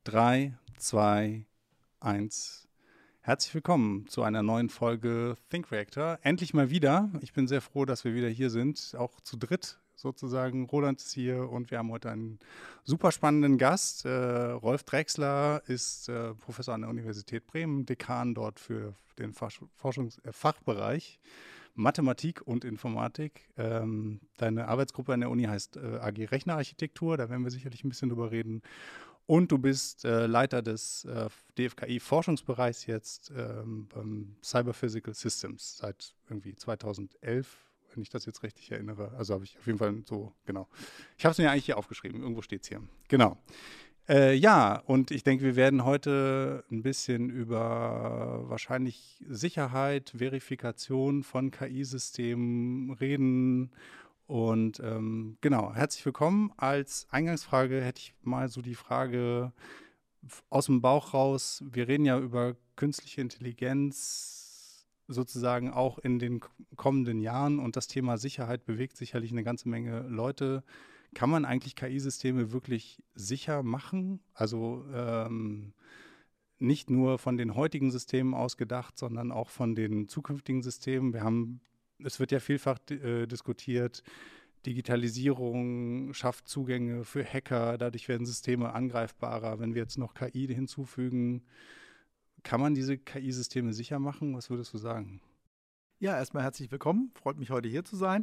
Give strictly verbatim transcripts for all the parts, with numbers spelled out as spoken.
Drei, zwei, eins. Herzlich willkommen zu einer neuen Folge Think Reactor. Endlich mal wieder. Ich bin sehr froh, dass wir wieder hier sind, auch zu dritt sozusagen. Roland ist hier und wir haben heute einen super spannenden Gast. Äh, Rolf Drechsler ist äh, Professor an der Universität Bremen, Dekan dort für den Forsch- Forschungs- äh, Fachbereich Mathematik und Informatik. Ähm, deine Arbeitsgruppe an der Uni heißt äh, A G Rechnerarchitektur, da werden wir sicherlich ein bisschen drüber reden. Und du bist äh, Leiter des äh, D F K I-Forschungsbereichs jetzt ähm, beim Cyber Physical Systems seit irgendwie zweitausendelf, wenn ich das jetzt richtig erinnere. Also habe ich auf jeden Fall so, genau. Ich habe es mir eigentlich hier aufgeschrieben, irgendwo steht es hier. Genau. Äh, ja, und ich denke, wir werden heute ein bisschen über wahrscheinlich Sicherheit, Verifikation von K I-Systemen reden. Und ähm, genau, herzlich willkommen. Als Eingangsfrage hätte ich mal so die Frage f- aus dem Bauch raus. Wir reden ja über künstliche Intelligenz sozusagen auch in den k- kommenden Jahren und das Thema Sicherheit bewegt sicherlich eine ganze Menge Leute. Kann man eigentlich K I-Systeme wirklich sicher machen? Also ähm, nicht nur von den heutigen Systemen ausgedacht, sondern auch von den zukünftigen Systemen. Wir haben, es wird ja vielfach äh, diskutiert, Digitalisierung schafft Zugänge für Hacker, dadurch werden Systeme angreifbarer. Wenn wir jetzt noch K I hinzufügen, kann man diese K I-Systeme sicher machen? Was würdest du sagen? Ja, erstmal herzlich willkommen. Freut mich, heute hier zu sein.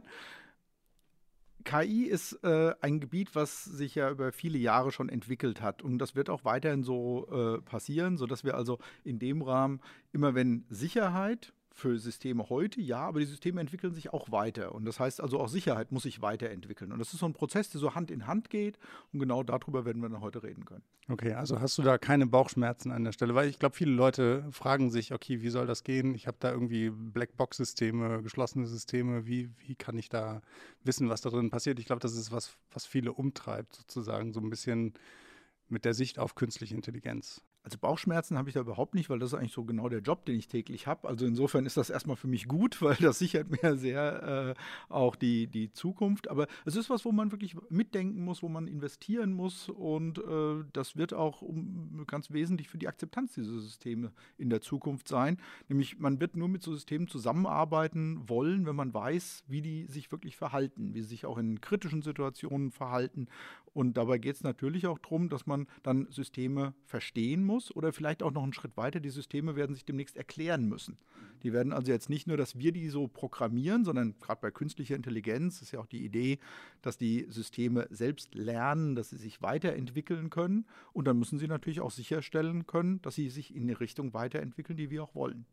K I ist äh, ein Gebiet, was sich ja über viele Jahre schon entwickelt hat. Und das wird auch weiterhin so äh, passieren, sodass wir also in dem Rahmen, immer wenn Sicherheit für Systeme heute, ja, aber die Systeme entwickeln sich auch weiter. Und das heißt also, auch Sicherheit muss sich weiterentwickeln. Und das ist so ein Prozess, der so Hand in Hand geht. Und genau darüber werden wir dann heute reden können. Okay, also hast du da keine Bauchschmerzen an der Stelle? Weil ich glaube, viele Leute fragen sich, okay, wie soll das gehen? Ich habe da irgendwie Blackbox-Systeme, geschlossene Systeme. Wie, wie kann ich da wissen, was da drin passiert? Ich glaube, das ist was, was viele umtreibt, sozusagen, so ein bisschen mit der Sicht auf künstliche Intelligenz. Also Bauchschmerzen habe ich da überhaupt nicht, weil das ist eigentlich so genau der Job, den ich täglich habe. Also insofern ist das erstmal für mich gut, weil das sichert mir sehr äh, auch die, die Zukunft. Aber es ist was, wo man wirklich mitdenken muss, wo man investieren muss. Und äh, das wird auch um, ganz wesentlich für die Akzeptanz dieser Systeme in der Zukunft sein. Nämlich man wird nur mit so Systemen zusammenarbeiten wollen, wenn man weiß, wie die sich wirklich verhalten, wie sie sich auch in kritischen Situationen verhalten. Und dabei geht es natürlich auch darum, dass man dann Systeme verstehen muss oder vielleicht auch noch einen Schritt weiter. Die Systeme werden sich demnächst erklären müssen. Die werden also jetzt nicht nur, dass wir die so programmieren, sondern gerade bei künstlicher Intelligenz ist ja auch die Idee, dass die Systeme selbst lernen, dass sie sich weiterentwickeln können. Und dann müssen sie natürlich auch sicherstellen können, dass sie sich in die Richtung weiterentwickeln, die wir auch wollen.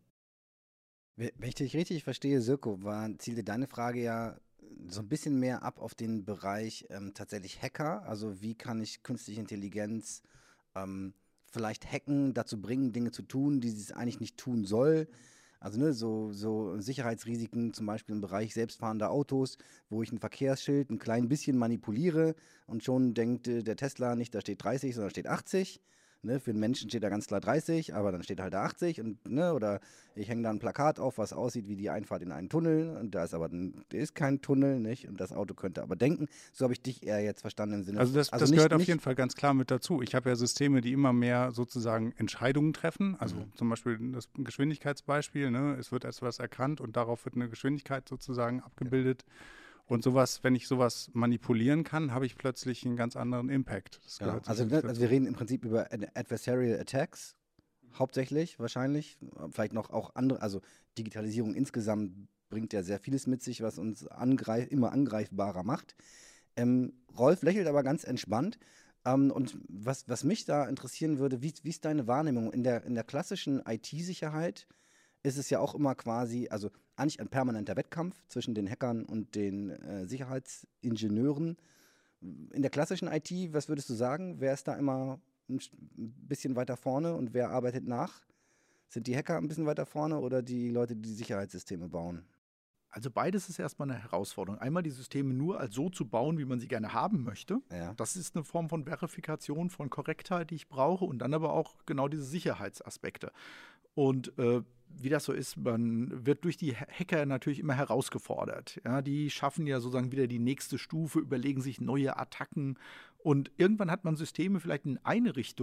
Wenn wenn ich dich richtig verstehe, Sirko, war, zielte deine Frage ja so ein bisschen mehr ab auf den Bereich ähm, tatsächlich Hacker. Also wie kann ich künstliche Intelligenz ähm, vielleicht hacken, dazu bringen, Dinge zu tun, die sie eigentlich nicht tun soll. Also ne, so, so Sicherheitsrisiken, zum Beispiel im Bereich selbstfahrender Autos, wo ich ein Verkehrsschild ein klein bisschen manipuliere und schon denkt äh, der Tesla nicht, da steht dreißig, sondern da steht achtzig. Ne, für einen Menschen steht da ganz klar dreißig, aber dann steht halt da achtzig und, ne, oder ich hänge da ein Plakat auf, was aussieht wie die Einfahrt in einen Tunnel und da ist aber ein, da ist kein Tunnel, nicht? Und das Auto könnte aber denken. So habe ich dich eher jetzt verstanden im Sinne Also von, das, also das nicht, gehört auf jeden nicht, Fall ganz klar mit dazu. Ich habe ja Systeme, die immer mehr sozusagen Entscheidungen treffen. Also mhm. zum Beispiel das Geschwindigkeitsbeispiel. Ne? Es wird etwas erkannt und darauf wird eine Geschwindigkeit sozusagen abgebildet. Und sowas, wenn ich sowas manipulieren kann, habe ich plötzlich einen ganz anderen Impact. Das Genau. gehört Also, sicherlich ne, dazu. also wir reden im Prinzip über Ad- Adversarial Attacks, hauptsächlich wahrscheinlich. Vielleicht noch auch andere, also Digitalisierung insgesamt bringt ja sehr vieles mit sich, was uns angreif immer angreifbarer macht. Ähm, Rolf lächelt aber ganz entspannt. Ähm, und was, was mich da interessieren würde, wie, wie ist deine Wahrnehmung? In der, in der klassischen I T-Sicherheit ist es ja auch immer quasi, also eigentlich ein permanenter Wettkampf zwischen den Hackern und den äh, Sicherheitsingenieuren. In der klassischen I T, was würdest du sagen? Wer ist da immer ein sch- ein bisschen weiter vorne und wer arbeitet nach? Sind die Hacker ein bisschen weiter vorne oder die Leute, die die Sicherheitssysteme bauen? Also beides ist erstmal eine Herausforderung. Einmal die Systeme nur als so zu bauen, wie man sie gerne haben möchte. Ja. Das ist eine Form von Verifikation, von Korrektheit, die ich brauche. Und dann aber auch genau diese Sicherheitsaspekte. Und äh, wie das so ist, man wird durch die Hacker natürlich immer herausgefordert. Ja, die schaffen ja sozusagen wieder die nächste Stufe, überlegen sich neue Attacken. Und irgendwann hat man Systeme vielleicht in eine Richtung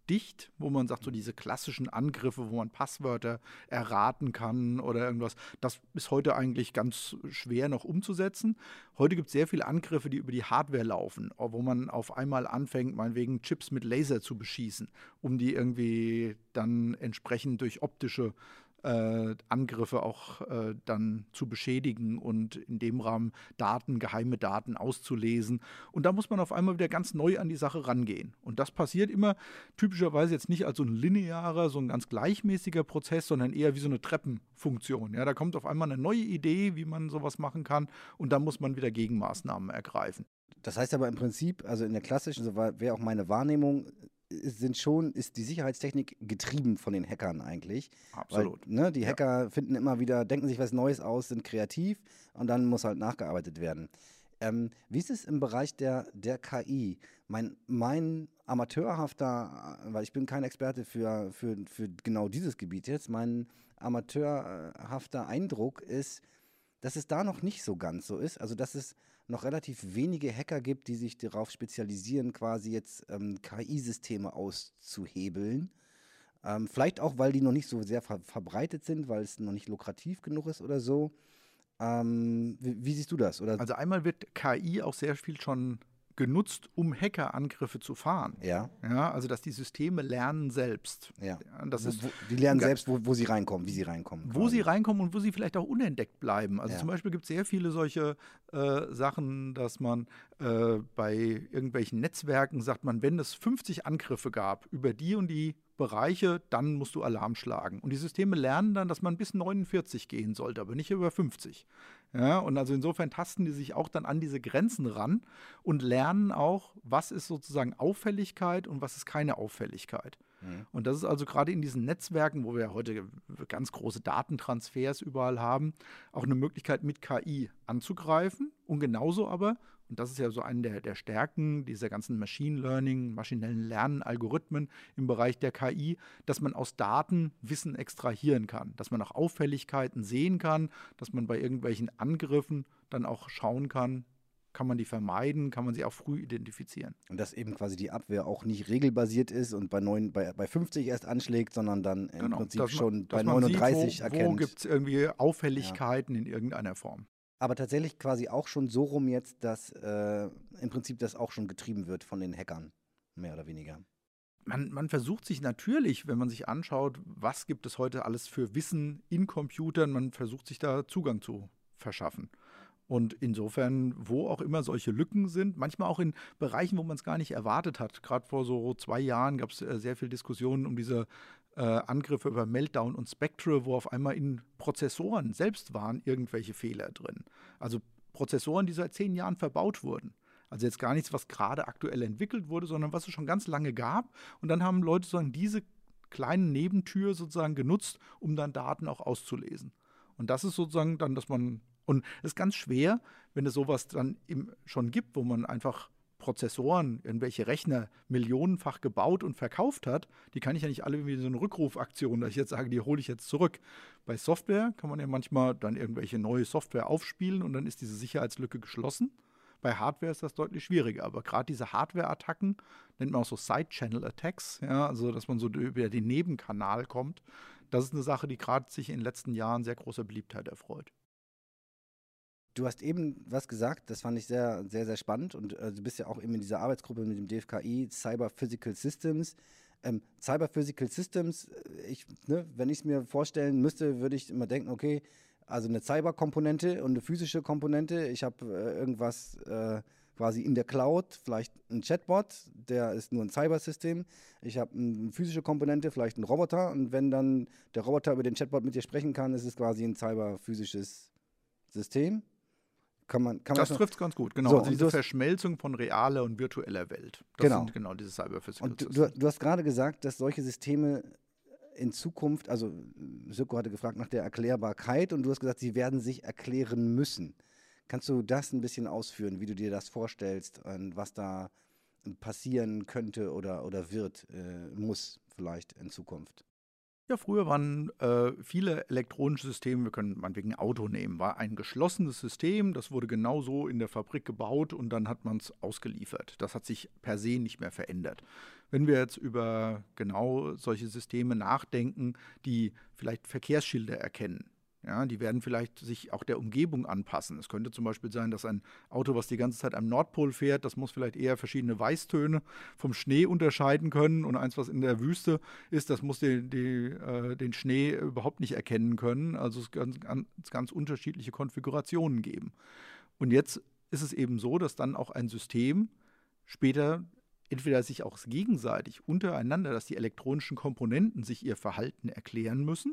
dicht, wo man sagt, so diese klassischen Angriffe, wo man Passwörter erraten kann oder irgendwas, das ist heute eigentlich ganz schwer noch umzusetzen. Heute gibt es sehr viele Angriffe, die über die Hardware laufen, wo man auf einmal anfängt, meinetwegen Chips mit Laser zu beschießen, um die irgendwie dann entsprechend durch optische Äh, Angriffe auch äh, dann zu beschädigen und in dem Rahmen Daten, geheime Daten auszulesen. Und da muss man auf einmal wieder ganz neu an die Sache rangehen. Und das passiert immer typischerweise jetzt nicht als so ein linearer, so ein ganz gleichmäßiger Prozess, sondern eher wie so eine Treppenfunktion. Ja, da kommt auf einmal eine neue Idee, wie man sowas machen kann, und dann muss man wieder Gegenmaßnahmen ergreifen. Das heißt aber im Prinzip, also in der klassischen, so wäre auch meine Wahrnehmung, sind schon, ist die Sicherheitstechnik getrieben von den Hackern eigentlich. Absolut. Weil, ne, die Hacker ja. finden immer wieder, denken sich was Neues aus, sind kreativ und dann muss halt nachgearbeitet werden. Ähm, wie ist es im Bereich der, der K I? Mein, mein amateurhafter, weil ich bin kein Experte für, für, für genau dieses Gebiet jetzt, mein amateurhafter Eindruck ist, dass es da noch nicht so ganz so ist. Also dass es noch relativ wenige Hacker gibt, die sich darauf spezialisieren, quasi jetzt ähm, K I-Systeme auszuhebeln. Ähm, vielleicht auch, weil die noch nicht so sehr ver- verbreitet sind, weil es noch nicht lukrativ genug ist oder so. Ähm, wie, wie siehst du das? Oder? Also einmal wird K I auch sehr viel schon genutzt, um Hackerangriffe zu fahren. Ja. Ja, also dass die Systeme lernen selbst. Ja. Ja, das wo, ist wo, die lernen selbst, wo, wo sie reinkommen, wie sie reinkommen. Wo quasi. sie reinkommen und wo sie vielleicht auch unentdeckt bleiben. Also Ja. zum Beispiel gibt es sehr viele solche äh, Sachen, dass man äh, bei irgendwelchen Netzwerken sagt, man, wenn es fünfzig Angriffe gab über die und die Bereiche, dann musst du Alarm schlagen. Und die Systeme lernen dann, dass man bis neunundvierzig gehen sollte, aber nicht über fünfzig. Ja, und also insofern tasten die sich auch dann an diese Grenzen ran und lernen auch, was ist sozusagen Auffälligkeit und was ist keine Auffälligkeit. Mhm. Und das ist also gerade in diesen Netzwerken, wo wir heute ganz große Datentransfers überall haben, auch eine Möglichkeit, mit K I anzugreifen und genauso aber, und das ist ja so eine der, der Stärken dieser ganzen Machine Learning, maschinellen Lernen, Algorithmen im Bereich der K I, dass man aus Daten Wissen extrahieren kann, dass man auch Auffälligkeiten sehen kann, dass man bei irgendwelchen Angriffen dann auch schauen kann, kann man die vermeiden, kann man sie auch früh identifizieren. Und dass eben quasi die Abwehr auch nicht regelbasiert ist und bei, neun, bei, bei fünfzig erst anschlägt, sondern dann im genau, Prinzip man, schon bei neununddreißig sieht, wo, erkennt. Wo gibt es irgendwie Auffälligkeiten ja. in irgendeiner Form. Aber tatsächlich quasi auch schon so rum jetzt, dass äh, im Prinzip das auch schon getrieben wird von den Hackern, mehr oder weniger. Man, man versucht sich natürlich, wenn man sich anschaut, was gibt es heute alles für Wissen in Computern, man versucht sich da Zugang zu verschaffen. Und insofern, wo auch immer solche Lücken sind, manchmal auch in Bereichen, wo man es gar nicht erwartet hat. Gerade vor so zwei Jahren gab es äh, sehr viel Diskussionen um diese äh, Angriffe über Meltdown und Spectre, wo auf einmal in Prozessoren selbst waren irgendwelche Fehler drin. Also Prozessoren, die seit zehn Jahren verbaut wurden. Also jetzt gar nichts, was gerade aktuell entwickelt wurde, sondern was es schon ganz lange gab. Und dann haben Leute sozusagen diese kleinen Nebentür sozusagen genutzt, um dann Daten auch auszulesen. Und das ist sozusagen dann, dass man Und es ist ganz schwer, wenn es sowas dann im, schon gibt, wo man einfach Prozessoren, irgendwelche Rechner millionenfach gebaut und verkauft hat, die kann ich ja nicht alle wie so eine Rückrufaktion, dass ich jetzt sage, die hole ich jetzt zurück. Bei Software kann man ja manchmal dann irgendwelche neue Software aufspielen und dann ist diese Sicherheitslücke geschlossen. Bei Hardware ist das deutlich schwieriger, aber gerade diese Hardware-Attacken nennt man auch so Side-Channel-Attacks, ja, also dass man so über den Nebenkanal kommt. Das ist eine Sache, die gerade sich in den letzten Jahren sehr großer Beliebtheit erfreut. Du hast eben was gesagt, das fand ich sehr, sehr, sehr spannend und äh, du bist ja auch eben in dieser Arbeitsgruppe mit dem D F K I, Cyber Physical Systems. Ähm, Cyber Physical Systems, ich, ne, wenn ich es mir vorstellen müsste, würde ich immer denken, okay, also eine Cyber-Komponente und eine physische Komponente. Ich habe äh, irgendwas äh, quasi in der Cloud, vielleicht ein Chatbot, der ist nur ein Cybersystem. Ich habe eine physische Komponente, vielleicht ein Roboter und wenn dann der Roboter über den Chatbot mit dir sprechen kann, ist es quasi ein cyberphysisches System. Kann man, kann man das trifft es ganz gut, genau. So, also diese hast, Verschmelzung von realer und virtueller Welt. Das genau. sind genau diese Cyber-Physical Und du, Systems. du, du hast gerade gesagt, dass solche Systeme in Zukunft, also Sirko hatte gefragt nach der Erklärbarkeit und du hast gesagt, sie werden sich erklären müssen. Kannst du das ein bisschen ausführen, wie du dir das vorstellst und was da passieren könnte oder, oder wird, äh, muss vielleicht in Zukunft? Ja, früher waren äh, viele elektronische Systeme, wir können meinetwegen ein Auto nehmen, war ein geschlossenes System, das wurde genau so in der Fabrik gebaut und dann hat man es ausgeliefert. Das hat sich per se nicht mehr verändert. wenn wir jetzt über genau solche Systeme nachdenken, die vielleicht Verkehrsschilder erkennen. Ja, die werden vielleicht sich auch der Umgebung anpassen. Es könnte zum Beispiel sein, dass ein Auto, was die ganze Zeit am Nordpol fährt, das muss vielleicht eher verschiedene Weißtöne vom Schnee unterscheiden können. Und eins, was in der Wüste ist, das muss die, die, äh, den Schnee überhaupt nicht erkennen können. Also es kann ganz, ganz unterschiedliche Konfigurationen geben. Und jetzt ist es eben so, dass dann auch ein System später entweder sich auch gegenseitig untereinander, dass die elektronischen Komponenten sich ihr Verhalten erklären müssen,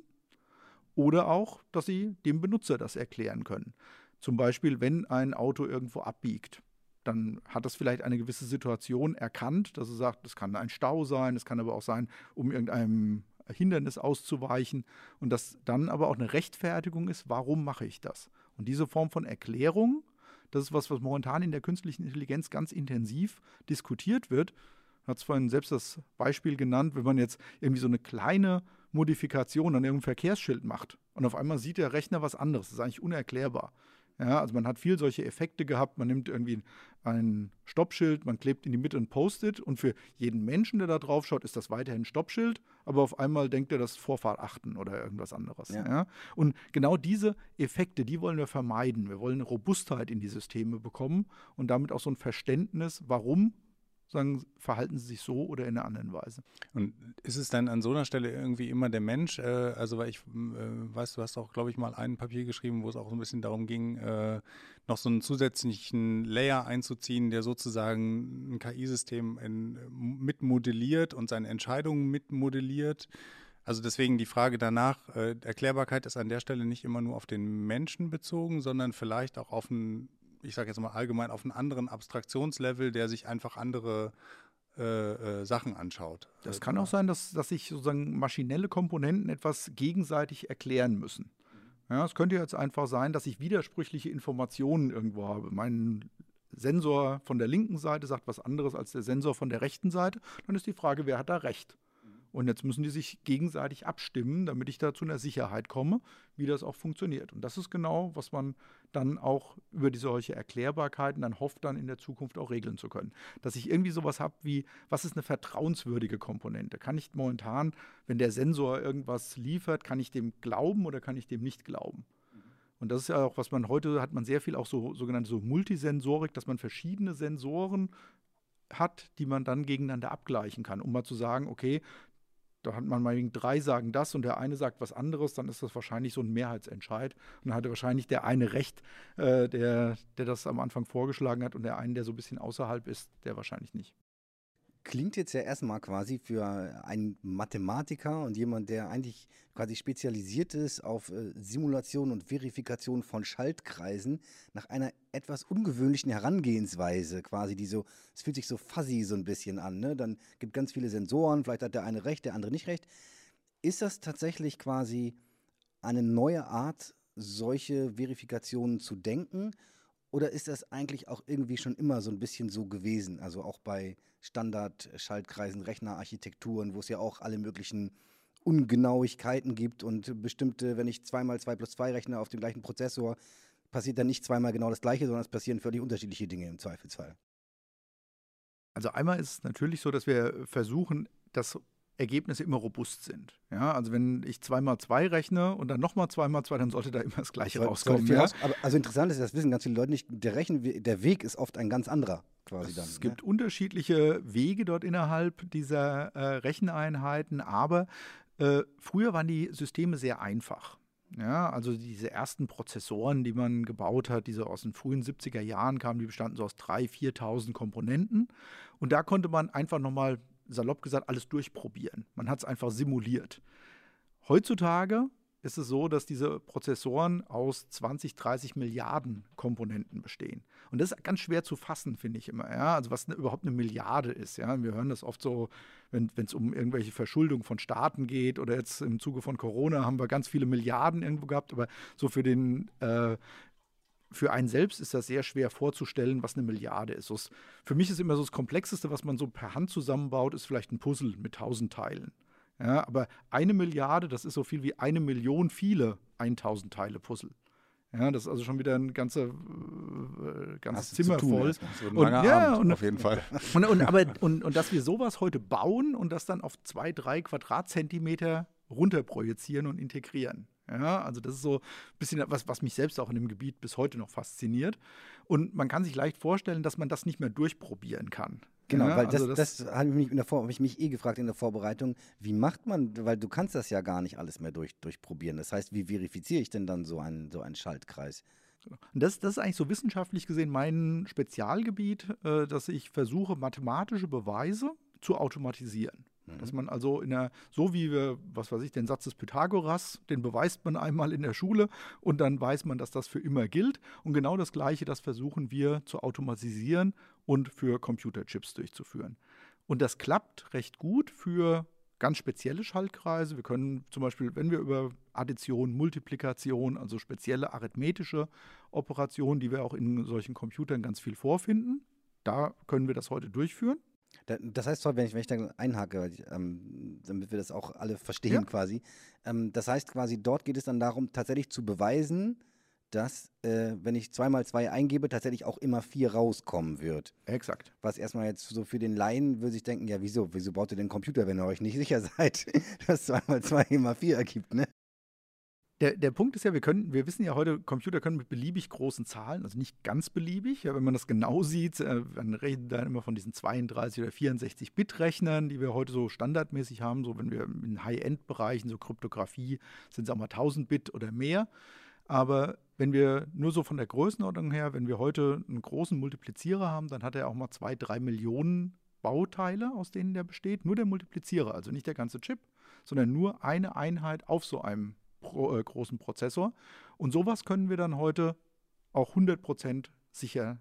oder auch, dass sie dem Benutzer das erklären können. Zum Beispiel, wenn ein Auto irgendwo abbiegt, dann hat es vielleicht eine gewisse Situation erkannt, dass es sagt, es kann ein Stau sein, es kann aber auch sein, um irgendeinem Hindernis auszuweichen. Und dass dann aber auch eine Rechtfertigung ist, warum mache ich das? Und diese Form von Erklärung, das ist was, was momentan in der künstlichen Intelligenz ganz intensiv diskutiert wird. Hat es vorhin selbst das Beispiel genannt, wenn man jetzt irgendwie so eine kleine Modifikation an irgendeinem Verkehrsschild macht und auf einmal sieht der Rechner was anderes. Das ist eigentlich unerklärbar. Ja, also man hat viel solche Effekte gehabt. Man nimmt irgendwie ein Stoppschild, man klebt in die Mitte ein Post-it und für jeden Menschen, der da drauf schaut, ist das weiterhin ein Stoppschild, aber auf einmal denkt er, das ist Vorfahrt achten oder irgendwas anderes. Ja. Ja. Und genau diese Effekte, die wollen wir vermeiden. Wir wollen eine Robustheit in die Systeme bekommen und damit auch so ein Verständnis, warum sagen, verhalten sie sich so oder in einer anderen Weise. Und ist es dann an so einer Stelle irgendwie immer der Mensch? Äh, also, weil ich äh, weiß, du hast auch, glaube ich, mal ein Papier geschrieben, wo es auch so ein bisschen darum ging, äh, noch so einen zusätzlichen Layer einzuziehen, der sozusagen ein K I-System in, mitmodelliert und seine Entscheidungen mitmodelliert. Also deswegen die Frage danach, äh, Erklärbarkeit ist an der Stelle nicht immer nur auf den Menschen bezogen, sondern vielleicht auch auf ein, ich sage jetzt mal allgemein, auf einen anderen Abstraktionslevel, der sich einfach andere äh, äh, Sachen anschaut. Das kann auch sein, dass, dass sich sozusagen maschinelle Komponenten etwas gegenseitig erklären müssen. Ja, es könnte jetzt einfach sein, dass ich widersprüchliche Informationen irgendwo habe. Mein Sensor von der linken Seite sagt was anderes als der Sensor von der rechten Seite. Dann ist die Frage, wer hat da recht? Und jetzt müssen die sich gegenseitig abstimmen, damit ich da zu einer Sicherheit komme, wie das auch funktioniert. Und das ist genau, was man dann auch über die solche Erklärbarkeiten dann hofft, dann in der Zukunft auch regeln zu können. Dass ich irgendwie sowas habe wie, was ist eine vertrauenswürdige Komponente? Kann ich momentan, wenn der Sensor irgendwas liefert, kann ich dem glauben oder kann ich dem nicht glauben? Und das ist ja auch, was man heute, hat man sehr viel auch so sogenannte so Multisensorik, dass man verschiedene Sensoren hat, die man dann gegeneinander abgleichen kann, um mal zu sagen, okay, da hat man mal drei sagen das und der eine sagt was anderes, dann ist das wahrscheinlich so ein Mehrheitsentscheid. Und dann hatte wahrscheinlich der eine recht, äh, der, der das am Anfang vorgeschlagen hat und der eine, der so ein bisschen außerhalb ist, der wahrscheinlich nicht. Klingt jetzt ja erstmal quasi für einen Mathematiker und jemand, der eigentlich quasi spezialisiert ist auf äh, Simulation und Verifikation von Schaltkreisen, nach einer etwas ungewöhnlichen Herangehensweise quasi, die so, es fühlt sich so fuzzy so ein bisschen an, ne? Dann gibt ganz viele Sensoren, vielleicht hat der eine recht, der andere nicht recht. Ist das tatsächlich quasi eine neue Art, solche Verifikationen zu denken? Oder ist das eigentlich auch irgendwie schon immer so ein bisschen so gewesen? Also auch bei Standard-Schaltkreisen, Rechnerarchitekturen, wo es ja auch alle möglichen Ungenauigkeiten gibt und bestimmte, wenn ich zwei mal zwei plus zwei rechne auf dem gleichen Prozessor, passiert dann nicht zweimal genau das Gleiche, sondern es passieren völlig unterschiedliche Dinge im Zweifelsfall. Also einmal ist es natürlich so, dass wir versuchen, dass Ergebnisse immer robust sind. Ja, also wenn ich zwei mal zwei rechne und dann nochmal zwei mal zwei, dann sollte da immer das Gleiche Soll, rauskommen. soll Ja? raus, aber, also interessant ist, das wissen ganz viele Leute nicht, der, Rechen, der Weg ist oft ein ganz anderer quasi dann. Es gibt ne? unterschiedliche Wege dort innerhalb dieser äh, Recheneinheiten, aber äh, früher waren die Systeme sehr einfach. Ja, also diese ersten Prozessoren, die man gebaut hat, diese aus den frühen siebziger Jahren kamen, die bestanden so aus dreitausend, viertausend Komponenten. Und da konnte man einfach nochmal, salopp gesagt, alles durchprobieren. Man hat es einfach simuliert. Heutzutage ist es so, dass diese Prozessoren aus zwanzig, dreißig Milliarden Komponenten bestehen. Und das ist ganz schwer zu fassen, finde ich immer. Ja? Also was ne, überhaupt eine Milliarde ist. Ja? Wir hören das oft so, wenn es um irgendwelche Verschuldung von Staaten geht oder jetzt im Zuge von Corona haben wir ganz viele Milliarden irgendwo gehabt. Aber so für den äh, Für einen selbst ist das sehr schwer vorzustellen, was eine Milliarde ist. Das, für mich ist immer so das Komplexeste, was man so per Hand zusammenbaut, ist vielleicht ein Puzzle mit tausend Teilen. Ja, aber eine Milliarde, das ist so viel wie eine Million viele tausend Teile Puzzle. Ja, das ist also schon wieder ein ganze, äh, ganzes Hast du zu Zimmer tun voll. erstmal. So ein Und- langer ja, Abend und- auf jeden Fall. Und, und, aber, und, und dass wir sowas heute bauen und das dann auf zwei, drei Quadratzentimeter runterprojizieren und integrieren. Ja, also das ist so ein bisschen was, was mich selbst auch in dem Gebiet bis heute noch fasziniert. Und man kann sich leicht vorstellen, dass man das nicht mehr durchprobieren kann. Genau, ja, weil das, also das, habe ich, mich in der Vor- hab ich mich eh gefragt in der Vorbereitung, wie macht man, weil du kannst das ja gar nicht alles mehr durch, durchprobieren. Das heißt, wie verifiziere ich denn dann so einen, so einen Schaltkreis? Und das, das ist eigentlich so wissenschaftlich gesehen mein Spezialgebiet, äh, dass ich versuche, mathematische Beweise zu automatisieren. Mhm. Dass man also in der, so wie wir, was weiß ich, den Satz des Pythagoras, den beweist man einmal in der Schule und dann weiß man, dass das für immer gilt. Und genau das Gleiche, das versuchen wir zu automatisieren und für Computerchips durchzuführen. Und das klappt recht gut für ganz spezielle Schaltkreise. Wir können zum Beispiel, wenn wir über Addition, Multiplikation, also spezielle arithmetische Operationen, die wir auch in solchen Computern ganz viel vorfinden, da können wir das heute durchführen. Da, das heißt, sorry, wenn ich, wenn ich da einhake, weil ich, ähm, damit wir das auch alle verstehen Ja. quasi. Ähm, das heißt quasi, dort geht es dann darum, tatsächlich zu beweisen, dass, äh, wenn ich zwei mal zwei eingebe, tatsächlich auch immer vier rauskommen wird. Exakt. Was erstmal jetzt so für den Laien würde sich denken, ja wieso, wieso baut ihr den Computer, wenn ihr euch nicht sicher seid, dass zwei mal zwei immer vier ergibt, ne? Der, der Punkt ist ja, wir können, wir wissen ja heute, Computer können mit beliebig großen Zahlen, also nicht ganz beliebig, ja, wenn man das genau sieht, äh, man redet dann immer von diesen zweiunddreißig oder vierundsechzig Bit Rechnern, die wir heute so standardmäßig haben, so wenn wir in High-End-Bereichen, so Kryptographie, sind es auch mal tausend Bit oder mehr. Aber wenn wir nur so von der Größenordnung her, wenn wir heute einen großen Multiplizierer haben, dann hat er auch mal zwei, drei Millionen Bauteile, aus denen der besteht. Nur der Multiplizierer, also nicht der ganze Chip, sondern nur eine Einheit auf so einem pro, äh, großen Prozessor. Und sowas können wir dann heute auch hundert Prozent sicher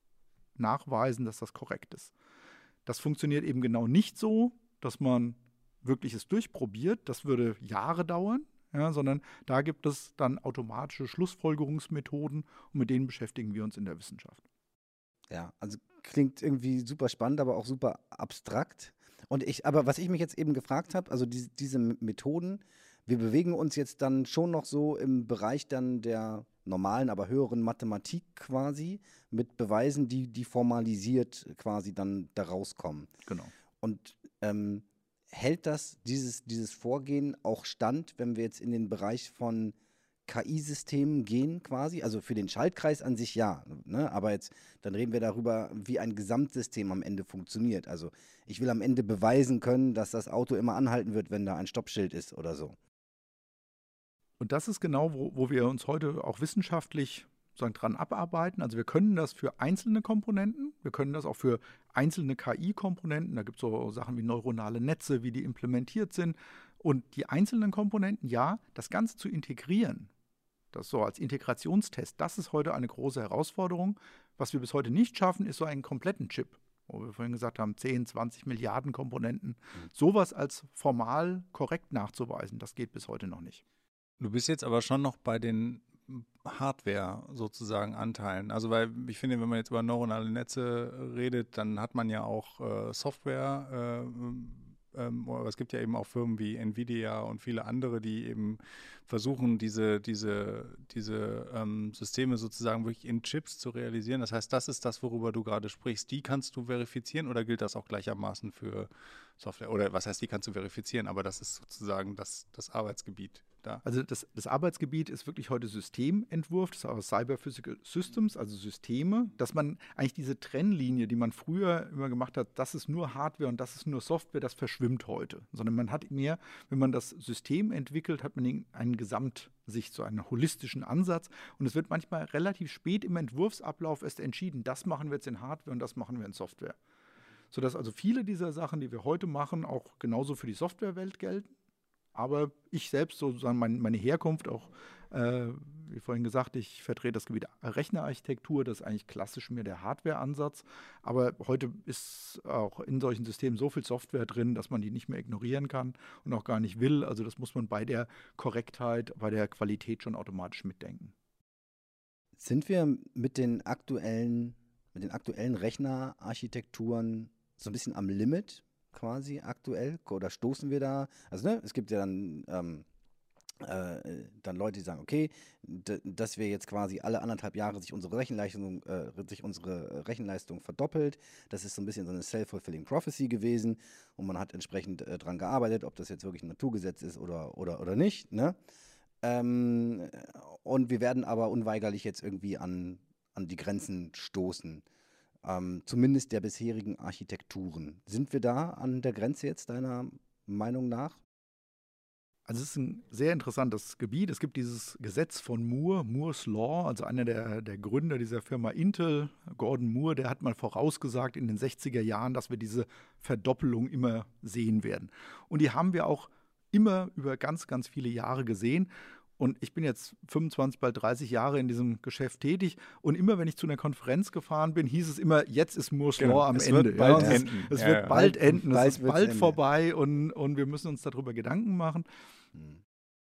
nachweisen, dass das korrekt ist. Das funktioniert eben genau nicht so, dass man wirklich es durchprobiert. Das würde Jahre dauern. Ja, sondern da gibt es dann automatische Schlussfolgerungsmethoden und mit denen beschäftigen wir uns in der Wissenschaft. Ja, also klingt irgendwie super spannend, aber auch super abstrakt. Und ich, aber was ich mich jetzt eben gefragt habe, also diese, diese Methoden, wir bewegen uns jetzt dann schon noch so im Bereich dann der normalen, aber höheren Mathematik quasi, mit Beweisen, die, die formalisiert quasi dann da rauskommen. Genau. Und ähm, hält das, dieses, dieses Vorgehen auch stand, wenn wir jetzt in den Bereich von K I-Systemen gehen quasi? Also für den Schaltkreis an sich ja, ne? Aber jetzt, dann reden wir darüber, wie ein Gesamtsystem am Ende funktioniert. Also ich will am Ende beweisen können, dass das Auto immer anhalten wird, wenn da ein Stoppschild ist oder so. Und das ist genau, wo, wo wir uns heute auch wissenschaftlich sozusagen dran abarbeiten. Also wir können das für einzelne Komponenten, wir können das auch für einzelne K I-Komponenten, da gibt es so Sachen wie neuronale Netze, wie die implementiert sind. Und die einzelnen Komponenten, ja, das Ganze zu integrieren, das so als Integrationstest, das ist heute eine große Herausforderung. Was wir bis heute nicht schaffen, ist so einen kompletten Chip, wo wir vorhin gesagt haben, zehn, zwanzig Milliarden Komponenten. Mhm. Sowas als formal korrekt nachzuweisen, das geht bis heute noch nicht. Du bist jetzt aber schon noch bei den Hardware sozusagen Anteilen. Also weil ich finde, wenn man jetzt über neuronale Netze redet, dann hat man ja auch äh, Software, äh, ähm, aber es gibt ja eben auch Firmen wie Nvidia und viele andere, die eben versuchen, diese, diese, diese ähm, Systeme sozusagen wirklich in Chips zu realisieren. Das heißt, das ist das, worüber du gerade sprichst. Die kannst du verifizieren oder gilt das auch gleichermaßen für Software? Oder was heißt, die kannst du verifizieren, aber das ist sozusagen das, das Arbeitsgebiet da. Also das, das Arbeitsgebiet ist wirklich heute Systementwurf, das ist auch Cyber Physical Systems, also Systeme, dass man eigentlich diese Trennlinie, die man früher immer gemacht hat, das ist nur Hardware und das ist nur Software, das verschwimmt heute. Sondern man hat mehr, wenn man das System entwickelt, hat man einen Gesamtsicht, so einen holistischen Ansatz. Und es wird manchmal relativ spät im Entwurfsablauf erst entschieden, das machen wir jetzt in Hardware und das machen wir in Software. Sodass also viele dieser Sachen, die wir heute machen, auch genauso für die Softwarewelt gelten. Aber ich selbst, sozusagen mein, meine Herkunft, auch äh, wie vorhin gesagt, ich vertrete das Gebiet Rechnerarchitektur, das ist eigentlich klassisch mir der Hardware-Ansatz. Aber heute ist auch in solchen Systemen so viel Software drin, dass man die nicht mehr ignorieren kann und auch gar nicht will. Also das muss man bei der Korrektheit, bei der Qualität schon automatisch mitdenken. Sind wir mit den aktuellen, mit den aktuellen Rechnerarchitekturen so ein bisschen am Limit quasi aktuell? Oder stoßen wir da, also ne, es gibt ja dann ähm, äh, dann Leute, die sagen, okay, d- dass wir jetzt quasi alle anderthalb Jahre sich unsere Rechenleistung, äh, sich unsere Rechenleistung verdoppelt. Das ist so ein bisschen so eine self-fulfilling prophecy gewesen und man hat entsprechend äh, dran gearbeitet, ob das jetzt wirklich ein Naturgesetz ist oder, oder, oder nicht. Ne? Ähm, und wir werden aber unweigerlich jetzt irgendwie an, an die Grenzen stoßen. Ähm, zumindest der bisherigen Architekturen. Sind wir da an der Grenze jetzt deiner Meinung nach? Also es ist ein sehr interessantes Gebiet. Es gibt dieses Gesetz von Moore, Moore's Law, also einer der, der Gründer dieser Firma Intel, Gordon Moore, der hat mal vorausgesagt in den sechziger Jahren, dass wir diese Verdoppelung immer sehen werden. Und die haben wir auch immer über ganz, ganz viele Jahre gesehen. Und ich bin jetzt fünfundzwanzig, bald dreißig Jahre in diesem Geschäft tätig. Und immer, wenn ich zu einer Konferenz gefahren bin, hieß es immer, jetzt ist Moore's Genau, Law am es Ende. wird bald ja, es enden. es Ja, wird ja. bald Bald- enden, bald es ist wird's bald Ende. vorbei und, und wir müssen uns darüber Gedanken machen. Hm.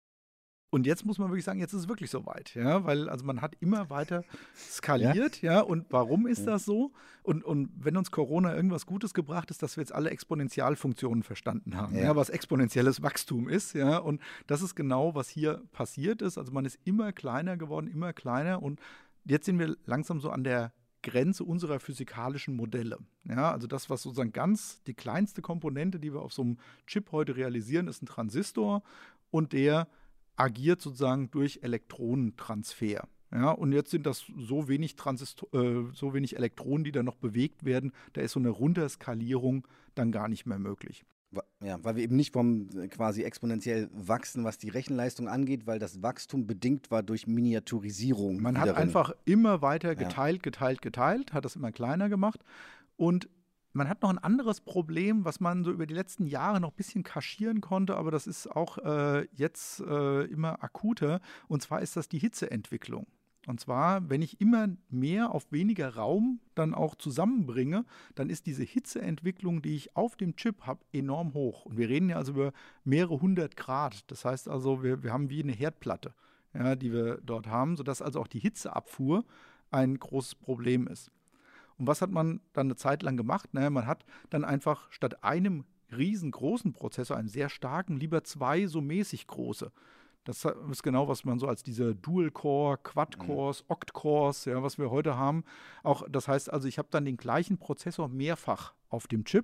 Und jetzt muss man wirklich sagen, jetzt ist es wirklich soweit, ja, weil also man hat immer weiter skaliert, ja, und warum ist Ja. das so? Und, und wenn uns Corona irgendwas Gutes gebracht ist, dass wir jetzt alle Exponentialfunktionen verstanden haben, ja. Ja. was exponentielles Wachstum ist, ja, und das ist genau, was hier passiert ist. Also man ist immer kleiner geworden, immer kleiner und jetzt sind wir langsam so an der Grenze unserer physikalischen Modelle. Ja, also das, was sozusagen ganz die kleinste Komponente, die wir auf so einem Chip heute realisieren, ist ein Transistor und der agiert sozusagen durch Elektronentransfer. Ja, und jetzt sind das so wenig, Transistor, äh, so wenig Elektronen, die da noch bewegt werden, da ist so eine Runterskalierung dann gar nicht mehr möglich. Wa- Ja, weil wir eben nicht vom äh, quasi exponentiell wachsen, was die Rechenleistung angeht, weil das Wachstum bedingt war durch Miniaturisierung. Man hat wiederum. einfach immer weiter Ja. geteilt, geteilt, geteilt, hat das immer kleiner gemacht. Und man hat noch ein anderes Problem, was man so über die letzten Jahre noch ein bisschen kaschieren konnte, aber das ist auch äh, jetzt äh, immer akuter. Und zwar ist das die Hitzeentwicklung. Und zwar, wenn ich immer mehr auf weniger Raum dann auch zusammenbringe, dann ist diese Hitzeentwicklung, die ich auf dem Chip habe, enorm hoch. Und wir reden ja also über mehrere hundert Grad. Das heißt also, wir, wir haben wie eine Herdplatte, ja, die wir dort haben, sodass also auch die Hitzeabfuhr ein großes Problem ist. Und was hat man dann eine Zeit lang gemacht? Naja, man hat dann einfach statt einem riesengroßen Prozessor, einem sehr starken, lieber zwei so mäßig große. Das ist genau, was man so als diese Dual-Core, Quad-Cores, Oct-Cores, ja, was wir heute haben. Auch, das heißt also, ich habe dann den gleichen Prozessor mehrfach auf dem Chip.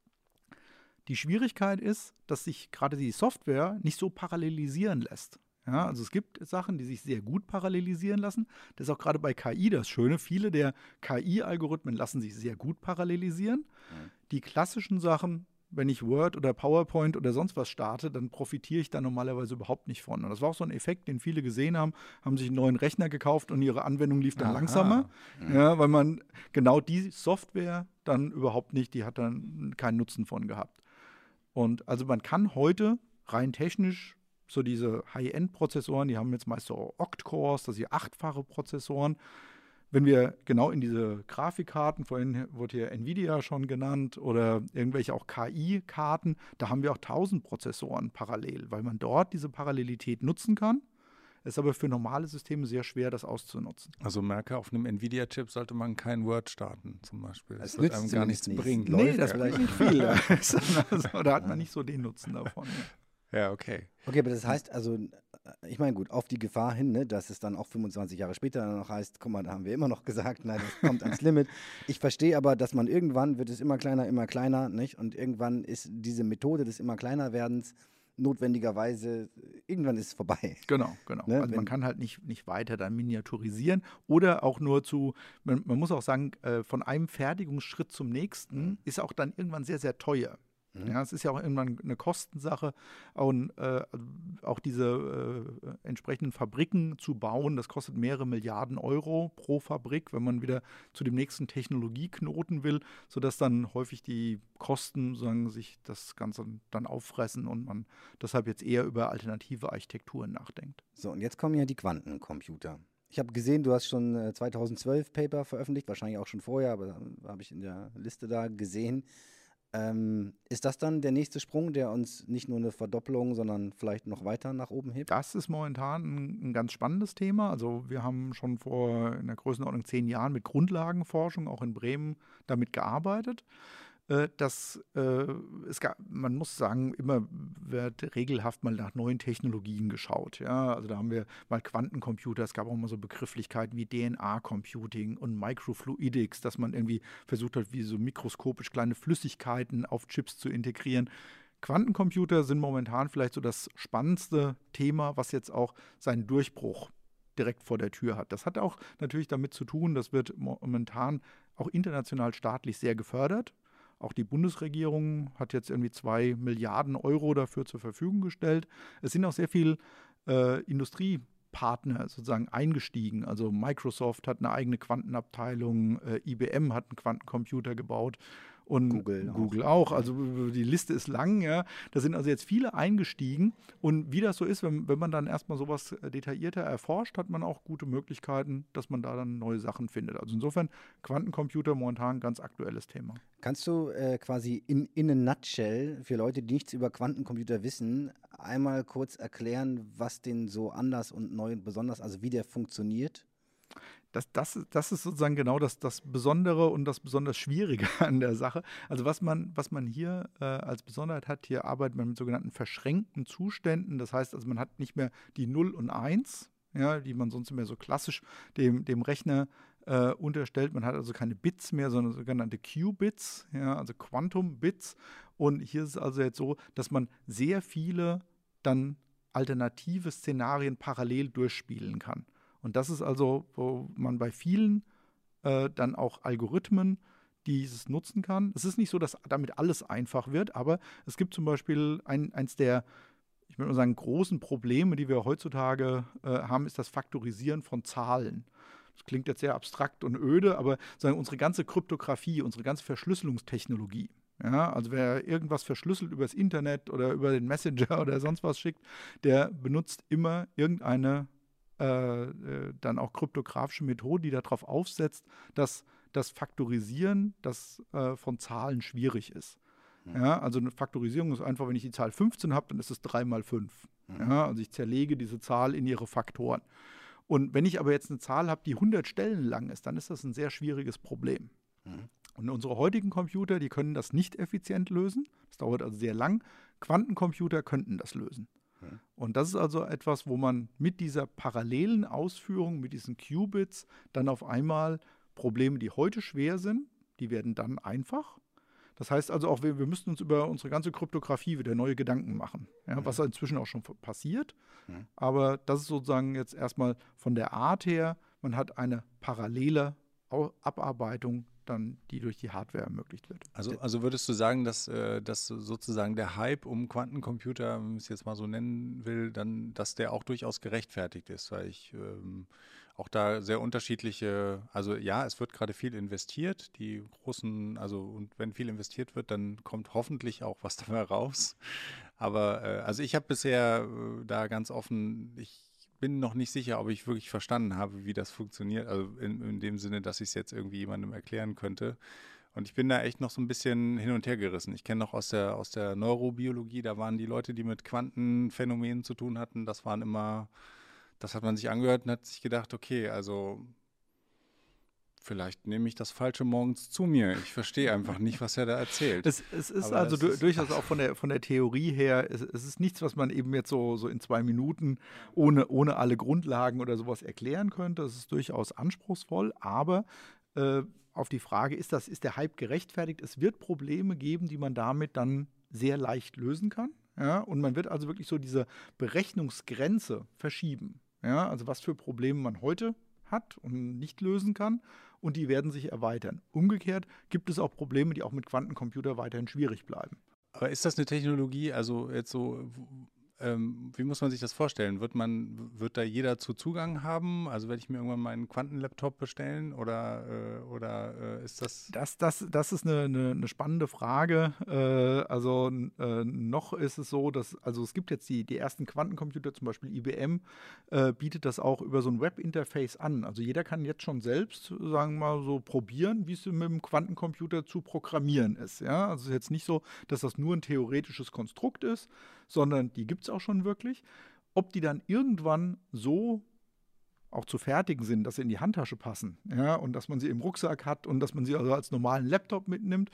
Die Schwierigkeit ist, dass sich gerade die Software nicht so parallelisieren lässt. Ja, also es gibt Sachen, die sich sehr gut parallelisieren lassen. Das ist auch gerade bei K I das Schöne. Viele der K I-Algorithmen lassen sich sehr gut parallelisieren. Mhm. Die klassischen Sachen, wenn ich Word oder PowerPoint oder sonst was starte, dann profitiere ich da normalerweise überhaupt nicht von. Und das war auch so ein Effekt, den viele gesehen haben, haben sich einen neuen Rechner gekauft und ihre Anwendung lief dann Aha. langsamer. Mhm. Ja, weil man genau die Software dann überhaupt nicht, die hat dann keinen Nutzen von gehabt. Und also man kann heute rein technisch so diese High-End-Prozessoren, die haben jetzt meist so Oct-Cores, das sind achtfache Prozessoren. Wenn wir genau in diese Grafikkarten, vorhin wurde hier Nvidia schon genannt, oder irgendwelche auch K I-Karten, da haben wir auch tausend Prozessoren parallel, weil man dort diese Parallelität nutzen kann. Es ist aber für normale Systeme sehr schwer, das auszunutzen. Also merke, auf einem Nvidia-Chip sollte man kein Word starten, zum Beispiel. Das Es wird nützt einem gar zumindest nichts nichts. bringen. Läuft Nee, das vielleicht. bringt nicht viel. Also, da hat man nicht so den Nutzen davon. Ja, okay. Okay, aber das heißt also, äh, ich meine, gut, auf die Gefahr hin, ne, dass es dann auch fünfundzwanzig Jahre später dann noch heißt, guck mal, da haben wir immer noch gesagt, nein, das kommt ans Limit. Ich verstehe aber, dass man irgendwann wird es immer kleiner, immer kleiner, nicht? Und irgendwann ist diese Methode des immer kleiner werdens notwendigerweise, irgendwann ist es vorbei. Genau, genau. Ne, also man wenn- kann halt nicht, nicht weiter dann miniaturisieren oder auch nur zu, man, man muss auch sagen, äh, von einem Fertigungsschritt zum nächsten Mhm. ist auch dann irgendwann sehr, sehr teuer. Mhm. Ja, es ist ja auch irgendwann eine Kostensache und äh, auch diese äh, entsprechenden Fabriken zu bauen, das kostet mehrere Milliarden Euro pro Fabrik, wenn man wieder zu dem nächsten Technologieknoten will, sodass dann häufig die Kosten sozusagen sich das Ganze dann auffressen und man deshalb jetzt eher über alternative Architekturen nachdenkt. So, und jetzt kommen ja die Quantencomputer. Ich habe gesehen, du hast schon äh, zweitausendzwölf Paper veröffentlicht, wahrscheinlich auch schon vorher, aber äh, habe ich in der Liste da gesehen. Ähm, ist das dann der nächste Sprung, der uns nicht nur eine Verdopplung, sondern vielleicht noch weiter nach oben hebt? Das ist momentan ein, ein ganz spannendes Thema. Also wir haben schon vor in der Größenordnung zehn Jahren mit Grundlagenforschung auch in Bremen damit gearbeitet. äh, dass äh, es gab, man muss sagen, immer wird regelhaft mal nach neuen Technologien geschaut. Ja? Also da haben wir mal Quantencomputer, es gab auch mal so Begrifflichkeiten wie D N A-Computing und Microfluidics, dass man irgendwie versucht hat, wie so mikroskopisch kleine Flüssigkeiten auf Chips zu integrieren. Quantencomputer sind momentan vielleicht so das spannendste Thema, was jetzt auch seinen Durchbruch direkt vor der Tür hat. Das hat auch natürlich damit zu tun, das wird momentan auch international staatlich sehr gefördert. Auch die Bundesregierung hat jetzt irgendwie zwei Milliarden Euro dafür zur Verfügung gestellt. Es sind auch sehr viele äh, Industriepartner sozusagen eingestiegen. Also Microsoft hat eine eigene Quantenabteilung, äh, I B M hat einen Quantencomputer gebaut. Und Google, Google auch. auch. Also die Liste ist lang, ja. Da sind also jetzt viele eingestiegen. Und wie das so ist, wenn, wenn man dann erstmal sowas detaillierter erforscht, hat man auch gute Möglichkeiten, dass man da dann neue Sachen findet. Also insofern Quantencomputer momentan ein ganz aktuelles Thema. Kannst du äh, quasi in, in a nutshell für Leute, die nichts über Quantencomputer wissen, einmal kurz erklären, was den so anders und neu und besonders, also wie der funktioniert? Das, das, das ist sozusagen genau das, das Besondere und das besonders Schwierige an der Sache. Also was man, was man hier äh, als Besonderheit hat, hier arbeitet man mit sogenannten verschränkten Zuständen. Das heißt, also man hat nicht mehr die null und eins, ja, die man sonst mehr so klassisch dem, dem Rechner äh, unterstellt. Man hat also keine Bits mehr, sondern sogenannte Qubits, ja, also Quantum-Bits. Und hier ist es also jetzt so, dass man sehr viele dann alternative Szenarien parallel durchspielen kann. Und das ist also, wo man bei vielen äh, dann auch Algorithmen dieses nutzen kann. Es ist nicht so, dass damit alles einfach wird, aber es gibt zum Beispiel ein, eins der, ich würde mal sagen, großen Probleme, die wir heutzutage äh, haben, ist das Faktorisieren von Zahlen. Das klingt jetzt sehr abstrakt und öde, aber sagen, unsere ganze Kryptographie, unsere ganze Verschlüsselungstechnologie, ja, also wer irgendwas verschlüsselt über das Internet oder über den Messenger oder sonst was schickt, der benutzt immer irgendeine Äh, äh, dann auch kryptografische Methode, die darauf aufsetzt, dass das Faktorisieren das, äh, von Zahlen schwierig ist. Mhm. Ja, also eine Faktorisierung ist einfach, wenn ich die Zahl fünfzehn habe, dann ist es drei mal fünf. Mhm. Ja, also ich zerlege diese Zahl in ihre Faktoren. Und wenn ich aber jetzt eine Zahl habe, die hundert Stellen lang ist, dann ist das ein sehr schwieriges Problem. Mhm. Und unsere heutigen Computer, die können das nicht effizient lösen. Das dauert also sehr lang. Quantencomputer könnten das lösen. Und das ist also etwas, wo man mit dieser parallelen Ausführung, mit diesen Qubits, dann auf einmal Probleme, die heute schwer sind, die werden dann einfach. Das heißt also auch, wir, wir müssten uns über unsere ganze Kryptographie wieder neue Gedanken machen, ja, was inzwischen auch schon passiert. Mhm. Aber das ist sozusagen jetzt erstmal von der Art her, man hat eine parallele Abarbeitung dann, die durch die Hardware ermöglicht wird. Also, also würdest du sagen, dass, äh, dass sozusagen der Hype um Quantencomputer, wenn man es jetzt mal so nennen will, dann, dass der auch durchaus gerechtfertigt ist, weil ich ähm, auch da sehr unterschiedliche, also ja, es wird gerade viel investiert, die großen, also und wenn viel investiert wird, dann kommt hoffentlich auch was dabei raus. Aber äh, also ich habe bisher äh, da ganz offen, ich bin noch nicht sicher, ob ich wirklich verstanden habe, wie das funktioniert, also in, in dem Sinne, dass ich es jetzt irgendwie jemandem erklären könnte. Und ich bin da echt noch so ein bisschen hin und her gerissen. Ich kenne noch aus der, aus der Neurobiologie, da waren die Leute, die mit Quantenphänomenen zu tun hatten, das waren immer, das hat man sich angehört und hat sich gedacht, okay, also vielleicht nehme ich das Falsche morgens zu mir. Ich verstehe einfach nicht, was er da erzählt. Es, es ist Aber also du, ist, durchaus auch von der, von der Theorie her, es, es ist nichts, was man eben jetzt so, so in zwei Minuten ohne, ohne alle Grundlagen oder sowas erklären könnte. Es ist durchaus anspruchsvoll, aber äh, auf die Frage, ist, das, ist der Hype gerechtfertigt? Es wird Probleme geben, die man damit dann sehr leicht lösen kann. Ja? Und man wird also wirklich so diese Berechnungsgrenze verschieben. Ja? Also was für Probleme man heute hat und nicht lösen kann. Und die werden sich erweitern. Umgekehrt gibt es auch Probleme, die auch mit Quantencomputer weiterhin schwierig bleiben. Aber ist das eine Technologie, also jetzt so, ähm, wie muss man sich das vorstellen? Wird man, wird da jeder zu Zugang haben? Also werde ich mir irgendwann meinen Quantenlaptop bestellen oder, äh, oder äh, ist das? Das, das, das ist eine, eine, eine spannende Frage. Äh, also äh, noch ist es so, dass, also es gibt jetzt die, die ersten Quantencomputer, zum Beispiel I B M, äh, bietet das auch über so ein Webinterface an. Also jeder kann jetzt schon selbst, sagen wir mal, so probieren, wie es mit dem Quantencomputer zu programmieren ist. Ja? Also es ist jetzt nicht so, dass das nur ein theoretisches Konstrukt ist, sondern die gibt es auch schon wirklich. Ob die dann irgendwann so auch zu fertigen sind, dass sie in die Handtasche passen, ja, und dass man sie im Rucksack hat und dass man sie also als normalen Laptop mitnimmt,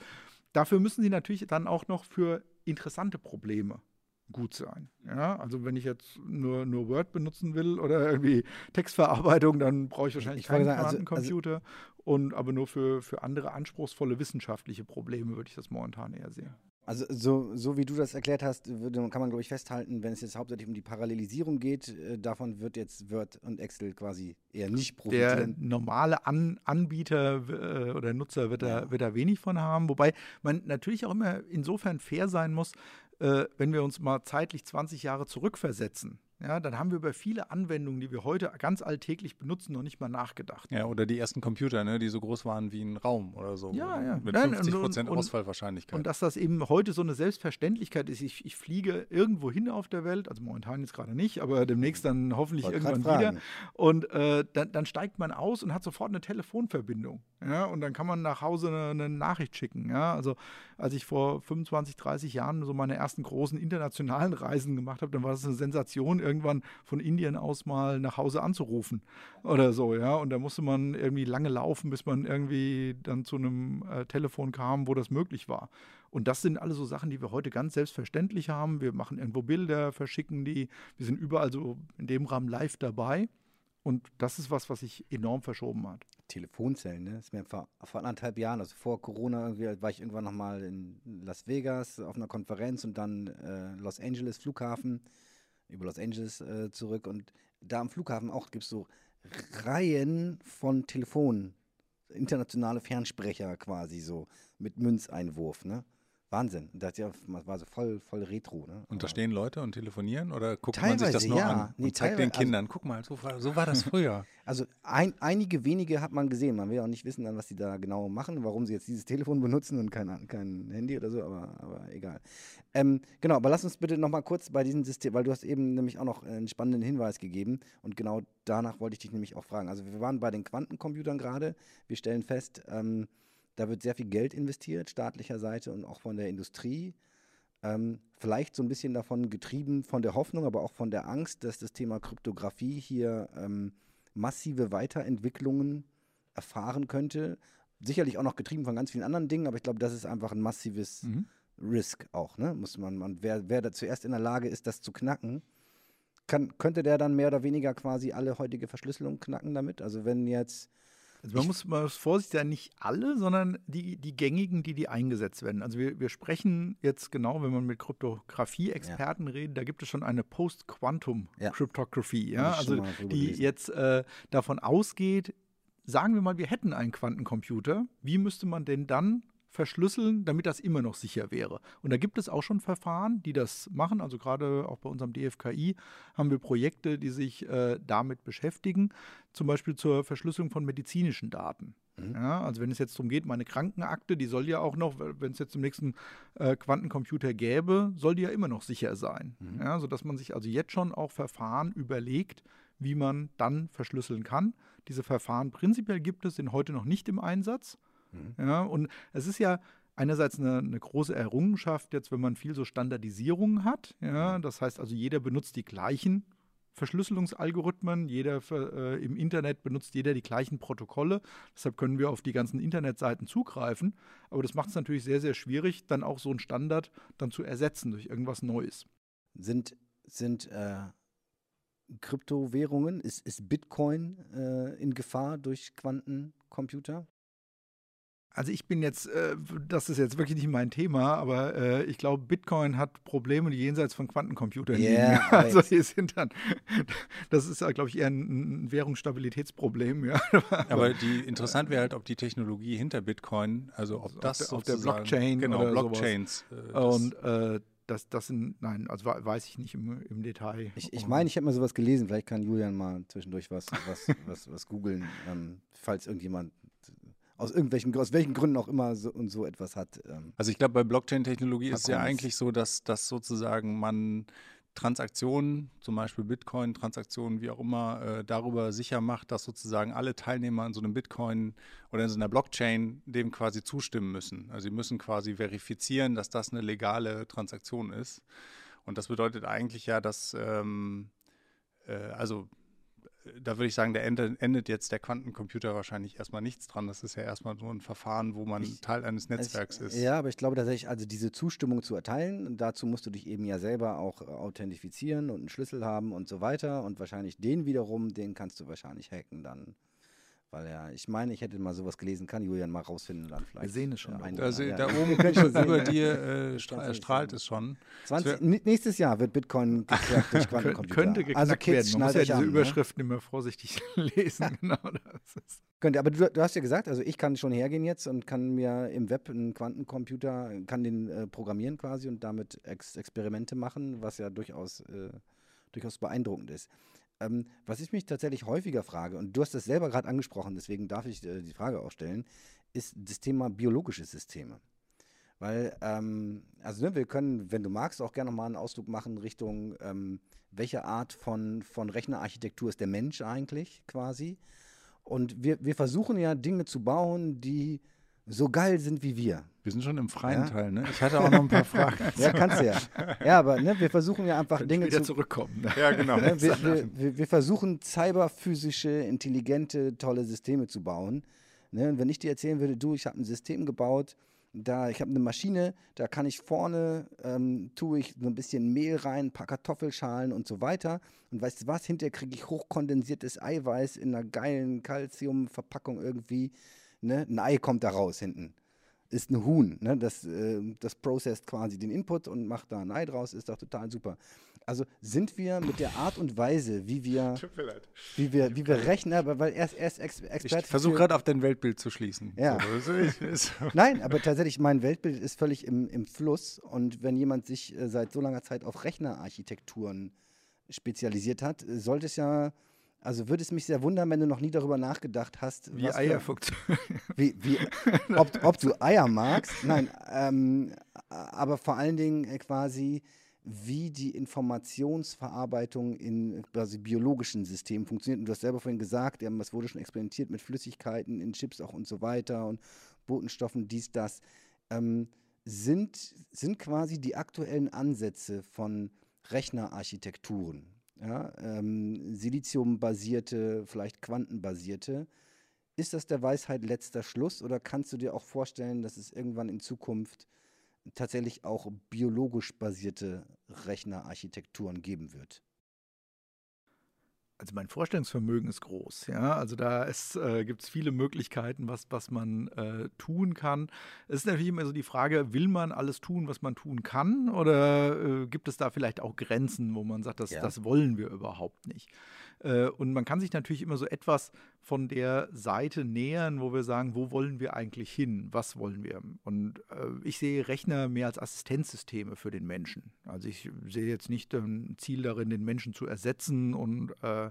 dafür müssen sie natürlich dann auch noch für interessante Probleme gut sein. Ja, also wenn ich jetzt nur, nur Word benutzen will oder irgendwie Textverarbeitung, dann brauche ich wahrscheinlich Ich keinen wollte sagen, also- Quantencomputer. Und aber nur für, für andere anspruchsvolle wissenschaftliche Probleme würde ich das momentan eher sehen. Also so, so wie du das erklärt hast, würde, kann man, glaube ich, festhalten, wenn es jetzt hauptsächlich um die Parallelisierung geht, äh, davon wird jetzt Word und Excel quasi eher nicht Der profitieren. normale An Anbieter äh, oder Nutzer wird, Ja. da, wird da wenig von haben. Wobei man natürlich auch immer insofern fair sein muss, äh, wenn wir uns mal zeitlich zwanzig Jahre zurückversetzen. Ja, dann haben wir über viele Anwendungen, die wir heute ganz alltäglich benutzen, noch nicht mal nachgedacht. Ja, oder die ersten Computer, ne, die so groß waren wie ein Raum oder so. Ja, ja. Mit Nein, fünfzig und- Prozent und- Ausfallwahrscheinlichkeit. Und dass das eben heute so eine Selbstverständlichkeit ist. Ich, ich fliege irgendwo hin auf der Welt, also momentan jetzt gerade nicht, aber demnächst dann hoffentlich Wollte irgendwann grad wieder. fragen. Und äh, dann, dann steigt man aus und hat sofort eine Telefonverbindung. Ja? Und dann kann man nach Hause eine, eine Nachricht schicken. Ja? Also als ich vor fünfundzwanzig, dreißig Jahren so meine ersten großen internationalen Reisen gemacht habe, dann war das eine Sensation, irgendwann von Indien aus mal nach Hause anzurufen oder so. Ja? Und da musste man irgendwie lange laufen, bis man irgendwie dann zu einem äh, Telefon kam, wo das möglich war. Und das sind alles so Sachen, die wir heute ganz selbstverständlich haben. Wir machen irgendwo Bilder, verschicken die. Wir sind überall so in dem Rahmen live dabei. Und das ist was, was sich enorm verschoben hat. Telefonzellen, ne? Das ist mir vor, vor anderthalb Jahren, also vor Corona, irgendwie war ich irgendwann nochmal in Las Vegas auf einer Konferenz und dann äh, Los Angeles Flughafen, über Los Angeles äh, zurück. Und da am Flughafen auch gibt es so Reihen von Telefonen, internationale Fernsprecher quasi so, mit Münzeinwurf, ne? Wahnsinn. Das ja, war so voll, voll retro, ne? Und da Aber- stehen Leute und telefonieren oder guckt man sich das Teilweise, nur ja. an Nee, und zeigt den teilweise- also- Kindern, guck mal, so war, so war das früher. Also ein, einige wenige hat man gesehen. Man will ja auch nicht wissen, dann, was sie da genau machen, warum sie jetzt dieses Telefon benutzen und kein, kein Handy oder so, aber, aber egal. Ähm, genau, aber lass uns bitte nochmal kurz bei diesem System, weil du hast eben nämlich auch noch einen spannenden Hinweis gegeben und genau danach wollte ich dich nämlich auch fragen. Also wir waren bei den Quantencomputern gerade. Wir stellen fest, ähm, da wird sehr viel Geld investiert, staatlicher Seite und auch von der Industrie. Ähm, vielleicht so ein bisschen davon getrieben, von der Hoffnung, aber auch von der Angst, dass das Thema Kryptographie hier ähm, massive Weiterentwicklungen erfahren könnte. Sicherlich auch noch getrieben von ganz vielen anderen Dingen, aber ich glaube, das ist einfach ein massives Mhm. Risk auch. Ne? Muss man, man, wer, wer da zuerst in der Lage ist, das zu knacken, kann, könnte der dann mehr oder weniger quasi alle heutige Verschlüsselung knacken damit? Also wenn jetzt Also man Ich- muss mal vorsichtig sein, nicht alle, sondern die, die gängigen, die, die eingesetzt werden. Also wir, wir sprechen jetzt genau, wenn man mit Kryptographie-Experten redet, da gibt es schon eine Post-Quantum-Cryptography, ja, Hab ich schon also mal drüber die gelesen. jetzt äh, davon ausgeht, sagen wir mal, wir hätten einen Quantencomputer, wie müsste man denn dann verschlüsseln, damit das immer noch sicher wäre? Und da gibt es auch schon Verfahren, die das machen. Also gerade auch bei unserem D F K I haben wir Projekte, die sich äh, damit beschäftigen, zum Beispiel zur Verschlüsselung von medizinischen Daten. Mhm. Ja, also wenn es jetzt darum geht, meine Krankenakte, die soll ja auch noch, wenn es jetzt zum nächsten äh, Quantencomputer gäbe, soll die ja immer noch sicher sein. Mhm. Ja, sodass man sich also jetzt schon auch Verfahren überlegt, wie man dann verschlüsseln kann. Diese Verfahren prinzipiell gibt es, sind heute noch nicht im Einsatz. Mhm. Ja, und es ist ja einerseits eine, eine große Errungenschaft, jetzt wenn man viel so Standardisierungen hat. Ja, das heißt also, jeder benutzt die gleichen Verschlüsselungsalgorithmen, jeder ver- äh, im Internet benutzt jeder die gleichen Protokolle. Deshalb können wir auf die ganzen Internetseiten zugreifen. Aber das macht es natürlich sehr, sehr schwierig, dann auch so einen Standard dann zu ersetzen durch irgendwas Neues. sind, sind äh, Kryptowährungen, ist, ist Bitcoin äh, in Gefahr durch Quantencomputer? Also ich bin jetzt, äh, das ist jetzt wirklich nicht mein Thema, aber äh, ich glaube, Bitcoin hat Probleme, die jenseits von Quantencomputern Ja, liegen. aber Also jetzt- die sind dann, das ist, glaube ich, eher ein, ein Währungsstabilitätsproblem. Ja. Aber die, interessant wäre halt, ob die Technologie hinter Bitcoin, also ob Also auf das der- auf der sozusagen- Blockchain genau, oder sowas. Blockchains. Äh, das- Und äh, das, das sind, nein, also we- weiß ich nicht im, im Detail. Ich, ich meine, ich habe mal sowas gelesen. Vielleicht kann Julian mal zwischendurch was, was, was, was googeln, ähm, falls irgendjemand aus irgendwelchen, aus welchen Gründen auch immer so, und so etwas hat. Ähm. Also ich glaube, bei Blockchain-Technologie ist es ja Coins. eigentlich so, dass, dass sozusagen man Transaktionen, zum Beispiel Bitcoin-Transaktionen, wie auch immer, äh, darüber sicher macht, dass sozusagen alle Teilnehmer in so einem Bitcoin oder in so einer Blockchain dem quasi zustimmen müssen. Also sie müssen quasi verifizieren, dass das eine legale Transaktion ist. Und das bedeutet eigentlich ja, dass ähm, äh, also da würde ich sagen, da endet, endet jetzt der Quantencomputer wahrscheinlich erstmal nichts dran. Das ist ja erstmal nur ein Verfahren, wo man Ich- Teil eines Netzwerks ich, ist. Ja, aber ich glaube tatsächlich, also diese Zustimmung zu erteilen, dazu musst du dich eben ja selber auch äh, authentifizieren und einen Schlüssel haben und so weiter. Und wahrscheinlich den wiederum, den kannst du wahrscheinlich hacken dann. Weil ja, ich meine, ich hätte mal sowas gelesen, kann Julian mal rausfinden und dann vielleicht. Wir sehen es schon äh, da ein- oben. Da, se- ja, da ja. oben Wir können schon sehen, über ja. dir äh, Ich stra kann's nicht strahlt sehen. es schon. zwanzig, n- nächstes Jahr wird Bitcoin geknackt durch Quantencomputer. Könnte geknackt also Kids, werden. Man muss schnallt ja euch diese an, ne? Überschriften immer vorsichtig lesen. Genau das ist. Könnte, aber du, du hast ja gesagt, also ich kann schon hergehen jetzt und kann mir im Web einen Quantencomputer, kann den äh, programmieren quasi und damit Ex Experimente machen, was ja durchaus, äh, durchaus beeindruckend ist. Ähm, was ich mich tatsächlich häufiger frage, und du hast das selber gerade angesprochen, deswegen darf ich äh, die Frage auch stellen, ist das Thema biologische Systeme. Weil, ähm, also ne, wir können, wenn du magst, auch gerne nochmal einen Ausflug machen Richtung, ähm, welche Art von, von Rechnerarchitektur ist der Mensch eigentlich quasi. Und wir, wir versuchen ja Dinge zu bauen, die so geil sind wie wir. Wir sind schon im freien Ja. Teil, ne? Ich hatte auch noch ein paar Fragen. Ja, kannst du ja. Ja, aber ne, wir versuchen ja einfach Können Dinge später zu. zurückkommen. Ne? Ja, genau. Ne, wir, wir, wir, wir versuchen cyberphysische, intelligente, tolle Systeme zu bauen. Ne, und wenn ich dir erzählen würde, du, ich habe ein System gebaut, da ich habe eine Maschine, da kann ich vorne, ähm, tue ich so ein bisschen Mehl rein, ein paar Kartoffelschalen und so weiter. Und weißt du was, hinterher kriege ich hochkondensiertes Eiweiß in einer geilen Calciumverpackung irgendwie. Ne? Ein Ei kommt da raus hinten. Ist ein Huhn, ne? das, äh, das processt quasi den Input und macht da ein Ei draus, ist doch total super. Also sind wir mit der Art und Weise, wie wir, Tut mir leid. wie wir, wie wir rechnen, aber weil er ist, er ist Ex Experte. Ich versuche für- gerade auf dein Weltbild zu schließen. Ja. So, das ist- Nein, aber tatsächlich, mein Weltbild ist völlig im, im Fluss. Und wenn jemand sich äh, seit so langer Zeit auf Rechnerarchitekturen spezialisiert hat, äh, sollte es ja, also würde es mich sehr wundern, wenn du noch nie darüber nachgedacht hast, Wie was Eier für, funktionieren. wie, wie, ob, ob du Eier magst. Nein, ähm, aber vor allen Dingen äh, quasi, wie die Informationsverarbeitung in quasi biologischen Systemen funktioniert. Und du hast selber vorhin gesagt, ja, es wurde schon experimentiert mit Flüssigkeiten in Chips auch und so weiter und Botenstoffen, dies, das. Ähm, sind, sind quasi die aktuellen Ansätze von Rechnerarchitekturen, ja, ähm, Siliziumbasierte, vielleicht quantenbasierte, ist das der Weisheit letzter Schluss oder kannst du dir auch vorstellen, dass es irgendwann in Zukunft tatsächlich auch biologisch basierte Rechnerarchitekturen geben wird? Also mein Vorstellungsvermögen ist groß, ja. Also da äh, gibt es viele Möglichkeiten, was, was man äh, tun kann. Es ist natürlich immer so die Frage, will man alles tun, was man tun kann? Oder äh, gibt es da vielleicht auch Grenzen, wo man sagt, das, Ja. das wollen wir überhaupt nicht? Äh, und man kann sich natürlich immer so etwas von der Seite nähern, wo wir sagen, wo wollen wir eigentlich hin? Was wollen wir? Und äh, ich sehe Rechner mehr als Assistenzsysteme für den Menschen. Also ich sehe jetzt nicht ein Ziel darin, den Menschen zu ersetzen und äh,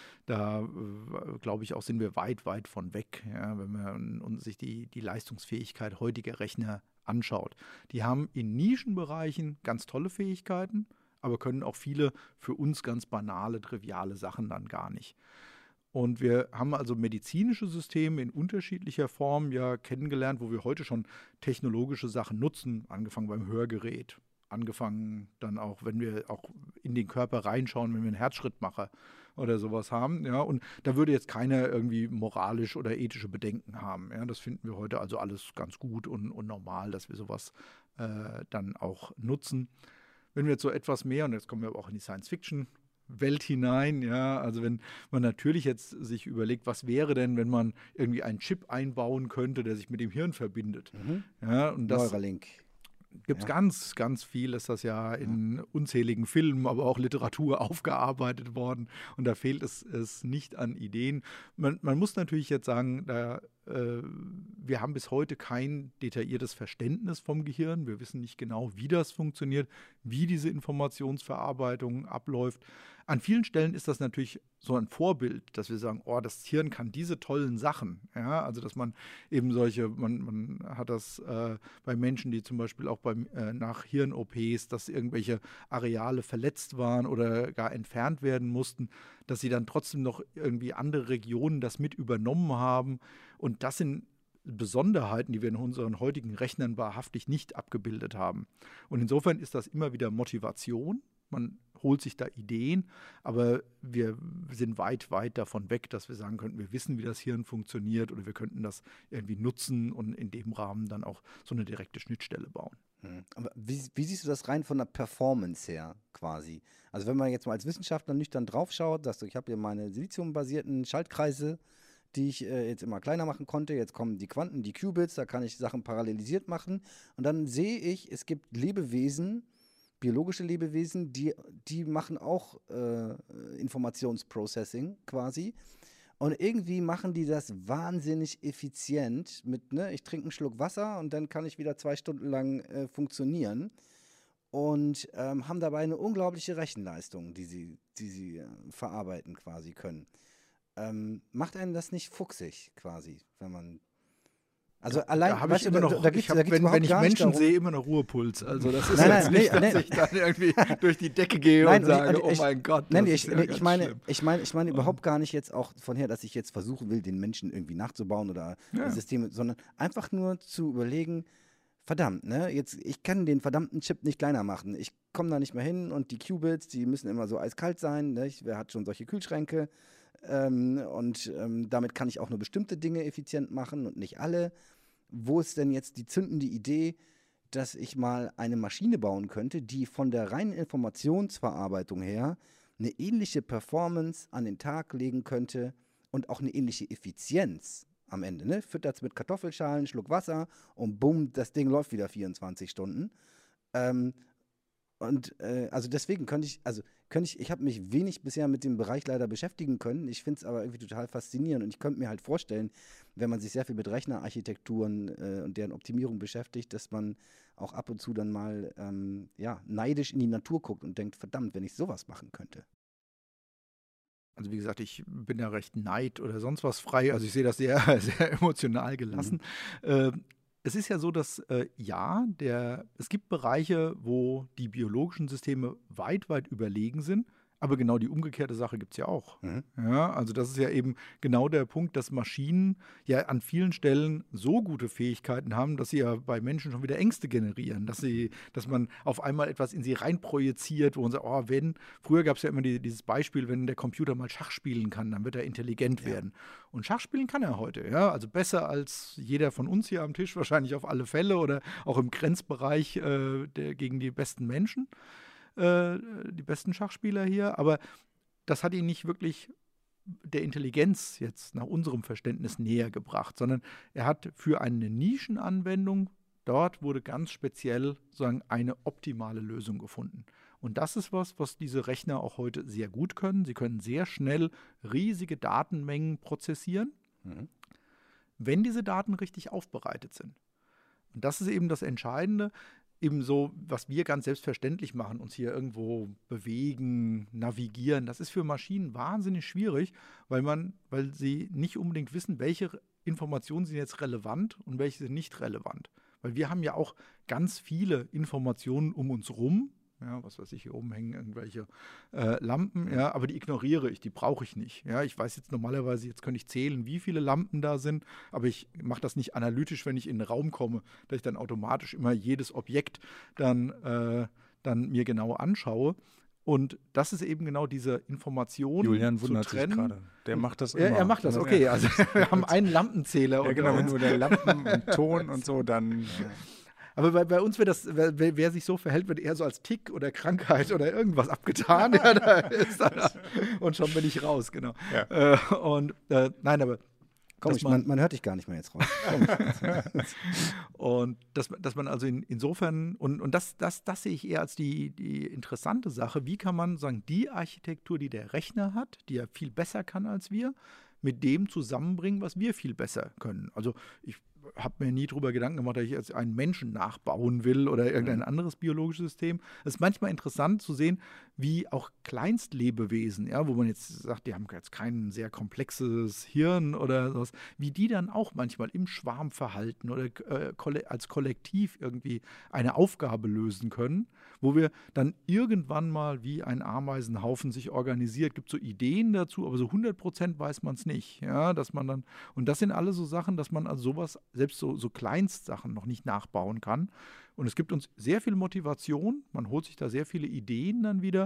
da äh, glaube ich auch, sind wir weit, weit von weg, ja, wenn man uns sich die, die Leistungsfähigkeit heutiger Rechner anschaut. Die haben in Nischenbereichen ganz tolle Fähigkeiten, aber können auch viele für uns ganz banale, triviale Sachen dann gar nicht. Und wir haben also medizinische Systeme in unterschiedlicher Form ja kennengelernt, wo wir heute schon technologische Sachen nutzen, angefangen beim Hörgerät, angefangen dann auch, wenn wir auch in den Körper reinschauen, wenn wir einen Herzschrittmacher oder sowas haben. Ja, und da würde jetzt keiner irgendwie moralisch oder ethische Bedenken haben. Ja, das finden wir heute also alles ganz gut und, und normal, dass wir sowas äh, dann auch nutzen. Wenn wir jetzt so etwas mehr, und jetzt kommen wir aber auch in die Science-Fiction-Welt hinein, ja, also wenn man natürlich jetzt sich überlegt, was wäre denn, wenn man irgendwie einen Chip einbauen könnte, der sich mit dem Hirn verbindet. Mhm. Ja, und das Neuralink. gibt es Ja. ganz, ganz viel, ist das ja in unzähligen Filmen, aber auch Literatur aufgearbeitet worden. Und da fehlt es, es nicht an Ideen. Man, man muss natürlich jetzt sagen, da, äh, wir haben bis heute kein detailliertes Verständnis vom Gehirn. Wir wissen nicht genau, wie das funktioniert, wie diese Informationsverarbeitung abläuft. An vielen Stellen ist das natürlich so ein Vorbild, dass wir sagen, oh, das Hirn kann diese tollen Sachen. Ja, also dass man eben solche, man, man hat das äh, bei Menschen, die zum Beispiel auch beim, äh, nach Hirn-O Ps, dass irgendwelche Areale verletzt waren oder gar entfernt werden mussten, dass sie dann trotzdem noch irgendwie andere Regionen das mit übernommen haben. Und das sind Besonderheiten, die wir in unseren heutigen Rechnern wahrhaftig nicht abgebildet haben. Und insofern ist das immer wieder Motivation. Man holt sich da Ideen, aber wir sind weit, weit davon weg, dass wir sagen könnten, wir wissen, wie das Hirn funktioniert oder wir könnten das irgendwie nutzen und in dem Rahmen dann auch so eine direkte Schnittstelle bauen. Aber wie, wie siehst du das rein von der Performance her quasi? Also wenn man jetzt mal als Wissenschaftler nüchtern drauf schaut, dass du, ich habe hier meine siliziumbasierten Schaltkreise, die ich äh, jetzt immer kleiner machen konnte, jetzt kommen die Quanten, die Qubits, da kann ich Sachen parallelisiert machen und dann sehe ich, es gibt Lebewesen, biologische Lebewesen, die, die machen auch äh, Informationsprocessing quasi. Und irgendwie machen die das wahnsinnig effizient mit, ne, ich trinke einen Schluck Wasser und dann kann ich wieder zwei Stunden lang äh, funktionieren und ähm, haben dabei eine unglaubliche Rechenleistung, die sie, die sie äh, verarbeiten quasi können. Ähm, macht einen das nicht fuchsig quasi, wenn man also da, allein, da habe ich du, immer da, noch, da gibt's, ich hab, da gibt's wenn, wenn ich gar nicht Menschen darum, sehe, immer noch Ruhepuls. Also das ist Nein, jetzt nein, nicht, nee, dass nee. ich dann irgendwie durch die Decke gehe Nein, und sage, ich- oh ich- mein Gott, Nein, das ich, ist ja nee, ganz ich meine, schlimm. ich meine, ich meine überhaupt gar nicht jetzt auch von her, dass ich jetzt versuchen will, den Menschen irgendwie nachzubauen oder Ja. Systeme, sondern einfach nur zu überlegen, verdammt, ne, jetzt, ich kann den verdammten Chip nicht kleiner machen. Ich komme da nicht mehr hin und die Qubits, die müssen immer so eiskalt sein, ne? Ich, wer hat schon solche Kühlschränke? Ähm, und ähm, damit kann ich auch nur bestimmte Dinge effizient machen und nicht alle. Wo ist denn jetzt die zündende Idee, dass ich mal eine Maschine bauen könnte, die von der reinen Informationsverarbeitung her eine ähnliche Performance an den Tag legen könnte und auch eine ähnliche Effizienz am Ende. Ne? Füttert es mit Kartoffelschalen, Schluck Wasser und bumm, das Ding läuft wieder vierundzwanzig Stunden. Ähm, und äh, also deswegen könnte ich, also könnte ich, ich habe mich wenig bisher mit dem Bereich leider beschäftigen können. Ich finde es aber irgendwie total faszinierend und ich könnte mir halt vorstellen, wenn man sich sehr viel mit Rechnerarchitekturen äh, und deren Optimierung beschäftigt, dass man auch ab und zu dann mal ähm, ja, neidisch in die Natur guckt und denkt, verdammt, wenn ich sowas machen könnte. Also wie gesagt, ich bin ja recht neid oder sonst was frei. Also ich sehe das sehr, sehr emotional gelassen. Mhm. Äh, es ist ja so, dass äh, ja, der, es gibt Bereiche, wo die biologischen Systeme weit, weit überlegen sind. Aber genau die umgekehrte Sache gibt es ja auch. Mhm. Ja, also das ist ja eben genau der Punkt, dass Maschinen ja an vielen Stellen so gute Fähigkeiten haben, dass sie ja bei Menschen schon wieder Ängste generieren, dass sie, dass man auf einmal etwas in sie reinprojiziert, wo man sagt, oh, wenn, früher gab es ja immer die, dieses Beispiel, wenn der Computer mal Schach spielen kann, dann wird er intelligent Ja. werden. Und Schach spielen kann er heute, ja, also besser als jeder von uns hier am Tisch, wahrscheinlich auf alle Fälle oder auch im Grenzbereich äh, der, gegen die besten Menschen. Die besten Schachspieler hier, aber das hat ihn nicht wirklich der Intelligenz jetzt nach unserem Verständnis näher gebracht, sondern er hat für eine Nischenanwendung, dort wurde ganz speziell sozusagen eine optimale Lösung gefunden. Und das ist was, was diese Rechner auch heute sehr gut können. Sie können sehr schnell riesige Datenmengen prozessieren, Mhm. wenn diese Daten richtig aufbereitet sind. Und das ist eben das Entscheidende. Eben so, was wir ganz selbstverständlich machen, uns hier irgendwo bewegen, navigieren, das ist für Maschinen wahnsinnig schwierig, weil man, weil sie nicht unbedingt wissen, welche Informationen sind jetzt relevant und welche sind nicht relevant. Weil wir haben ja auch ganz viele Informationen um uns rum. Ja, was weiß ich, hier oben hängen irgendwelche äh, Lampen, ja, aber die ignoriere ich, die brauche ich nicht. Ja, ich weiß jetzt normalerweise, jetzt könnte ich zählen, wie viele Lampen da sind, aber ich mache das nicht analytisch, wenn ich in den Raum komme, dass ich dann automatisch immer jedes Objekt dann, äh, dann mir genau anschaue. Und das ist eben genau diese Information Julian zu wundert sich trennen. gerade. Der macht das Er, immer. er macht das, Ja. okay. Also wir haben einen Lampenzähler. Ja, unter genau, wenn uns. nur der Lampen und Ton und so, dann. Aber bei, bei uns wird das, wer, wer sich so verhält, wird eher so als Tick oder Krankheit oder irgendwas abgetan. Ja, da ist dann, und schon bin ich raus, genau. Ja. Äh, und äh, nein, aber Komm, dass ich, man- man, man hört dich gar nicht mehr jetzt raus. Und dass, dass man also in, insofern, und, und das, das, das sehe ich eher als die, die interessante Sache, wie kann man sagen, die Architektur, die der Rechner hat, die er viel besser kann als wir, mit dem zusammenbringen, was wir viel besser können. Also ich habe mir nie darüber Gedanken gemacht, dass ich jetzt einen Menschen nachbauen will oder irgendein anderes biologisches System. Es ist manchmal interessant zu sehen, wie auch Kleinstlebewesen, ja, wo man jetzt sagt, die haben jetzt kein sehr komplexes Hirn oder sowas, wie die dann auch manchmal im Schwarmverhalten oder äh, kolle- als Kollektiv irgendwie eine Aufgabe lösen können, wo wir dann irgendwann mal wie ein Ameisenhaufen sich organisiert, gibt so Ideen dazu, aber so hundert Prozent weiß man es nicht, ja, dass man dann, und das sind alle so Sachen, dass man also sowas, selbst so, so Kleinstsachen noch nicht nachbauen kann. Und es gibt uns sehr viel Motivation, man holt sich da sehr viele Ideen dann wieder,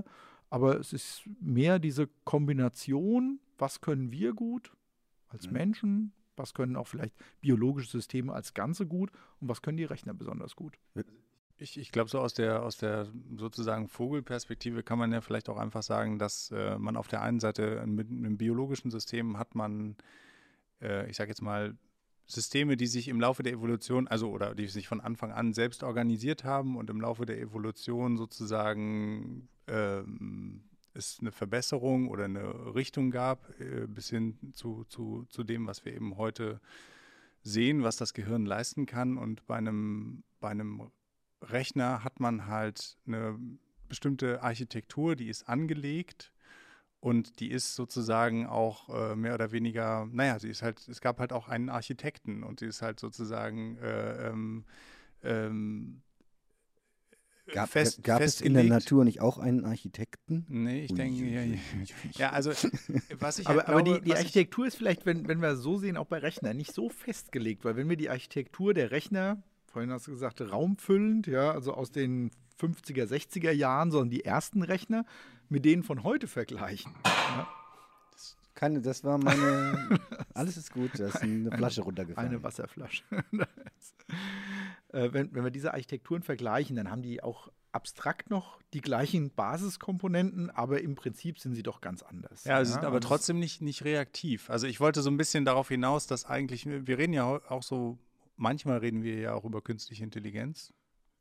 Aber es ist mehr diese Kombination, was können wir gut als Mhm. Menschen, was können auch vielleicht biologische Systeme als Ganze gut und was können die Rechner besonders gut. Ich, ich glaube, so aus der, aus der sozusagen Vogelperspektive kann man ja vielleicht auch einfach sagen, dass äh, man auf der einen Seite mit einem biologischen System hat man, äh, ich sage jetzt mal, Systeme, die sich im Laufe der Evolution, also oder die sich von Anfang an selbst organisiert haben und im Laufe der Evolution sozusagen ähm, es eine Verbesserung oder eine Richtung gab, äh, bis hin zu, zu, zu dem, was wir eben heute sehen, was das Gehirn leisten kann. Und bei einem, bei einem Rechner hat man halt eine bestimmte Architektur, die ist angelegt und die ist sozusagen auch äh, mehr oder weniger, naja, sie ist halt, es gab halt auch einen Architekten und sie ist halt sozusagen äh, ähm, ähm, Gab, fest, gab es in der Natur nicht auch einen Architekten? Nee, ich denke, ja, ja. ja, also was ich aber, halt aber glaube, die, die was Architektur ist vielleicht, wenn, wenn wir so sehen, auch bei Rechnern nicht so festgelegt, weil wenn wir die Architektur der Rechner, vorhin hast du gesagt, raumfüllend, ja, also aus den fünfziger, sechziger Jahren, sondern die ersten Rechner mit denen von heute vergleichen. Ja. Keine, das war meine. Alles ist gut, da ist eine Flasche eine, runtergefallen. Eine Wasserflasche. äh, wenn, wenn wir diese Architekturen vergleichen, dann haben die auch abstrakt noch die gleichen Basiskomponenten, aber im Prinzip sind sie doch ganz anders. Ja, sie sind aber also trotzdem nicht, nicht reaktiv. Also ich wollte so ein bisschen darauf hinaus, dass eigentlich, wir reden ja auch so, manchmal reden wir ja auch über künstliche Intelligenz.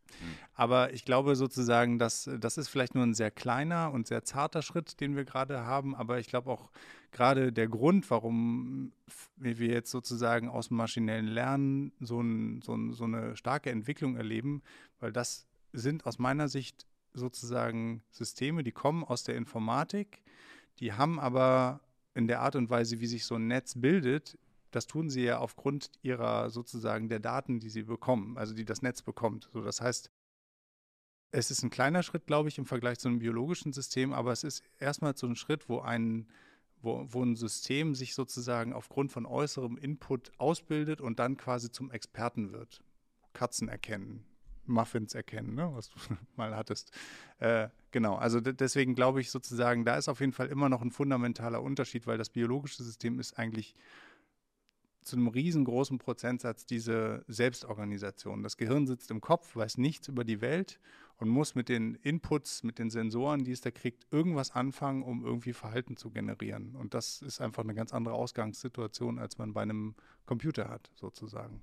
Aber ich glaube sozusagen, dass das ist vielleicht nur ein sehr kleiner und sehr zarter Schritt, den wir gerade haben. Aber ich glaube auch gerade der Grund, warum wir jetzt sozusagen aus dem maschinellen Lernen so, ein, so, ein, so eine starke Entwicklung erleben, weil das sind aus meiner Sicht sozusagen Systeme, die kommen aus der Informatik, die haben aber in der Art und Weise, wie sich so ein Netz bildet, das tun sie ja aufgrund ihrer sozusagen der Daten, die sie bekommen, also die das Netz bekommt. So, das heißt, es ist ein kleiner Schritt, glaube ich, im Vergleich zu einem biologischen System, aber es ist erstmal so ein Schritt, wo ein, wo, wo ein System sich sozusagen aufgrund von äußerem Input ausbildet und dann quasi zum Experten wird. Katzen erkennen, Muffins erkennen, ne, was du mal hattest. Äh, genau, also d- deswegen glaube ich sozusagen, da ist auf jeden Fall immer noch ein fundamentaler Unterschied, weil das biologische System ist eigentlich zu einem riesengroßen Prozentsatz diese Selbstorganisation. Das Gehirn sitzt im Kopf, weiß nichts über die Welt und muss mit den Inputs, mit den Sensoren, die es da kriegt, irgendwas anfangen, um irgendwie Verhalten zu generieren. Und das ist einfach eine ganz andere Ausgangssituation, als man bei einem Computer hat, sozusagen.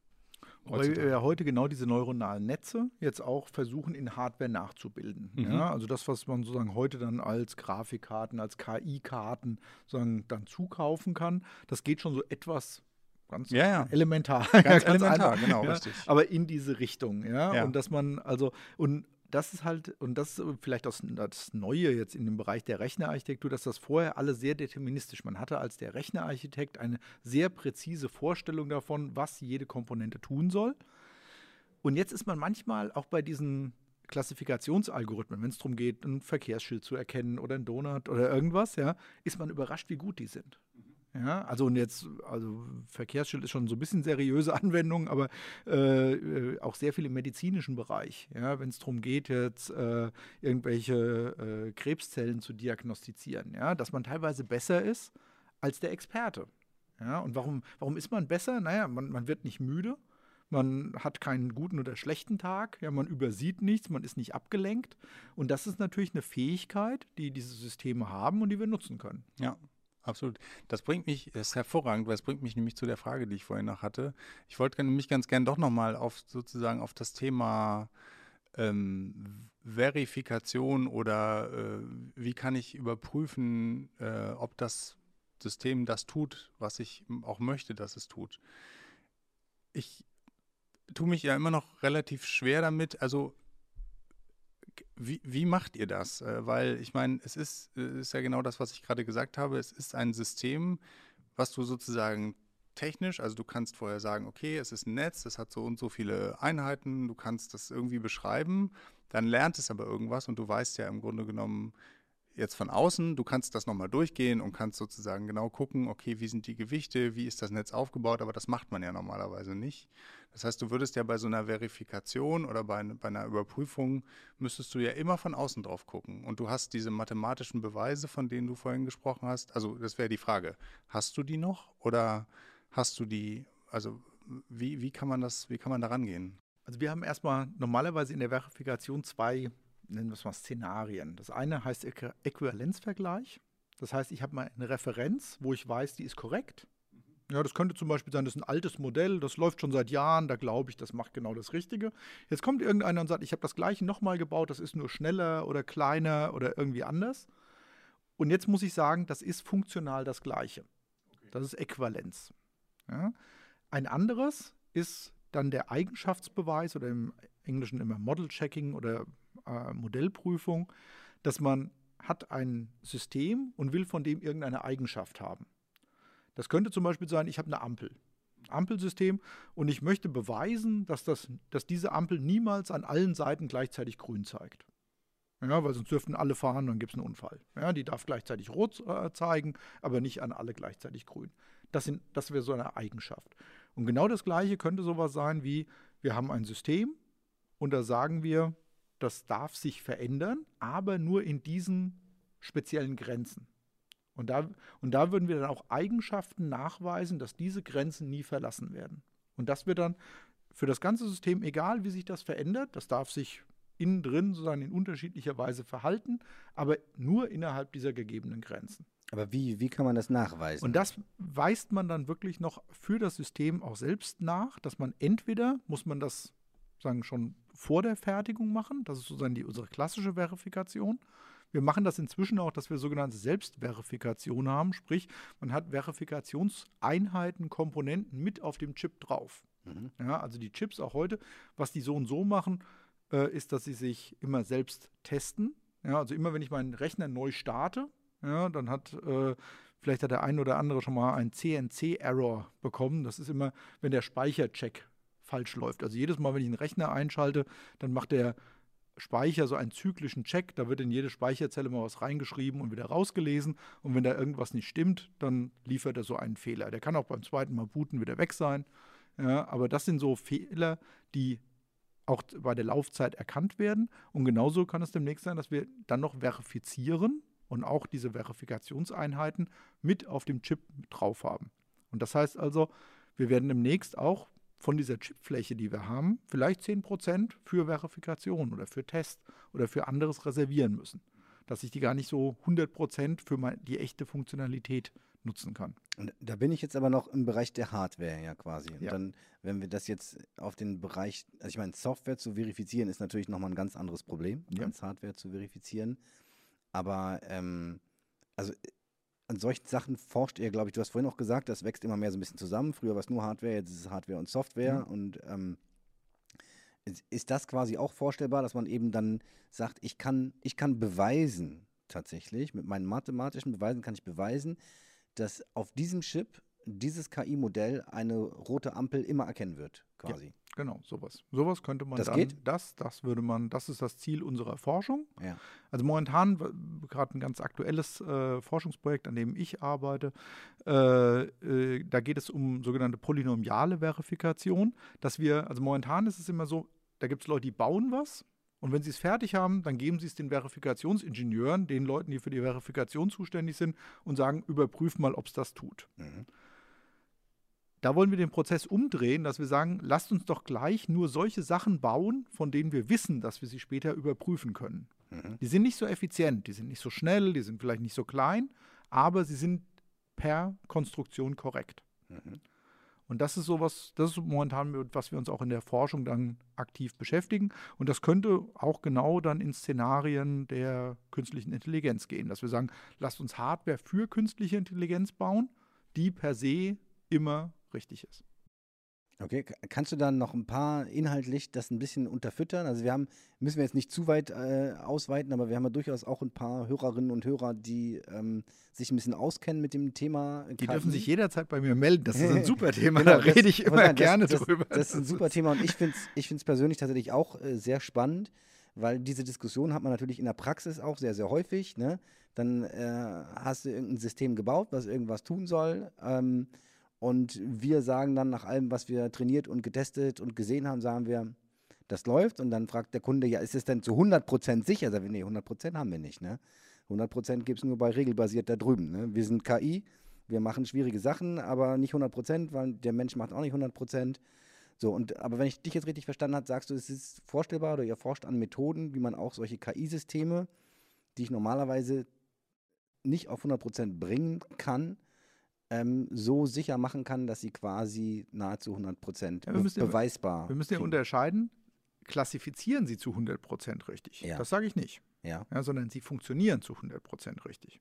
Weil wir ja heute genau diese neuronalen Netze jetzt auch versuchen, in Hardware nachzubilden. Mhm. Ja, also das, was man sozusagen heute dann als Grafikkarten, als K I-Karten sozusagen dann zukaufen kann, das geht schon so etwas ganz Ja, ja. elementar. Ganz Ja, elementar, einfach, genau, ja, richtig. aber in diese Richtung, ja? Ja. Und dass man, also, und das ist halt, und das ist vielleicht das, das Neue jetzt in dem Bereich der Rechnerarchitektur, dass das vorher alles sehr deterministisch. Man hatte als der Rechnerarchitekt eine sehr präzise Vorstellung davon, was jede Komponente tun soll. Und jetzt ist man manchmal auch bei diesen Klassifikationsalgorithmen, wenn es darum geht, ein Verkehrsschild zu erkennen oder ein Donut oder irgendwas, ja, ist man überrascht, wie gut die sind. Ja, also und jetzt, also Verkehrsschild ist schon so ein bisschen seriöse Anwendung, aber äh, auch sehr viel im medizinischen Bereich. Ja, wenn es darum geht, jetzt äh, irgendwelche äh, Krebszellen zu diagnostizieren, ja, dass man teilweise besser ist als der Experte. Ja, und warum, warum ist man besser? Naja, man, man wird nicht müde, man hat keinen guten oder schlechten Tag, ja, man übersieht nichts, man ist nicht abgelenkt. Und das ist natürlich eine Fähigkeit, die diese Systeme haben und die wir nutzen können. Ja. Absolut. Das bringt mich, das ist hervorragend, weil es bringt mich nämlich zu der Frage, die ich vorhin noch hatte. Ich wollte nämlich ganz gern doch nochmal auf sozusagen auf das Thema ähm, Verifikation oder äh, wie kann ich überprüfen, äh, ob das System das tut, was ich auch möchte, dass es tut. Ich tue mich ja immer noch relativ schwer damit, also Wie, wie macht ihr das? Äh, weil ich meine, es ist, äh, ist ja genau das, was ich gerade gesagt habe. Es ist ein System, was du sozusagen technisch, also du kannst vorher sagen, okay, es ist ein Netz, das hat so und so viele Einheiten, du kannst das irgendwie beschreiben, dann lernt es aber irgendwas und du weißt ja im Grunde genommen, jetzt von außen, du kannst das nochmal durchgehen und kannst sozusagen genau gucken, okay, wie sind die Gewichte, wie ist das Netz aufgebaut, aber das macht man ja normalerweise nicht. Das heißt, du würdest ja bei so einer Verifikation oder bei, bei einer Überprüfung, müsstest du ja immer von außen drauf gucken. Und du hast diese mathematischen Beweise, von denen du vorhin gesprochen hast, also das wäre die Frage, hast du die noch oder hast du die, also wie, wie kann man das, wie kann man da rangehen? Also wir haben erstmal normalerweise in der Verifikation zwei, nennen wir es mal Szenarien. Das eine heißt Äqu- Äquivalenzvergleich. Das heißt, ich habe mal eine Referenz, wo ich weiß, die ist korrekt. Ja, das könnte zum Beispiel sein, das ist ein altes Modell, das läuft schon seit Jahren, da glaube ich, das macht genau das Richtige. Jetzt kommt irgendeiner und sagt, ich habe das Gleiche nochmal gebaut, das ist nur schneller oder kleiner oder irgendwie anders. Und jetzt muss ich sagen, das ist funktional das Gleiche. Das ist Äquivalenz. Ja. Ein anderes ist dann der Eigenschaftsbeweis oder im Englischen immer Model-Checking oder äh, Modellprüfung, dass man hat ein System und will von dem irgendeine Eigenschaft haben. Das könnte zum Beispiel sein, ich habe eine Ampel, Ampelsystem und ich möchte beweisen, dass, das, dass diese Ampel niemals an allen Seiten gleichzeitig grün zeigt. Ja, weil sonst dürften alle fahren, dann gibt es einen Unfall. Ja, die darf gleichzeitig rot äh, zeigen, aber nicht an alle gleichzeitig grün. Das, sind, das wäre so eine Eigenschaft. Und genau das Gleiche könnte sowas sein wie, wir haben ein System und da sagen wir, das darf sich verändern, aber nur in diesen speziellen Grenzen. Und da, und da würden wir dann auch Eigenschaften nachweisen, dass diese Grenzen nie verlassen werden. Und das wird dann für das ganze System, egal wie sich das verändert, das darf sich innen drin sozusagen in unterschiedlicher Weise verhalten, aber nur innerhalb dieser gegebenen Grenzen. Aber wie, wie kann man das nachweisen? Und das weist man dann wirklich noch für das System auch selbst nach, dass man entweder, muss man das sagen, schon vor der Fertigung machen, das ist sozusagen die, unsere klassische Verifikation. Wir machen das inzwischen auch, dass wir sogenannte Selbstverifikation haben, sprich, man hat Verifikationseinheiten, Komponenten mit auf dem Chip drauf. Mhm. Ja, also die Chips auch heute, was die so und so machen, äh, ist, dass sie sich immer selbst testen. Ja, also immer, wenn ich meinen Rechner neu starte, ja, dann hat, äh, vielleicht hat der ein oder andere schon mal einen C N C-Error bekommen. Das ist immer, wenn der Speichercheck falsch läuft. Also jedes Mal, wenn ich einen Rechner einschalte, dann macht der Speicher so einen zyklischen Check. Da wird in jede Speicherzelle mal was reingeschrieben und wieder rausgelesen. Und wenn da irgendwas nicht stimmt, dann liefert er so einen Fehler. Der kann auch beim zweiten Mal booten wieder weg sein. Ja, aber das sind so Fehler, die auch bei der Laufzeit erkannt werden. Und genauso kann es demnächst sein, dass wir dann noch verifizieren und auch diese Verifikationseinheiten mit auf dem Chip drauf haben. Und das heißt also, wir werden demnächst auch von dieser Chipfläche, die wir haben, vielleicht zehn Prozent für Verifikation oder für Test oder für anderes reservieren müssen. Dass ich die gar nicht so hundert Prozent für die echte Funktionalität nutzen kann. Und da bin ich jetzt aber noch im Bereich der Hardware ja quasi. Und ja. dann, wenn wir das jetzt auf den Bereich, also ich meine, Software zu verifizieren ist natürlich nochmal ein ganz anderes Problem, ja. als Hardware zu verifizieren. Aber ähm, also an solchen Sachen forscht ihr, glaube ich, du hast vorhin auch gesagt, das wächst immer mehr so ein bisschen zusammen. Früher war es nur Hardware, jetzt ist es Hardware und Software. Mhm. Und ähm, ist das quasi auch vorstellbar, dass man eben dann sagt, ich kann, ich kann beweisen tatsächlich, mit meinen mathematischen Beweisen kann ich beweisen, dass auf diesem Chip dieses K I-Modell eine rote Ampel immer erkennen wird, quasi. Ja, genau, sowas. Sowas könnte man das dann, geht? Das, das würde man, das ist das Ziel unserer Forschung. Ja. Also momentan, gerade ein ganz aktuelles äh, Forschungsprojekt, an dem ich arbeite, äh, äh, da geht es um sogenannte polynomiale Verifikation, dass wir, also momentan ist es immer so, da gibt es Leute, die bauen was, und wenn sie es fertig haben, dann geben sie es den Verifikationsingenieuren, den Leuten, die für die Verifikation zuständig sind, und sagen, überprüf mal, ob es das tut. Mhm. Da wollen wir den Prozess umdrehen, dass wir sagen, lasst uns doch gleich nur solche Sachen bauen, von denen wir wissen, dass wir sie später überprüfen können. Mhm. Die sind nicht so effizient, die sind nicht so schnell, die sind vielleicht nicht so klein, aber sie sind per Konstruktion korrekt. Mhm. Und das ist sowas, das ist momentan, was wir uns auch in der Forschung dann aktiv beschäftigen. Und das könnte auch genau dann in Szenarien der künstlichen Intelligenz gehen, dass wir sagen, lasst uns Hardware für künstliche Intelligenz bauen, die per se immer richtig ist. Okay, kannst du dann noch ein paar inhaltlich das ein bisschen unterfüttern? Also wir haben, müssen wir jetzt nicht zu weit äh, ausweiten, aber wir haben ja durchaus auch ein paar Hörerinnen und Hörer, die ähm, sich ein bisschen auskennen mit dem Thema. Die K I. Dürfen sich jederzeit bei mir melden, das ist ein super Thema, genau, da rede ich immer das, gerne das, drüber. Das, das ist ein super Thema und ich finde es ich find's persönlich tatsächlich auch äh, sehr spannend, weil diese Diskussion hat man natürlich in der Praxis auch sehr, sehr häufig. Ne? Dann äh, hast du irgendein System gebaut, was irgendwas tun soll. Ähm, und wir sagen dann nach allem, was wir trainiert und getestet und gesehen haben, sagen wir, das läuft. Und dann fragt der Kunde, ja, ist es denn zu hundert Prozent sicher? Sagen wir, nee, hundert Prozent haben wir nicht. Ne? hundert Prozent gibt es nur bei regelbasiert da drüben. Ne? Wir sind K I, wir machen schwierige Sachen, aber nicht hundert Prozent, weil der Mensch macht auch nicht hundert Prozent. So, und, aber wenn ich dich jetzt richtig verstanden habe, sagst du, es ist vorstellbar oder ihr forscht an Methoden, wie man auch solche K I-Systeme, die ich normalerweise nicht auf hundert Prozent bringen kann, ähm, so sicher machen kann, dass sie quasi nahezu hundert Prozent Ja, wir müssen ja- beweisbar Wir müssen ja kriegen. unterscheiden, klassifizieren sie zu hundert Prozent richtig. Ja. Das sage ich nicht. Ja, Ja, sondern sie funktionieren zu hundert Prozent richtig.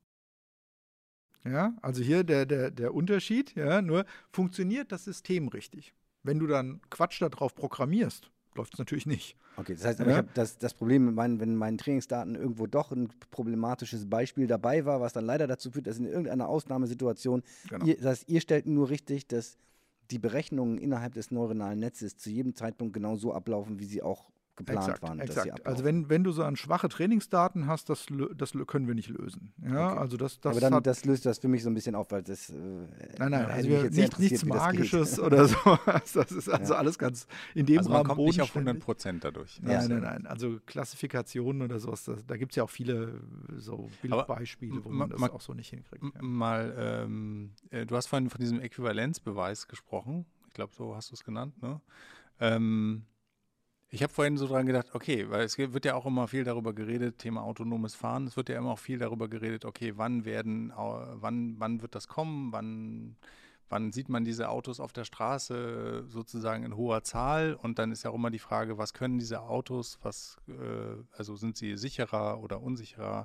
Ja, also hier der, der, der Unterschied, ja, nur funktioniert das System richtig. Wenn du dann Quatsch darauf programmierst, läuft es natürlich nicht. okay. Das heißt, aber Ja. ich habe das, das Problem mit meinen, wenn in meinen Trainingsdaten irgendwo doch ein problematisches Beispiel dabei war, was dann leider dazu führt, dass in irgendeiner Ausnahmesituation, Genau. ihr, das heißt, ihr stellt nur richtig, dass die Berechnungen innerhalb des neuronalen Netzes zu jedem Zeitpunkt genau so ablaufen, wie sie auch geplant Exakt, waren, dass sie exakt. ablaufen. Also wenn, wenn du so an schwache Trainingsdaten hast, das, lö- das lö- können wir nicht lösen. Ja, Okay. also das, das aber dann, hat das löst das für mich so ein bisschen auf, weil das äh, Nein, nein, hätte also mich wir, jetzt sehr nicht, nichts interessiert, wie das geht. Magisches oder so. Das ist also Ja. alles ganz in dem Also man Rahmen kommt nicht auf bodenständig. hundert Prozent dadurch. Nein, Ja. nein, nein. Also Klassifikationen oder sowas, das, da gibt es ja auch viele so Bildbeispiele, wo ma- man das ma- auch so nicht hinkriegt. M- Ja. Mal, ähm, äh, du hast vorhin von diesem Äquivalenzbeweis gesprochen. Ich glaube, so hast du es genannt, ne? Ähm, ich habe vorhin so dran gedacht, okay, weil es wird ja auch immer viel darüber geredet, Thema autonomes Fahren. Es wird ja immer auch viel darüber geredet, okay, wann werden, au- wann, wann wird das kommen, wann, wann sieht man diese Autos auf der Straße sozusagen in hoher Zahl? Und dann ist ja auch immer die Frage, was können diese Autos, was, äh, also sind sie sicherer oder unsicherer?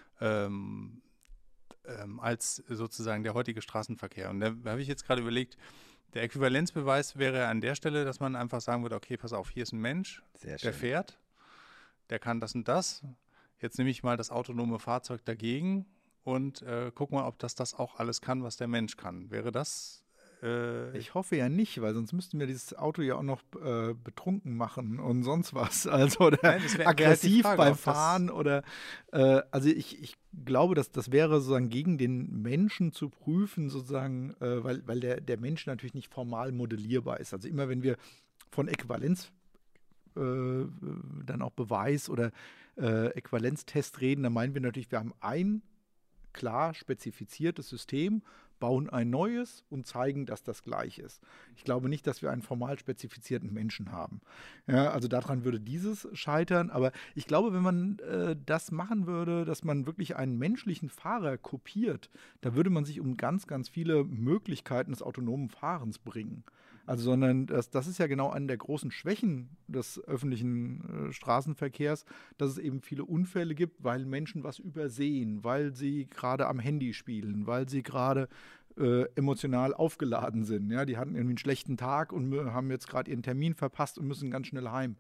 Ähm, ähm, als sozusagen der heutige Straßenverkehr. Und da habe ich jetzt gerade überlegt, der Äquivalenzbeweis wäre an der Stelle, dass man einfach sagen würde, okay, pass auf, hier ist ein Mensch, Sehr der schön. fährt, der kann das und das. Jetzt nehme ich mal das autonome Fahrzeug dagegen und äh, guck mal, ob das das auch alles kann, was der Mensch kann. Wäre das äh, Ich hoffe ja nicht, weil sonst müssten wir dieses Auto ja auch noch äh, betrunken machen und sonst was. Also oder Nein, das wär- wär halt die aggressiv Frage, beim ob das- Fahren oder äh, also ich, ich glaube, dass das wäre sozusagen gegen den Menschen zu prüfen, sozusagen, äh, weil, weil der, der Mensch natürlich nicht formal modellierbar ist. Also immer wenn wir von Äquivalenz äh, dann auch Beweis oder äh, Äquivalenztest reden, dann meinen wir natürlich, wir haben ein klar spezifiziertes System, bauen ein neues und zeigen, dass das gleich ist. Ich glaube nicht, dass wir einen formal spezifizierten Menschen haben. Ja, also daran würde dieses scheitern. Aber ich glaube, wenn man äh, das machen würde, dass man wirklich einen menschlichen Fahrer kopiert, da würde man sich um ganz, ganz viele Möglichkeiten des autonomen Fahrens bringen. Also, sondern das, das ist ja genau eine der großen Schwächen des öffentlichen äh, Straßenverkehrs, dass es eben viele Unfälle gibt, weil Menschen was übersehen, weil sie gerade am Handy spielen, weil sie gerade äh, emotional aufgeladen sind. Ja? Die hatten irgendwie einen schlechten Tag und mü- haben jetzt gerade ihren Termin verpasst und müssen ganz schnell heim.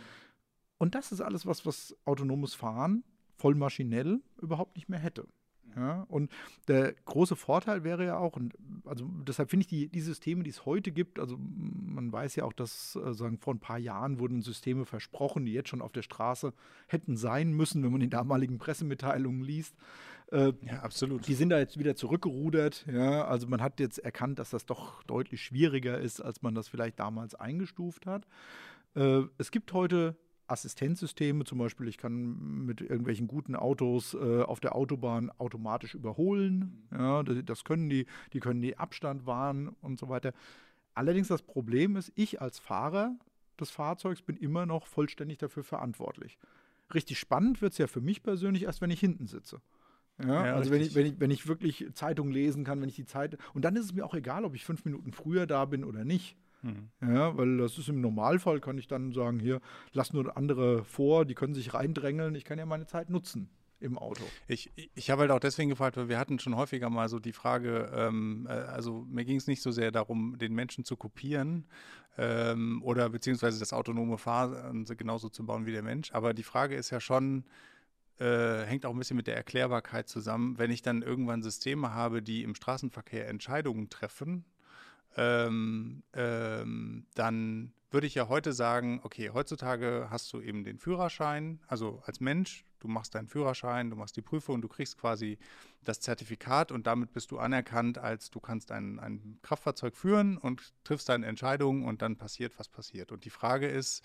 Und das ist alles was, was autonomes Fahren voll maschinell überhaupt nicht mehr hätte. Ja, und der große Vorteil wäre ja auch, und also deshalb finde ich die, die Systeme, die es heute gibt, also man weiß ja auch, dass äh, sagen, vor ein paar Jahren wurden Systeme versprochen, die jetzt schon auf der Straße hätten sein müssen, wenn man die damaligen Pressemitteilungen liest. Äh, ja, absolut. die sind da jetzt wieder zurückgerudert. Ja, also man hat jetzt erkannt, dass das doch deutlich schwieriger ist, als man das vielleicht damals eingestuft hat. Äh, es gibt heute Assistenzsysteme, zum Beispiel, ich kann mit irgendwelchen guten Autos äh, auf der Autobahn automatisch überholen. Ja, das, das können die, die können die Abstand wahren und so weiter. Allerdings das Problem ist, ich als Fahrer des Fahrzeugs bin immer noch vollständig dafür verantwortlich. Richtig spannend wird es ja für mich persönlich erst, wenn ich hinten sitze. Ja, Ja, also wenn ich, richtig. wenn, ich, wenn ich wirklich Zeitung lesen kann, wenn ich die Zeit. Und dann ist es mir auch egal, ob ich fünf Minuten früher da bin oder nicht. Hm. Ja, weil das ist im Normalfall, kann ich dann sagen, hier, lass nur andere vor, die können sich reindrängeln, ich kann ja meine Zeit nutzen im Auto. Ich, ich habe halt auch deswegen gefragt, weil wir hatten schon häufiger mal so die Frage, ähm, äh, also mir ging es nicht so sehr darum, den Menschen zu kopieren ähm, oder beziehungsweise das autonome Fahren genauso zu bauen wie der Mensch, aber die Frage ist ja schon, äh, hängt auch ein bisschen mit der Erklärbarkeit zusammen, wenn ich dann irgendwann Systeme habe, die im Straßenverkehr Entscheidungen treffen, ähm, ähm, dann würde ich ja heute sagen, okay, heutzutage hast du eben den Führerschein, also als Mensch, du machst deinen Führerschein, du machst die Prüfung, du kriegst quasi das Zertifikat und damit bist du anerkannt, als du kannst ein, ein Kraftfahrzeug führen und triffst deine Entscheidungen und dann passiert, was passiert. Und die Frage ist,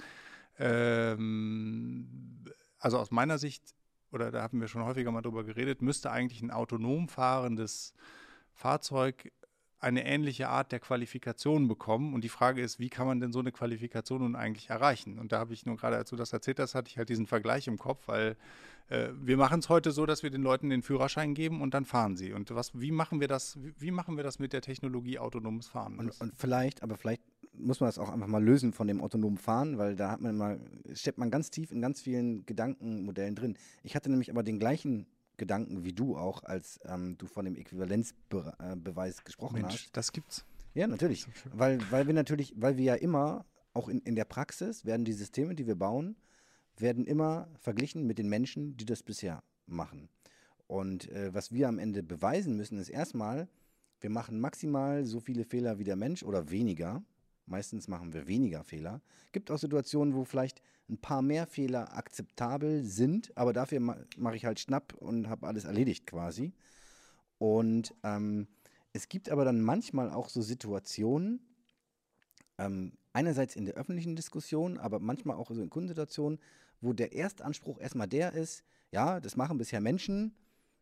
ähm, also aus meiner Sicht, oder da haben wir schon häufiger mal drüber geredet, müsste eigentlich ein autonom fahrendes Fahrzeug eine ähnliche Art der Qualifikation bekommen. Und die Frage ist, wie kann man denn so eine Qualifikation nun eigentlich erreichen? Und da habe ich nur gerade, als du das erzählt hast, hatte ich halt diesen Vergleich im Kopf, weil äh, wir machen es heute so, dass wir den Leuten den Führerschein geben und dann fahren sie. Und was, wie machen wir das, wie, wie machen wir das mit der Technologie autonomes Fahren? Und, und vielleicht, aber vielleicht muss man das auch einfach mal lösen von dem autonomen Fahren, weil da hat man immer, steckt man ganz tief in ganz vielen Gedankenmodellen drin. Ich hatte nämlich aber den gleichen Gedanken wie du auch, als ähm, du von dem Äquivalenzbeweis gesprochen Mensch, hast. das gibt's. Ja, natürlich. Weil, weil wir natürlich, weil wir ja immer, auch in, in der Praxis, werden die Systeme, die wir bauen, werden immer verglichen mit den Menschen, die das bisher machen. Und äh, was wir am Ende beweisen müssen, ist erstmal, wir machen maximal so viele Fehler wie der Mensch oder weniger. Meistens machen wir weniger Fehler. Gibt auch Situationen, wo vielleicht ein paar mehr Fehler akzeptabel sind, aber dafür ma mache ich halt Schnapp und habe alles erledigt quasi. Und ähm, es gibt aber dann manchmal auch so Situationen, ähm, einerseits in der öffentlichen Diskussion, aber manchmal auch so in Kundensituationen, wo der Erstanspruch erstmal der ist, ja, das machen bisher Menschen,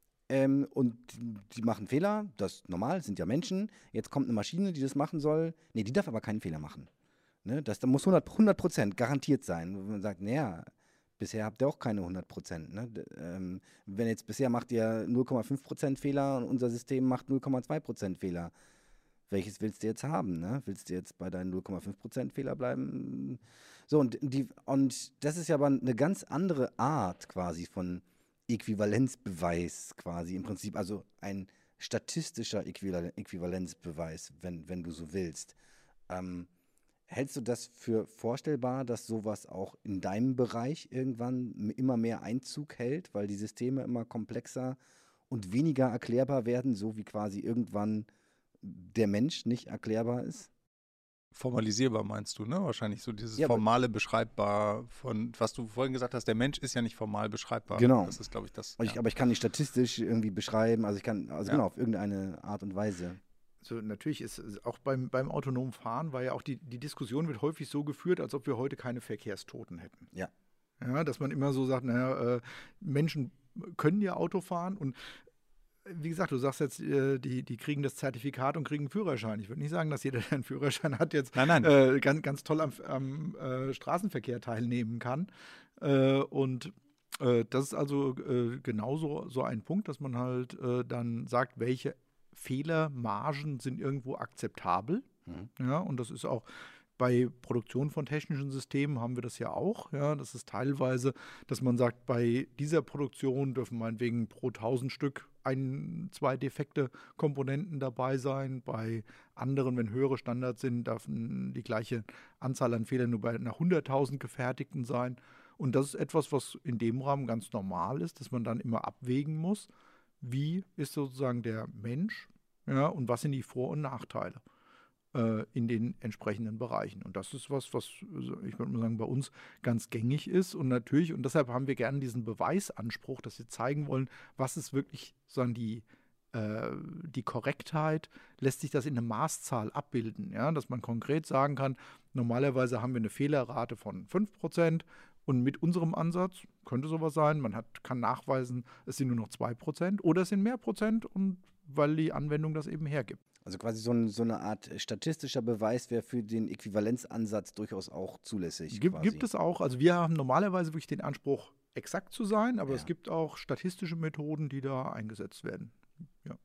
ähm, und die machen Fehler, das ist normal, sind ja Menschen. Jetzt kommt eine Maschine, die das machen soll. Nee, die darf aber keinen Fehler machen. Ne? Das, das muss hundert Prozent garantiert sein. Wo man sagt, naja, bisher habt ihr auch keine hundert Prozent. Ne? D- Ähm, wenn jetzt bisher macht ihr null Komma fünf Prozent Fehler und unser System macht null Komma zwei Prozent Fehler. Welches willst du jetzt haben? Ne? Willst du jetzt bei deinen null Komma fünf Prozent Fehler bleiben? So, und, die, und das ist ja aber eine ganz andere Art quasi von Äquivalenzbeweis quasi im Prinzip, also ein statistischer Äquival Äquivalenzbeweis, wenn, wenn du so willst. Ähm, hältst du das für vorstellbar, dass sowas auch in deinem Bereich irgendwann m- immer mehr Einzug hält, weil die Systeme immer komplexer und weniger erklärbar werden, so wie quasi irgendwann der Mensch nicht erklärbar ist? Formalisierbar meinst du, ne? Wahrscheinlich so dieses Ja, aber formale beschreibbar von, was du vorhin gesagt hast, der Mensch ist ja nicht formal beschreibbar. genau. Das ist, glaube ich, das. Und ich, Ja. aber ich kann nicht statistisch irgendwie beschreiben, also ich kann, also Ja. genau, auf irgendeine Art und Weise. So, natürlich ist es auch beim, beim autonomen Fahren, weil ja auch die, die Diskussion wird häufig so geführt, als ob wir heute keine Verkehrstoten hätten. Ja. Ja, dass man immer so sagt, naja, äh, Menschen können ja Auto fahren und äh, wie gesagt, du sagst jetzt, äh, die, die kriegen das Zertifikat und kriegen einen Führerschein. Ich würde nicht sagen, dass jeder, der einen Führerschein hat, jetzt Nein, nein. äh, ganz, ganz toll am, am äh, Straßenverkehr teilnehmen kann. Äh, und äh, das ist also äh, genauso so ein Punkt, dass man halt äh, dann sagt, welche Fehlermargen sind irgendwo akzeptabel. Mhm. Ja, und das ist auch bei Produktion von technischen Systemen haben wir das ja auch. Ja, das ist teilweise, dass man sagt, bei dieser Produktion dürfen meinetwegen pro tausend Stück ein, zwei defekte Komponenten dabei sein. Bei anderen, wenn höhere Standards sind, darf die gleiche Anzahl an Fehlern nur bei einer hunderttausend gefertigten sein. Und das ist etwas, was in dem Rahmen ganz normal ist, dass man dann immer abwägen muss, wie ist sozusagen der Mensch, ja, und was sind die Vor- und Nachteile äh, in den entsprechenden Bereichen. Und das ist was, was, also ich würde mal sagen, bei uns ganz gängig ist. Und natürlich, und deshalb haben wir gerne diesen Beweisanspruch, dass wir zeigen wollen, was ist wirklich sozusagen die, äh, die Korrektheit, lässt sich das in einer Maßzahl abbilden, ja, dass man konkret sagen kann, normalerweise haben wir eine Fehlerrate von fünf Prozent. Und mit unserem Ansatz könnte sowas sein, man hat, kann nachweisen, es sind nur noch zwei Prozent oder es sind mehr Prozent, und weil die Anwendung das eben hergibt. Also quasi so, ein, so eine Art statistischer Beweis wäre für den Äquivalenzansatz durchaus auch zulässig. Gibt, quasi. gibt es auch, also wir haben normalerweise wirklich den Anspruch, exakt zu sein, aber Ja. es gibt auch statistische Methoden, die da eingesetzt werden. Ja.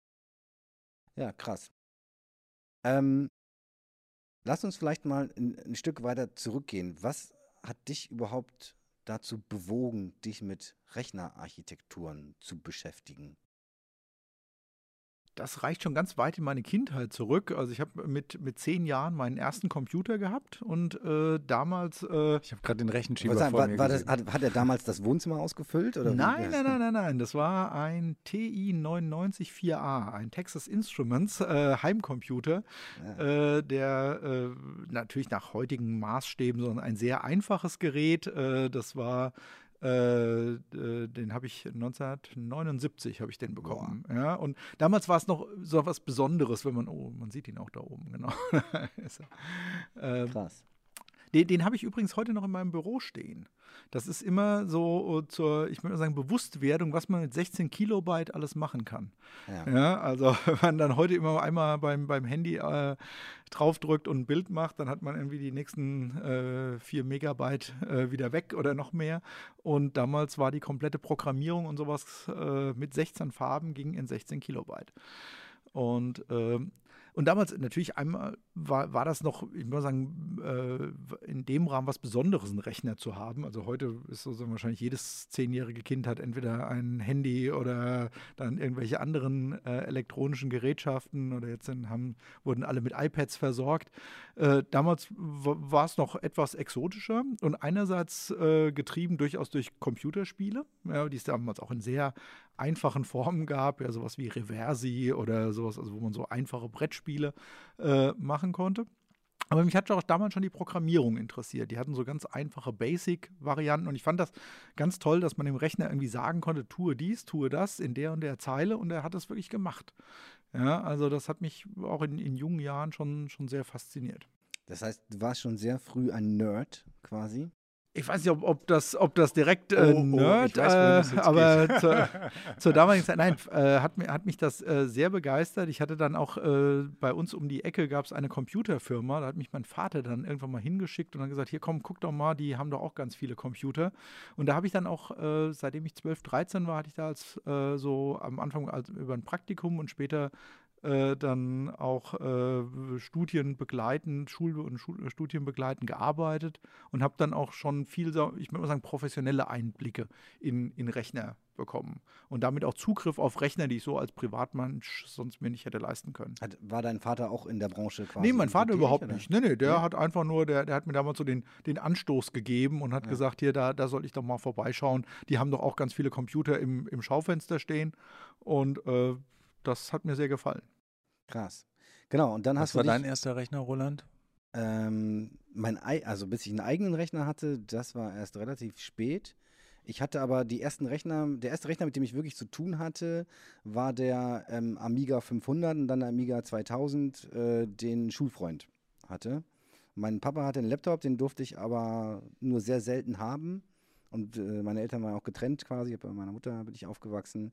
Ja, krass. Ähm, lass uns vielleicht mal ein, ein Stück weiter zurückgehen. Was hat dich überhaupt dazu bewogen, dich mit Rechnerarchitekturen zu beschäftigen? das reicht schon ganz weit in meine Kindheit zurück. Also ich habe mit, mit zehn Jahren meinen ersten Computer gehabt und äh, damals... Äh, ich habe gerade den Rechenschieber sagen, vor war, mir war das, gesehen. hat, hat er damals das Wohnzimmer ausgefüllt? Oder nein, wie? nein, nein, nein, nein. Das war ein T I neunundneunzig vier A, ein Texas Instruments äh, Heimcomputer, ja. äh, der äh, natürlich nach heutigen Maßstäben, sondern ein sehr einfaches Gerät. Äh, das war... Äh, den habe ich neunzehnhundertneunundsiebzig habe ich den bekommen. Ja, und damals war es noch so was Besonderes, wenn man, oh, man sieht ihn auch da oben, genau. ähm, Krass. Den, den habe ich übrigens heute noch in meinem Büro stehen. Das ist immer so zur, ich würde mal sagen, Bewusstwerdung, was man mit sechzehn Kilobyte alles machen kann. Ja. Ja, also wenn man dann heute immer einmal beim, beim Handy äh, draufdrückt und ein Bild macht, dann hat man irgendwie die nächsten äh, vier Megabyte äh, wieder weg oder noch mehr. Und damals war die komplette Programmierung und sowas äh, mit sechzehn Farben ging in sechzehn Kilobyte. Und ähm, Und damals natürlich einmal war, war das noch, ich muss sagen, äh, in dem Rahmen was Besonderes, einen Rechner zu haben. Also heute ist so, so wahrscheinlich jedes zehnjährige Kind hat entweder ein Handy oder dann irgendwelche anderen äh, elektronischen Gerätschaften oder jetzt sind, haben, wurden alle mit iPads versorgt. Äh, damals war es noch etwas exotischer und einerseits äh, getrieben durchaus durch Computerspiele, ja, die es damals auch in sehr einfachen Formen gab, ja, sowas wie Reversi oder sowas, also wo man so einfache Brettspiele äh, machen konnte. Aber mich hat auch damals schon die Programmierung interessiert. Die hatten so ganz einfache Basic-Varianten und ich fand das ganz toll, dass man dem Rechner irgendwie sagen konnte, tue dies, tue das in der und der Zeile und er hat das wirklich gemacht. Ja, also das hat mich auch in, in jungen Jahren schon, schon sehr fasziniert. Das heißt, du warst schon sehr früh ein Nerd quasi? Ich weiß nicht, ob, ob, das, ob das direkt äh, oh, oh, Nerd, ich weiß, äh, aber zur, zur damaligen Zeit, nein, äh, hat, mir, hat mich das äh, sehr begeistert. Ich hatte dann auch, äh, bei uns um die Ecke gab es eine Computerfirma, da hat mich mein Vater dann irgendwann mal hingeschickt und dann gesagt, hier komm, guck doch mal, die haben doch auch ganz viele Computer. Und da habe ich dann auch, äh, seitdem ich zwölf, dreizehn war, hatte ich da als äh, so am Anfang als, über ein Praktikum und später Äh, dann auch äh, Studien begleitend, Schul- und Schul- Studien begleitend gearbeitet und habe dann auch schon viel, ich würde mal sagen, professionelle Einblicke in, in Rechner bekommen und damit auch Zugriff auf Rechner, die ich so als Privatmensch sonst mir nicht hätte leisten können. Hat, war dein Vater auch in der Branche quasi? Nee, mein Vater tätig, überhaupt oder? nicht. Nee, nee, der ja? hat einfach nur, der, der hat mir damals so den, den Anstoß gegeben und hat ja. gesagt, hier, da, da soll ich doch mal vorbeischauen. Die haben doch auch ganz viele Computer im, im Schaufenster stehen und äh, das hat mir sehr gefallen. Krass. Genau, und dann Was hast du war dich, dein erster Rechner, Roland? Ähm, mein, Ei- also bis ich einen eigenen Rechner hatte, das war erst relativ spät. Ich hatte aber die ersten Rechner, der erste Rechner, mit dem ich wirklich zu tun hatte, war der ähm, Amiga fünfhundert und dann der Amiga zweitausend, äh, den Schulfreund hatte. Mein Papa hatte einen Laptop, den durfte ich aber nur sehr selten haben. Und äh, meine Eltern waren auch getrennt quasi, bei meiner Mutter bin ich aufgewachsen.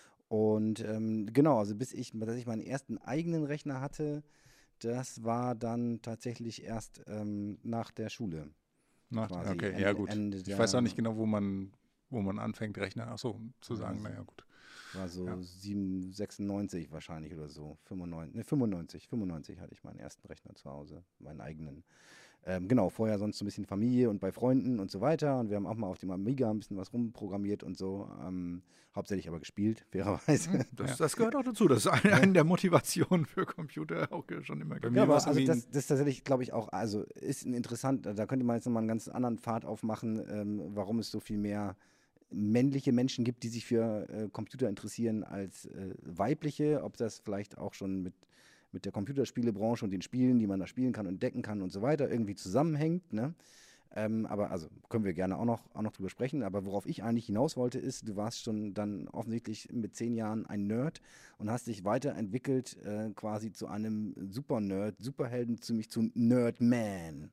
Und ähm, genau, also bis ich, dass ich meinen ersten eigenen Rechner hatte, das war dann tatsächlich erst ähm, nach der Schule. Nach, quasi okay, Ende- ja gut. Ende Ich der- weiß auch nicht genau, wo man, wo man anfängt, Rechner, ach so, zu sagen, Also, naja gut. War so Ja. sieben, sechsundneunzig wahrscheinlich oder so. fünfundneunzig, ne, fünfundneunzig, fünfundneunzig hatte ich meinen ersten Rechner zu Hause, meinen eigenen. Ähm, genau, vorher sonst so ein bisschen Familie und bei Freunden und so weiter. Und wir haben auch mal auf dem Amiga ein bisschen was rumprogrammiert und so. Ähm, hauptsächlich aber gespielt, fairerweise. Das, das gehört auch dazu. Das ist eine, eine der Motivationen für Computer auch schon immer Bei gewesen. mir Ja, aber war's also irgendwie das, das ist tatsächlich, glaube ich, auch, also ist ein interessant, da könnte man jetzt nochmal einen ganz anderen Pfad aufmachen, ähm, warum es so viel mehr männliche Menschen gibt, die sich für äh, Computer interessieren als äh, weibliche, ob das vielleicht auch schon mit, mit der Computerspielebranche und den Spielen, die man da spielen kann und entdecken kann und so weiter, irgendwie zusammenhängt, ne? Ähm, aber also können wir gerne auch noch, auch noch drüber sprechen. Aber worauf ich eigentlich hinaus wollte, ist, du warst schon dann offensichtlich mit zehn Jahren ein Nerd und hast dich weiterentwickelt äh, quasi zu einem Super-Nerd, Superhelden, ziemlich zu Nerdman.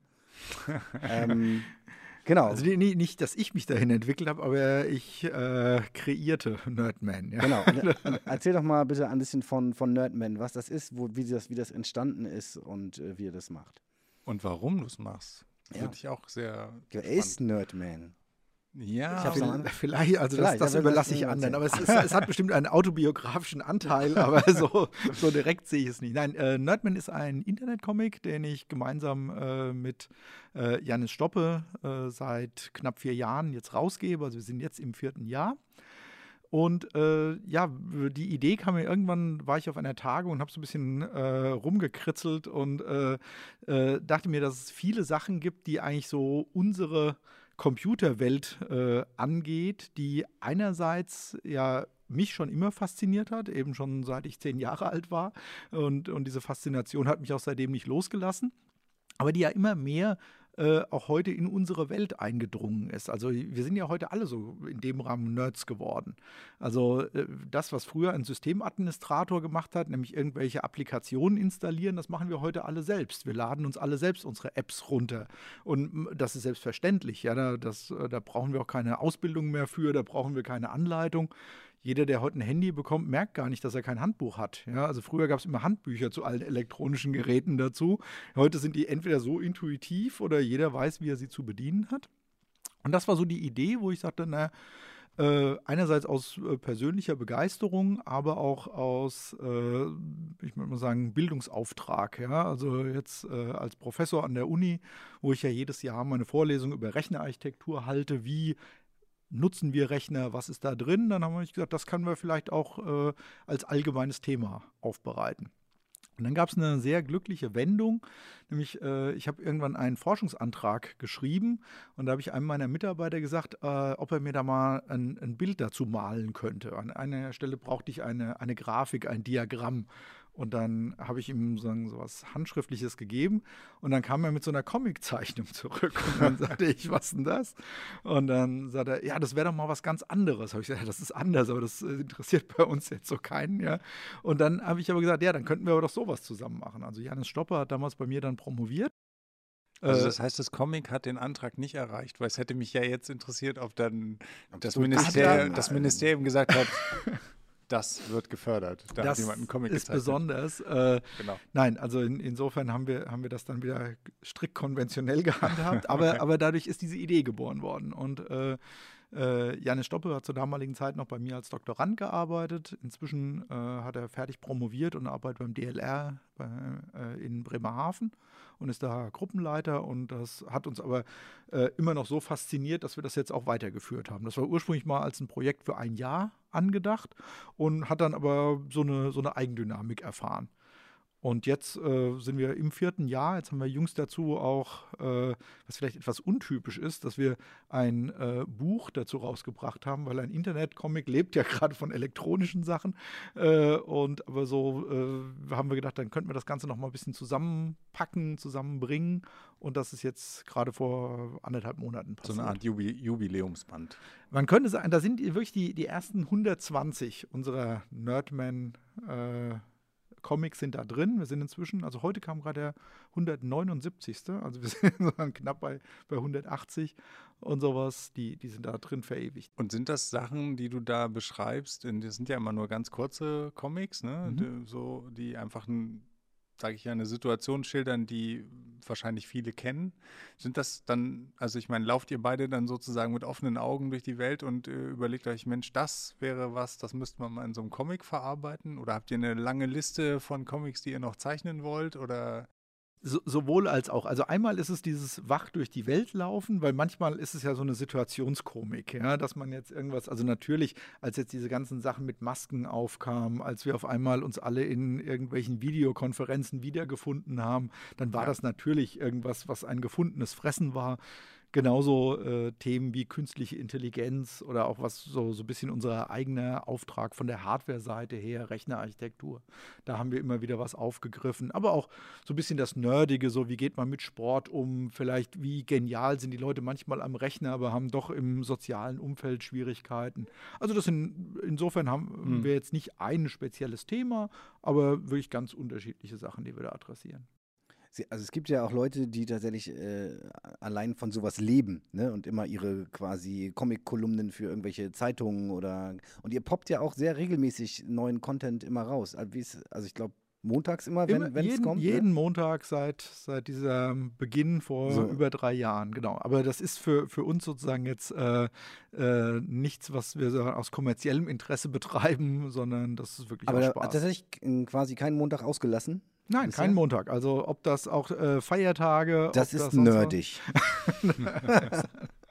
ähm, genau. Also die, nie- nicht, dass ich mich dahin entwickelt habe, aber ich äh, kreierte Nerdman. Ja. Genau. Und, und erzähl doch mal bitte ein bisschen von, von Nerdman, was das ist, wo, wie, das, wie das entstanden ist und äh, wie ihr das macht. Und warum du es machst, Ja. finde ich auch sehr Ja, er spannend. ist Nerdman. Ja, Ich hab's aber- noch an- Vielleicht, also Vielleicht, das, das ja, wir- überlasse wir- ich wir anderen. Aber es, erzählen. ist, es hat bestimmt einen autobiografischen Anteil, aber so, so direkt sehe ich es nicht. Nein, äh, Nerdman ist ein Internetcomic, den ich gemeinsam äh, mit äh, Janis Stoppe äh, seit knapp vier Jahren jetzt rausgebe. Also wir sind jetzt im vierten Jahr. Und äh, ja, die Idee kam mir irgendwann, war ich auf einer Tagung und habe so ein bisschen äh, rumgekritzelt und äh, äh, dachte mir, dass es viele Sachen gibt, die eigentlich so unsere Computerwelt äh, angeht, die einerseits ja mich schon immer fasziniert hat, eben schon seit ich zehn Jahre alt war. Und, und diese Faszination hat mich auch seitdem nicht losgelassen. Aber die ja immer mehr äh, auch heute in unsere Welt eingedrungen ist. Also wir sind ja heute alle so in dem Rahmen Nerds geworden. Also äh, das, was früher ein Systemadministrator gemacht hat, nämlich irgendwelche Applikationen installieren, das machen wir heute alle selbst. Wir laden uns alle selbst unsere Apps runter. Und das ist selbstverständlich. Ja, da, das, da brauchen wir auch keine Ausbildung mehr für, da brauchen wir keine Anleitung. Jeder, der heute ein Handy bekommt, merkt gar nicht, dass er kein Handbuch hat. Ja, also früher gab es immer Handbücher zu allen elektronischen Geräten dazu. Heute sind die entweder so intuitiv oder jeder weiß, wie er sie zu bedienen hat. Und das war so die Idee, wo ich sagte, na, äh, einerseits aus äh, persönlicher Begeisterung, aber auch aus, äh, ich würde mal sagen, Bildungsauftrag. Ja? Also jetzt äh, als Professor an der Uni, wo ich ja jedes Jahr meine Vorlesung über Rechnerarchitektur halte, wie nutzen wir Rechner, was ist da drin? Dann haben wir gesagt, das können wir vielleicht auch äh, als allgemeines Thema aufbereiten. Und dann gab es eine sehr glückliche Wendung, nämlich äh, ich habe irgendwann einen Forschungsantrag geschrieben und da habe ich einem meiner Mitarbeiter gesagt, äh, ob er mir da mal ein, ein Bild dazu malen könnte. An einer Stelle brauchte ich eine, eine Grafik, ein Diagramm. Und dann habe ich ihm so, so was Handschriftliches gegeben und dann kam er mit so einer Comiczeichnung zurück und dann sagte ich, was denn das? Und dann sagte er, ja, das wäre doch mal was ganz anderes. Habe ich gesagt, ja, das ist anders, aber das interessiert bei uns jetzt so keinen. Ja. Und dann habe ich aber gesagt, ja, dann könnten wir aber doch sowas zusammen machen. Also Janis Stopper hat damals bei mir dann promoviert. Also das heißt, das Comic hat den Antrag nicht erreicht, weil es hätte mich ja jetzt interessiert, ob dann das, so Ministerium, das Ministerium gesagt hat, das wird gefördert. Da das hat jemand einen Comic ist gezeichnet. Besonders. Äh, genau. Nein, also in, insofern haben wir, haben wir das dann wieder strikt konventionell gehandhabt, aber, aber dadurch ist diese Idee geboren worden. Und äh, äh, Janis Stoppe hat zur damaligen Zeit noch bei mir als Doktorand gearbeitet. Inzwischen äh, hat er fertig promoviert und arbeitet beim D L R bei, äh, in Bremerhaven und ist da Gruppenleiter. Und das hat uns aber äh, immer noch so fasziniert, dass wir das jetzt auch weitergeführt haben. Das war ursprünglich mal als ein Projekt für ein Jahr angedacht und hat dann aber so eine, so eine Eigendynamik erfahren. Und jetzt äh, sind wir im vierten Jahr, jetzt haben wir jüngst dazu auch, äh, was vielleicht etwas untypisch ist, dass wir ein äh, Buch dazu rausgebracht haben, weil ein Internetcomic lebt ja gerade von elektronischen Sachen. Äh, und aber so äh, haben wir gedacht, dann könnten wir das Ganze noch mal ein bisschen zusammenpacken, zusammenbringen. Und das ist jetzt gerade vor anderthalb Monaten passiert. So eine Art Jubi- Jubiläumsband. Man könnte sagen, da sind wirklich die, die ersten hundertzwanzig unserer Nerdman äh, Comics sind da drin. Wir sind inzwischen, also heute kam gerade der hundertneunundsiebzigste Also wir sind knapp bei, bei hundertachtzig und sowas, die, die sind da drin verewigt. Und sind das Sachen, die du da beschreibst, in, das sind ja immer nur ganz kurze Comics, ne? Mhm. Die, so, die einfach ein, sage ich ja, eine Situation schildern, die wahrscheinlich viele kennen. Sind das dann, also ich meine, lauft ihr beide dann sozusagen mit offenen Augen durch die Welt und äh, überlegt euch, Mensch, das wäre was, das müsste man mal in so einem Comic verarbeiten? Oder habt ihr eine lange Liste von Comics, die ihr noch zeichnen wollt? Oder So, sowohl als auch. Also einmal ist es dieses wach durch die Welt laufen, weil manchmal ist es ja so eine Situationskomik, ja, dass man jetzt irgendwas, also natürlich, als jetzt diese ganzen Sachen mit Masken aufkamen, als wir auf einmal uns alle in irgendwelchen Videokonferenzen wiedergefunden haben, dann war Ja. das natürlich irgendwas, was ein gefundenes Fressen war. Genauso äh, Themen wie künstliche Intelligenz oder auch was so, so ein bisschen unser eigener Auftrag von der Hardware-Seite her, Rechnerarchitektur. Da haben wir immer wieder was aufgegriffen. Aber auch so ein bisschen das Nerdige, so wie geht man mit Sport um, vielleicht wie genial sind die Leute manchmal am Rechner, aber haben doch im sozialen Umfeld Schwierigkeiten. Also das sind, insofern haben Mhm. wir jetzt nicht ein spezielles Thema, aber wirklich ganz unterschiedliche Sachen, die wir da adressieren. Sie- Also es gibt ja auch Leute, die tatsächlich äh, allein von sowas leben, ne? Und immer ihre quasi Comic-Kolumnen für irgendwelche Zeitungen oder und ihr poppt ja auch sehr regelmäßig neuen Content immer raus. Also, wie ist, also ich glaube montags immer, wenn Immer, wenn es jeden, kommt. jeden Ne? Montag seit, seit diesem Beginn vor So. über drei Jahren, genau. Aber das ist für, für uns sozusagen jetzt äh, äh, nichts, was wir so aus kommerziellem Interesse betreiben, sondern das ist wirklich Aber auch da Spaß. hat tatsächlich äh, quasi keinen Montag ausgelassen. Nein, bisher? kein Montag. Also ob das auch äh, Feiertage, Das ob ist sonst was- nerdig.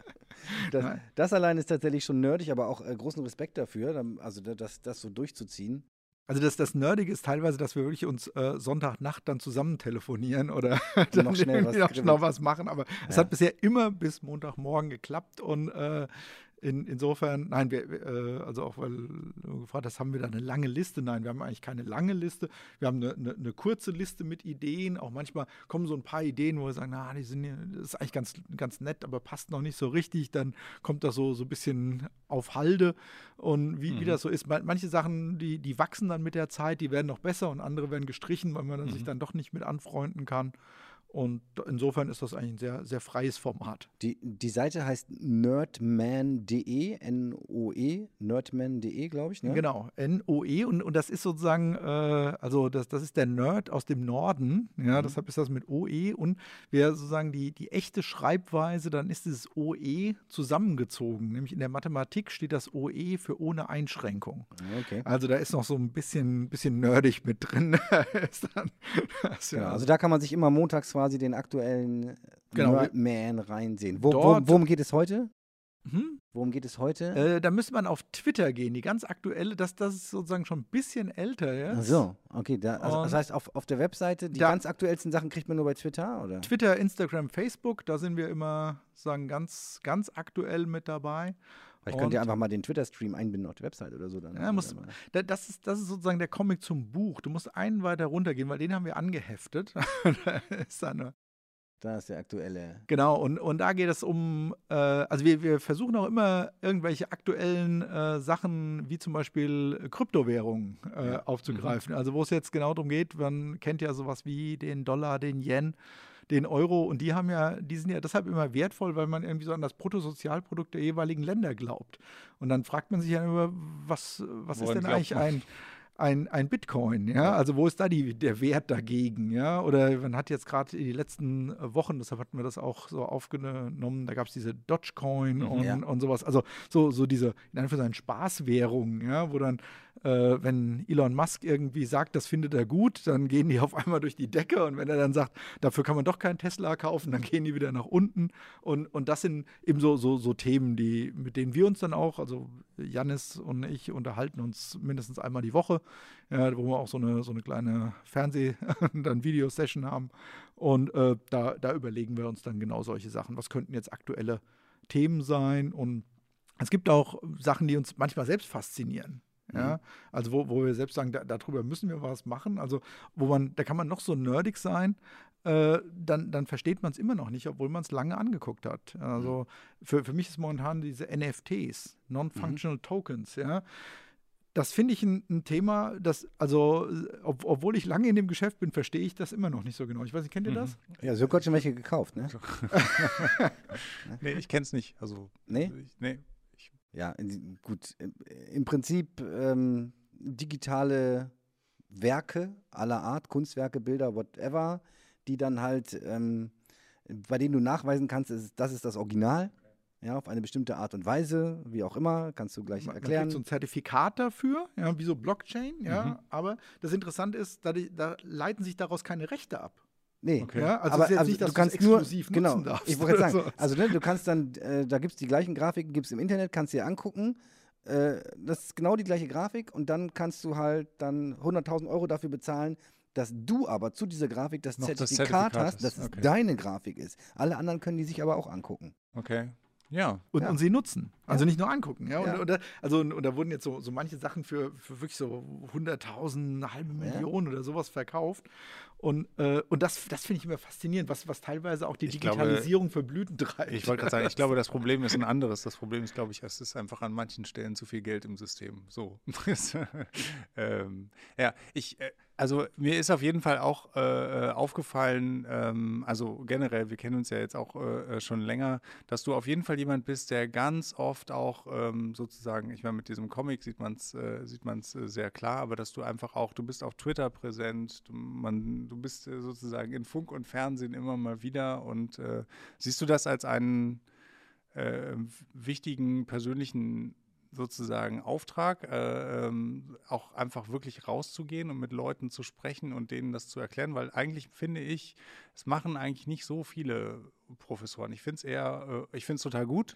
das, das allein ist tatsächlich schon nerdig, aber auch äh, großen Respekt dafür, dann, also da- das, das so durchzuziehen. Also das, das Nerdige ist teilweise, dass wir wirklich uns äh, Sonntagnacht dann zusammen telefonieren oder Und dann noch schnell was irgendwie noch kribbelt. schnell was machen. Aber es Ja. hat bisher immer bis Montagmorgen geklappt und äh, in, insofern, nein, wir, äh, also auch weil du gefragt hast, haben wir da eine lange Liste? Nein, wir haben eigentlich keine lange Liste. Wir haben eine, eine, eine kurze Liste mit Ideen. Auch manchmal kommen so ein paar Ideen, wo wir sagen, na, die sind ja, das ist eigentlich ganz, ganz nett, aber passt noch nicht so richtig. Dann kommt das so, so ein bisschen auf Halde. Und wie, Mhm. wie das so ist, man- manche Sachen, die, die wachsen dann mit der Zeit, die werden noch besser und andere werden gestrichen, weil man dann Mhm. sich dann doch nicht mit anfreunden kann. Und insofern ist das eigentlich ein sehr, sehr freies Format. Die, die Seite heißt nerdman punkt de, N O E, nerdman punkt de, glaube ich, ne? Genau, N O E und, und das ist sozusagen, äh, also das, das ist der Nerd aus dem Norden, ja, Mhm. deshalb ist das mit O E und wer sozusagen die, die echte Schreibweise, dann ist dieses O E zusammengezogen, nämlich in der Mathematik steht das O E für ohne Einschränkung. Okay. Also da ist noch so ein bisschen, bisschen nerdig mit drin. Ist dann, das, ja, Genau, also da kann man sich immer montags quasi den aktuellen Genau, wir- Nerdman reinsehen. Wo, wo, Dort- worum geht es heute? hm? Worum geht es heute? äh, da müsste man auf Twitter gehen, die ganz aktuelle, das, das ist sozusagen schon ein bisschen älter jetzt. Ach so, okay. Da, also, das Und- heißt, auf, auf der Webseite, die Da- ganz aktuellsten Sachen kriegt man nur bei Twitter, oder? Twitter, Instagram, Facebook, da sind wir immer sagen ganz, ganz aktuell mit dabei. Vielleicht könnt ihr Und- einfach mal den Twitter-Stream einbinden auf der Webseite oder so. Dann Ja, muss, da, das, ist, das ist sozusagen der Comic zum Buch. Du musst einen weiter runtergehen, weil den haben wir angeheftet. Da ist da eine, Da ist der aktuelle. genau, und, und da geht es um, äh, also wir, wir versuchen auch immer irgendwelche aktuellen äh, Sachen, wie zum Beispiel Kryptowährungen äh, Ja. aufzugreifen. Also wo es jetzt genau darum geht, man kennt ja sowas wie den Dollar, den Yen, den Euro und die haben ja, die sind ja deshalb immer wertvoll, weil man irgendwie so an das Bruttosozialprodukt der jeweiligen Länder glaubt. Und dann fragt man sich ja immer, was, was ist Woran denn glaubt eigentlich man? ein, ein, ein Bitcoin, ja? Ja. Also wo ist da die, der Wert dagegen, ja? Oder man hat jetzt gerade die letzten äh, Wochen, deshalb hatten wir das auch so aufgenommen, da gab es diese Dogecoin Mhm. und, Ja. und sowas, also so, so diese, in Anführungszeichen Spaßwährungen, ja, wo dann äh, wenn Elon Musk irgendwie sagt, das findet er gut, dann gehen die auf einmal durch die Decke und wenn er dann sagt, dafür kann man doch keinen Tesla kaufen, dann gehen die wieder nach unten und, und das sind eben so, so, so Themen, die, mit denen wir uns dann auch, also Jannis und ich unterhalten uns mindestens einmal die Woche, ja, wo wir auch so eine, so eine kleine Fernseh- und dann Videosession haben und äh, da, da überlegen wir uns dann genau solche Sachen, was könnten jetzt aktuelle Themen sein und es gibt auch Sachen, die uns manchmal selbst faszinieren. Ja, also wo, wo wir selbst sagen, da, darüber müssen wir was machen. Also wo man, da kann man noch so nerdig sein, äh, dann, dann versteht man es immer noch nicht, obwohl man es lange angeguckt hat. Also für, für mich ist momentan diese N F Ts, Non-Functional Tokens, ja. Das finde ich ein, ein Thema, das, also, ob, obwohl ich lange in dem Geschäft bin, verstehe ich das immer noch nicht so genau. Ich weiß nicht, kennt ihr das? Ja, Sönke hat schon welche gekauft, ne? Nee, ich kenn's nicht. Also, Nee? ich, nee. Ja, in- gut. Im- Im Prinzip ähm, digitale Werke aller Art, Kunstwerke, Bilder, whatever, die dann halt, ähm, bei denen du nachweisen kannst, dass das ist das Original. Ja, auf eine bestimmte Art und Weise, wie auch immer, kannst du gleich Man, man erklären. kriegt so ein Zertifikat dafür, ja, wie so Blockchain, ja. Mhm. Aber das Interessante ist, da, die- da leiten sich daraus keine Rechte ab. Nee, Okay. Ja, also aber es ist jetzt also nicht, dass du kannst es nur, exklusiv genau, nutzen darfst. ich wollte gerade oder sagen, so. also ne, du kannst dann, äh, da gibt es die gleichen Grafiken, gibt es im Internet, kannst dir angucken, äh, das ist genau die gleiche Grafik und dann kannst du halt dann hunderttausend Euro dafür bezahlen, dass du aber zu dieser Grafik das Noch das Zertifikat, Zertifikat hast, hast, dass es okay. deine Grafik ist. Alle anderen können die sich aber auch angucken. Okay. Ja. Und, Ja. und sie nutzen. Also Ja. nicht nur angucken. Ja? Und, Ja. und, da- also, und, und da wurden jetzt so, so manche Sachen für, für wirklich so hunderttausend, eine halbe Ja. Million oder sowas verkauft. Und, äh, und das, das finde ich immer faszinierend, was, was teilweise auch die Ich glaube, Digitalisierung für Blüten treibt. Ich wollte gerade sagen, ich glaube, das Problem ist ein anderes. Das Problem ist, glaube ich, es ist einfach an manchen Stellen zu viel Geld im System. So. ähm, ja, ich, äh, also mir ist auf jeden Fall auch äh, aufgefallen, ähm, also generell, wir kennen uns ja jetzt auch äh, schon länger, dass du auf jeden Fall jemand bist, der ganz oft auch ähm, sozusagen, ich meine, mit diesem Comic sieht man es äh, sieht man's, äh, sehr klar, aber dass du einfach auch, du bist auf Twitter präsent, du, man, du bist äh, sozusagen in Funk und Fernsehen immer mal wieder und äh, siehst du das als einen äh, wichtigen persönlichen sozusagen Auftrag, äh, ähm, auch einfach wirklich rauszugehen und mit Leuten zu sprechen und denen das zu erklären, weil eigentlich finde ich, es machen eigentlich nicht so viele Professoren. Ich finde es eher, äh, ich finde es total gut,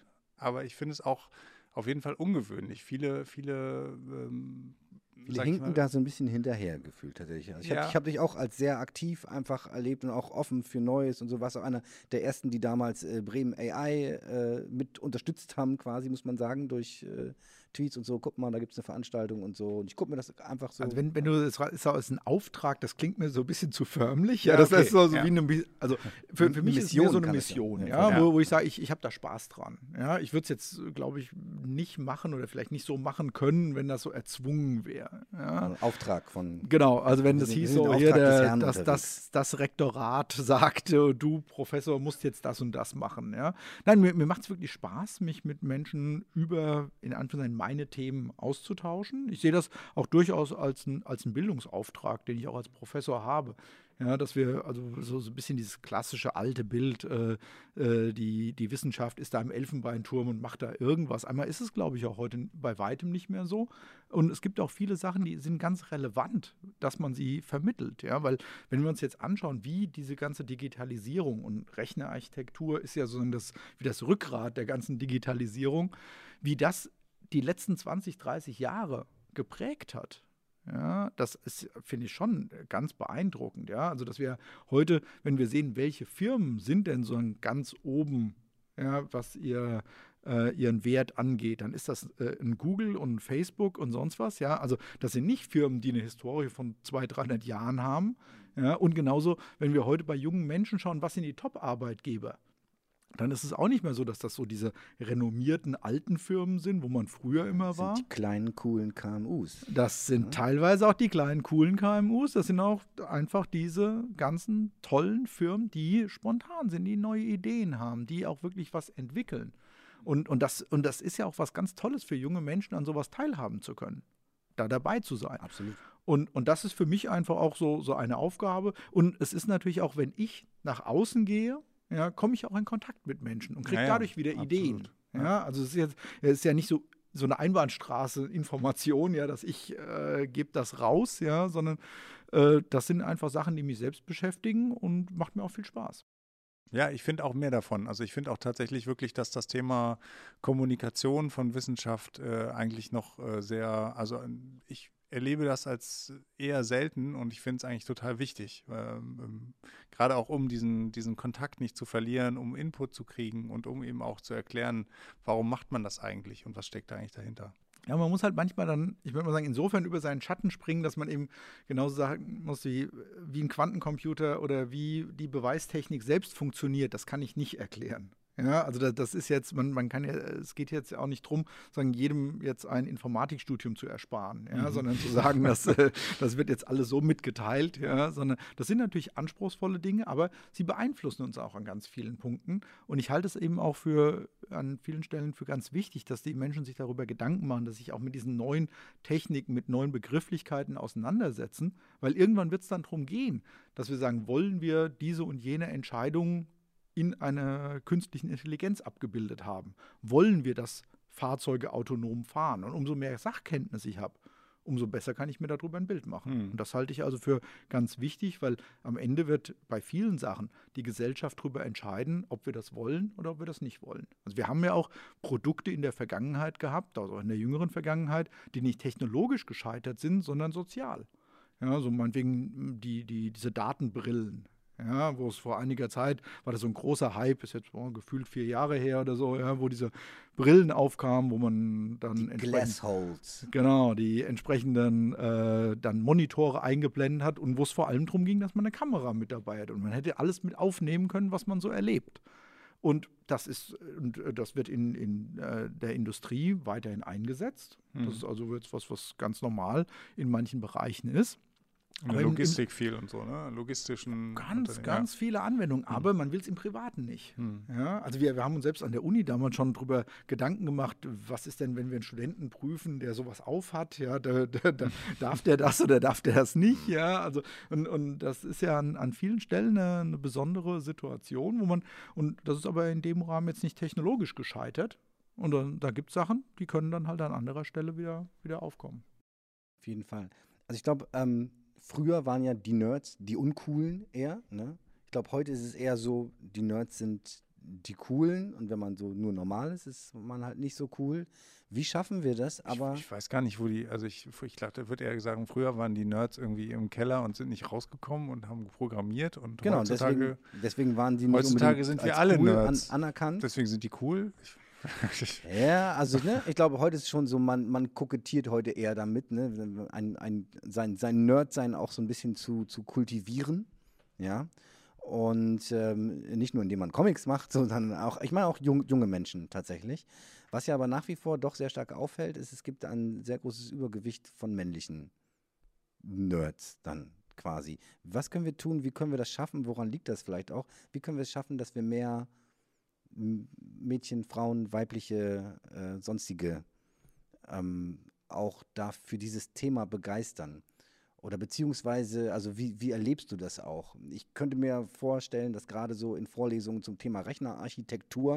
aber ich finde es auch auf jeden Fall ungewöhnlich. Viele, viele ähm, Viele sag ich hinken mal, da so ein bisschen hinterher gefühlt tatsächlich. Also ich habe Ja. ich hab dich auch als sehr aktiv einfach erlebt und auch offen für Neues und so. Warst auch einer der ersten, die damals äh, Bremen A I äh, mit unterstützt haben, quasi, muss man sagen, durch äh, Tweets und so. Guck mal, da gibt es eine Veranstaltung und so. Und ich gucke mir das einfach so. Also wenn, wenn du, das ist auch ein Auftrag, das klingt mir so ein bisschen zu förmlich. Ja, Ja, das okay, ist so, so ja. wie eine, Mi- also für, für Eine mich ist es mehr Mission so eine kann es sein. Mission, Ja, ja, ja. wo, wo ich sage, ich, ich habe da Spaß dran. Ja, ich würde es jetzt, glaube ich, nicht machen oder vielleicht nicht so machen können, wenn das so erzwungen wäre. Ja. Ein Auftrag von. Genau, also wenn Wir das sind- wir hieß sind so, im hier Auftrag des der, Herrn das, unterwegs. das, das Rektorat sagte, du Professor musst jetzt das und das machen. Ja. Nein, mir, mir macht es wirklich Spaß, mich mit Menschen über, in Anführungszeichen, meine Themen auszutauschen. Ich sehe das auch durchaus als ein, als einen Bildungsauftrag, den ich auch als Professor habe. Ja, dass wir, also so, so ein bisschen dieses klassische alte Bild, äh, äh, die, die Wissenschaft ist da im Elfenbeinturm und macht da irgendwas. Einmal ist es, glaube ich, auch heute bei weitem nicht mehr so. Und es gibt auch viele Sachen, die sind ganz relevant, dass man sie vermittelt. Ja? Weil wenn wir uns jetzt anschauen, wie diese ganze Digitalisierung und Rechnerarchitektur ist ja so das, wie das Rückgrat der ganzen Digitalisierung, wie das die letzten zwanzig, dreißig Jahre geprägt hat. Ja, das ist, finde ich, schon ganz beeindruckend. Ja? Also, dass wir heute, wenn wir sehen, welche Firmen sind denn so ganz oben, ja, was ihr, äh, ihren Wert angeht, dann ist das äh, ein Google und ein Facebook und sonst was. Ja? Also, das sind nicht Firmen, die eine Historie von zweihundert, dreihundert Jahren haben. Ja? Und genauso, wenn wir heute bei jungen Menschen schauen, was sind die Top-Arbeitgeber? Dann ist es auch nicht mehr so, dass das so diese renommierten alten Firmen sind, wo man früher immer Das war. sind die kleinen, coolen K M Us. Das sind Ja. teilweise auch die kleinen, coolen K M Us. Das sind auch einfach diese ganzen tollen Firmen, die spontan sind, die neue Ideen haben, die auch wirklich was entwickeln. Und, und, das, und das ist ja auch was ganz Tolles für junge Menschen, an sowas teilhaben zu können, da dabei zu sein. Absolut. Und, und das ist für mich einfach auch so, so eine Aufgabe. Und es ist natürlich auch, wenn ich nach außen gehe, ja, komme ich auch in Kontakt mit Menschen und kriege Ja, ja, dadurch wieder absolut. Ideen. Ja. Ja, also es ist, jetzt, es ist ja nicht so, so eine Einbahnstraße Information, ja, dass ich äh, gebe das raus, ja, sondern äh, das sind einfach Sachen, die mich selbst beschäftigen und macht mir auch viel Spaß. Ja, ich finde auch mehr davon. Also ich finde auch tatsächlich wirklich, dass das Thema Kommunikation von Wissenschaft äh, eigentlich noch äh, sehr, also ähm, ich erlebe das als eher selten und ich finde es eigentlich total wichtig. Ähm, ähm, gerade auch um diesen, diesen Kontakt nicht zu verlieren, um Input zu kriegen und um eben auch zu erklären, warum macht man das eigentlich und was steckt da eigentlich dahinter. Ja, man muss halt manchmal dann, ich würde mal sagen, insofern über seinen Schatten springen, dass man eben genauso sagen muss, wie, wie ein Quantencomputer oder wie die Beweistechnik selbst funktioniert. Das kann ich nicht erklären. Ja, also das, das ist jetzt, man, man kann ja, es geht jetzt auch nicht drum, sagen, jedem jetzt ein Informatikstudium zu ersparen, ja, Mhm. sondern zu sagen, dass, äh, das wird jetzt alles so mitgeteilt, ja, sondern das sind natürlich anspruchsvolle Dinge, aber sie beeinflussen uns auch an ganz vielen Punkten. Und ich halte es eben auch für an vielen Stellen für ganz wichtig, dass die Menschen sich darüber Gedanken machen, dass sich auch mit diesen neuen Techniken, mit neuen Begrifflichkeiten auseinandersetzen, weil irgendwann wird es dann darum gehen, dass wir sagen, wollen wir diese und jene Entscheidungen in einer künstlichen Intelligenz abgebildet haben? Wollen wir, dass Fahrzeuge autonom fahren? Und umso mehr Sachkenntnis ich habe, umso besser kann ich mir darüber ein Bild machen. Hm. Und das halte ich also für ganz wichtig, weil am Ende wird bei vielen Sachen die Gesellschaft darüber entscheiden, ob wir das wollen oder ob wir das nicht wollen. Also wir haben ja auch Produkte in der Vergangenheit gehabt, also in der jüngeren Vergangenheit, die nicht technologisch gescheitert sind, sondern sozial. Ja, so meinetwegen die, die, diese Datenbrillen. Ja, wo es vor einiger Zeit war das so ein großer Hype, ist jetzt oh, gefühlt vier Jahre her oder so, ja, wo diese Brillen aufkamen, wo man dann Die Glassholes. genau die entsprechenden äh, dann Monitore eingeblendet hat und wo es vor allem darum ging, dass man eine Kamera mit dabei hat und man hätte alles mit aufnehmen können, was man so erlebt. Und das ist, und das wird in, in äh, der Industrie weiterhin eingesetzt. Mhm. Das ist also jetzt was, was ganz normal in manchen Bereichen ist. In der Logistik viel und so, ne? Logistischen. Ganz, ganz viele Anwendungen, aber man will es im Privaten nicht. Hm. Ja, also wir, wir haben uns selbst an der Uni damals schon drüber Gedanken gemacht, was ist denn, wenn wir einen Studenten prüfen, der sowas aufhat, ja, da, da, da, darf der das oder darf der das nicht, ja, also und, und das ist ja an, an vielen Stellen eine, eine besondere Situation, wo man, und das ist aber in dem Rahmen jetzt nicht technologisch gescheitert und dann, da gibt es Sachen, die können dann halt an anderer Stelle wieder, wieder aufkommen. Auf jeden Fall. Also ich glaube, ähm, früher waren ja die Nerds die Uncoolen eher, ne? Ich glaube, heute ist es eher so, die Nerds sind die Coolen und wenn man so nur normal ist, ist man halt nicht so cool. Wie schaffen wir das? Aber ich, ich weiß gar nicht, wo die, also ich, ich dachte, würde eher sagen, früher waren die Nerds irgendwie im Keller und sind nicht rausgekommen und haben programmiert und genau, heutzutage, deswegen, deswegen waren die nicht heutzutage unbedingt sind wir als alle cool Nerds. An, anerkannt. Deswegen sind die cool. Ich, Ja, also ne, ich glaube, heute ist schon so, man, man kokettiert heute eher damit, ne, ein, ein, sein, sein Nerdsein auch so ein bisschen zu, zu kultivieren, ja. Und ähm, nicht nur, indem man Comics macht, sondern auch, ich meine auch jung, junge Menschen tatsächlich. Was ja aber nach wie vor doch sehr stark auffällt, ist, es gibt ein sehr großes Übergewicht von männlichen Nerds dann quasi. Was können wir tun? Wie können wir das schaffen? Woran liegt das vielleicht auch? Wie können wir es schaffen, dass wir mehr Mädchen, Frauen, weibliche, äh, sonstige ähm, auch da für dieses Thema begeistern? Oder beziehungsweise, also wie, wie erlebst du das auch? Ich könnte mir vorstellen, dass gerade so in Vorlesungen zum Thema Rechnerarchitektur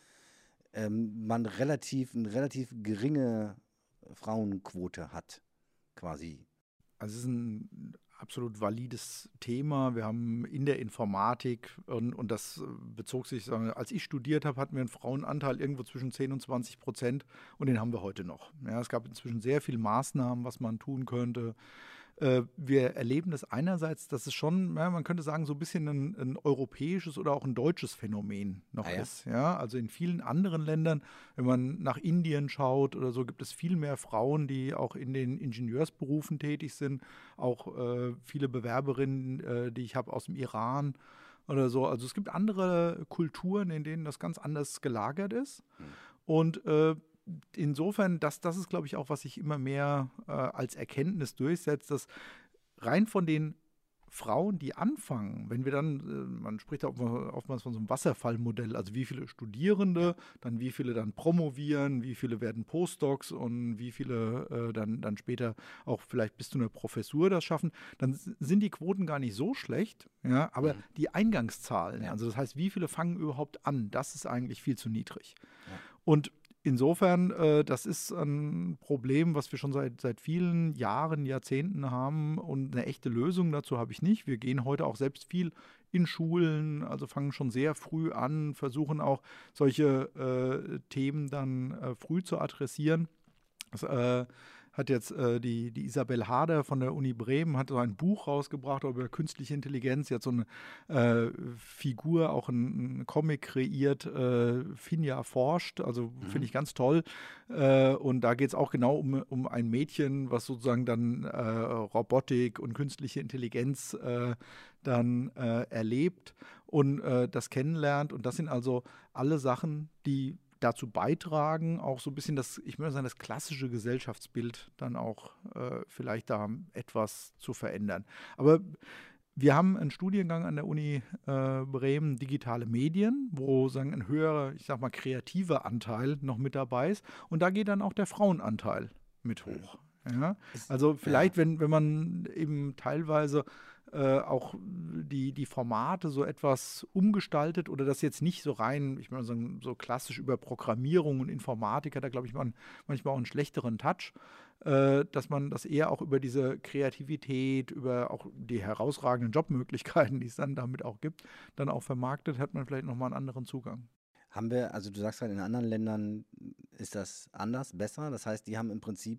ähm, man relativ, eine relativ geringe Frauenquote hat, quasi. Also es ist ein absolut valides Thema. Wir haben in der Informatik, und, und das bezog sich, sagen wir, als ich studiert habe, hatten wir einen Frauenanteil irgendwo zwischen zehn und zwanzig Prozent und den haben wir heute noch. Ja, es gab inzwischen sehr viele Maßnahmen, was man tun könnte. Äh, wir erleben das einerseits, dass es schon, ja, man könnte sagen, so ein bisschen ein, ein europäisches oder auch ein deutsches Phänomen noch Ah, ja? ist. Ja? Also in vielen anderen Ländern, wenn man nach Indien schaut oder so, gibt es viel mehr Frauen, die auch in den Ingenieursberufen tätig sind. Auch äh, viele Bewerberinnen, äh, die ich habe aus dem Iran oder so. Also es gibt andere Kulturen, in denen das ganz anders gelagert ist. Hm. Und äh, insofern, das, das ist, glaube ich, auch, was sich immer mehr äh, als Erkenntnis durchsetzt, dass rein von den Frauen, die anfangen, wenn wir dann, äh, man spricht auch oftmals von so einem Wasserfallmodell, also wie viele Studierende, dann wie viele dann promovieren, wie viele werden Postdocs und wie viele äh, dann, dann später auch vielleicht bis zu einer Professur das schaffen, dann sind die Quoten gar nicht so schlecht, ja, aber Mhm. die Eingangszahlen, Ja. also das heißt, wie viele fangen überhaupt an, das ist eigentlich viel zu niedrig. Ja. Und insofern, äh, das ist ein Problem, was wir schon seit, seit vielen Jahren, Jahrzehnten haben und eine echte Lösung dazu habe ich nicht. Wir gehen heute auch selbst viel in Schulen, also fangen schon sehr früh an, versuchen auch solche äh, Themen dann äh, früh zu adressieren. Das äh, hat jetzt äh, die, die Isabel Hader von der Uni Bremen hat so ein Buch rausgebracht über künstliche Intelligenz. Sie hat so eine äh, Figur, auch einen Comic kreiert, äh, Finja forscht, also Mhm. finde ich ganz toll. Äh, und da geht es auch genau um, um ein Mädchen, was sozusagen dann äh, Robotik und künstliche Intelligenz äh, dann äh, erlebt und äh, das kennenlernt. Und das sind also alle Sachen, die dazu beitragen, auch so ein bisschen das, ich würde sagen, das klassische Gesellschaftsbild dann auch äh, vielleicht da etwas zu verändern. Aber wir haben einen Studiengang an der Uni äh, Bremen, digitale Medien, wo sagen, ein höherer, ich sag mal, kreativer Anteil noch mit dabei ist. Und da geht dann auch der Frauenanteil mit hoch. Ja? Also vielleicht, wenn, wenn man eben teilweise äh, auch die, die Formate so etwas umgestaltet oder das jetzt nicht so rein, ich würde sagen, so klassisch über Programmierung und Informatik hat da, glaube ich, man, manchmal auch einen schlechteren Touch, äh, dass man das eher auch über diese Kreativität, über auch die herausragenden Jobmöglichkeiten, die es dann damit auch gibt, dann auch vermarktet, hat man vielleicht nochmal einen anderen Zugang. Haben wir, also du sagst halt, in anderen Ländern ist das anders, besser. Das heißt, die haben im Prinzip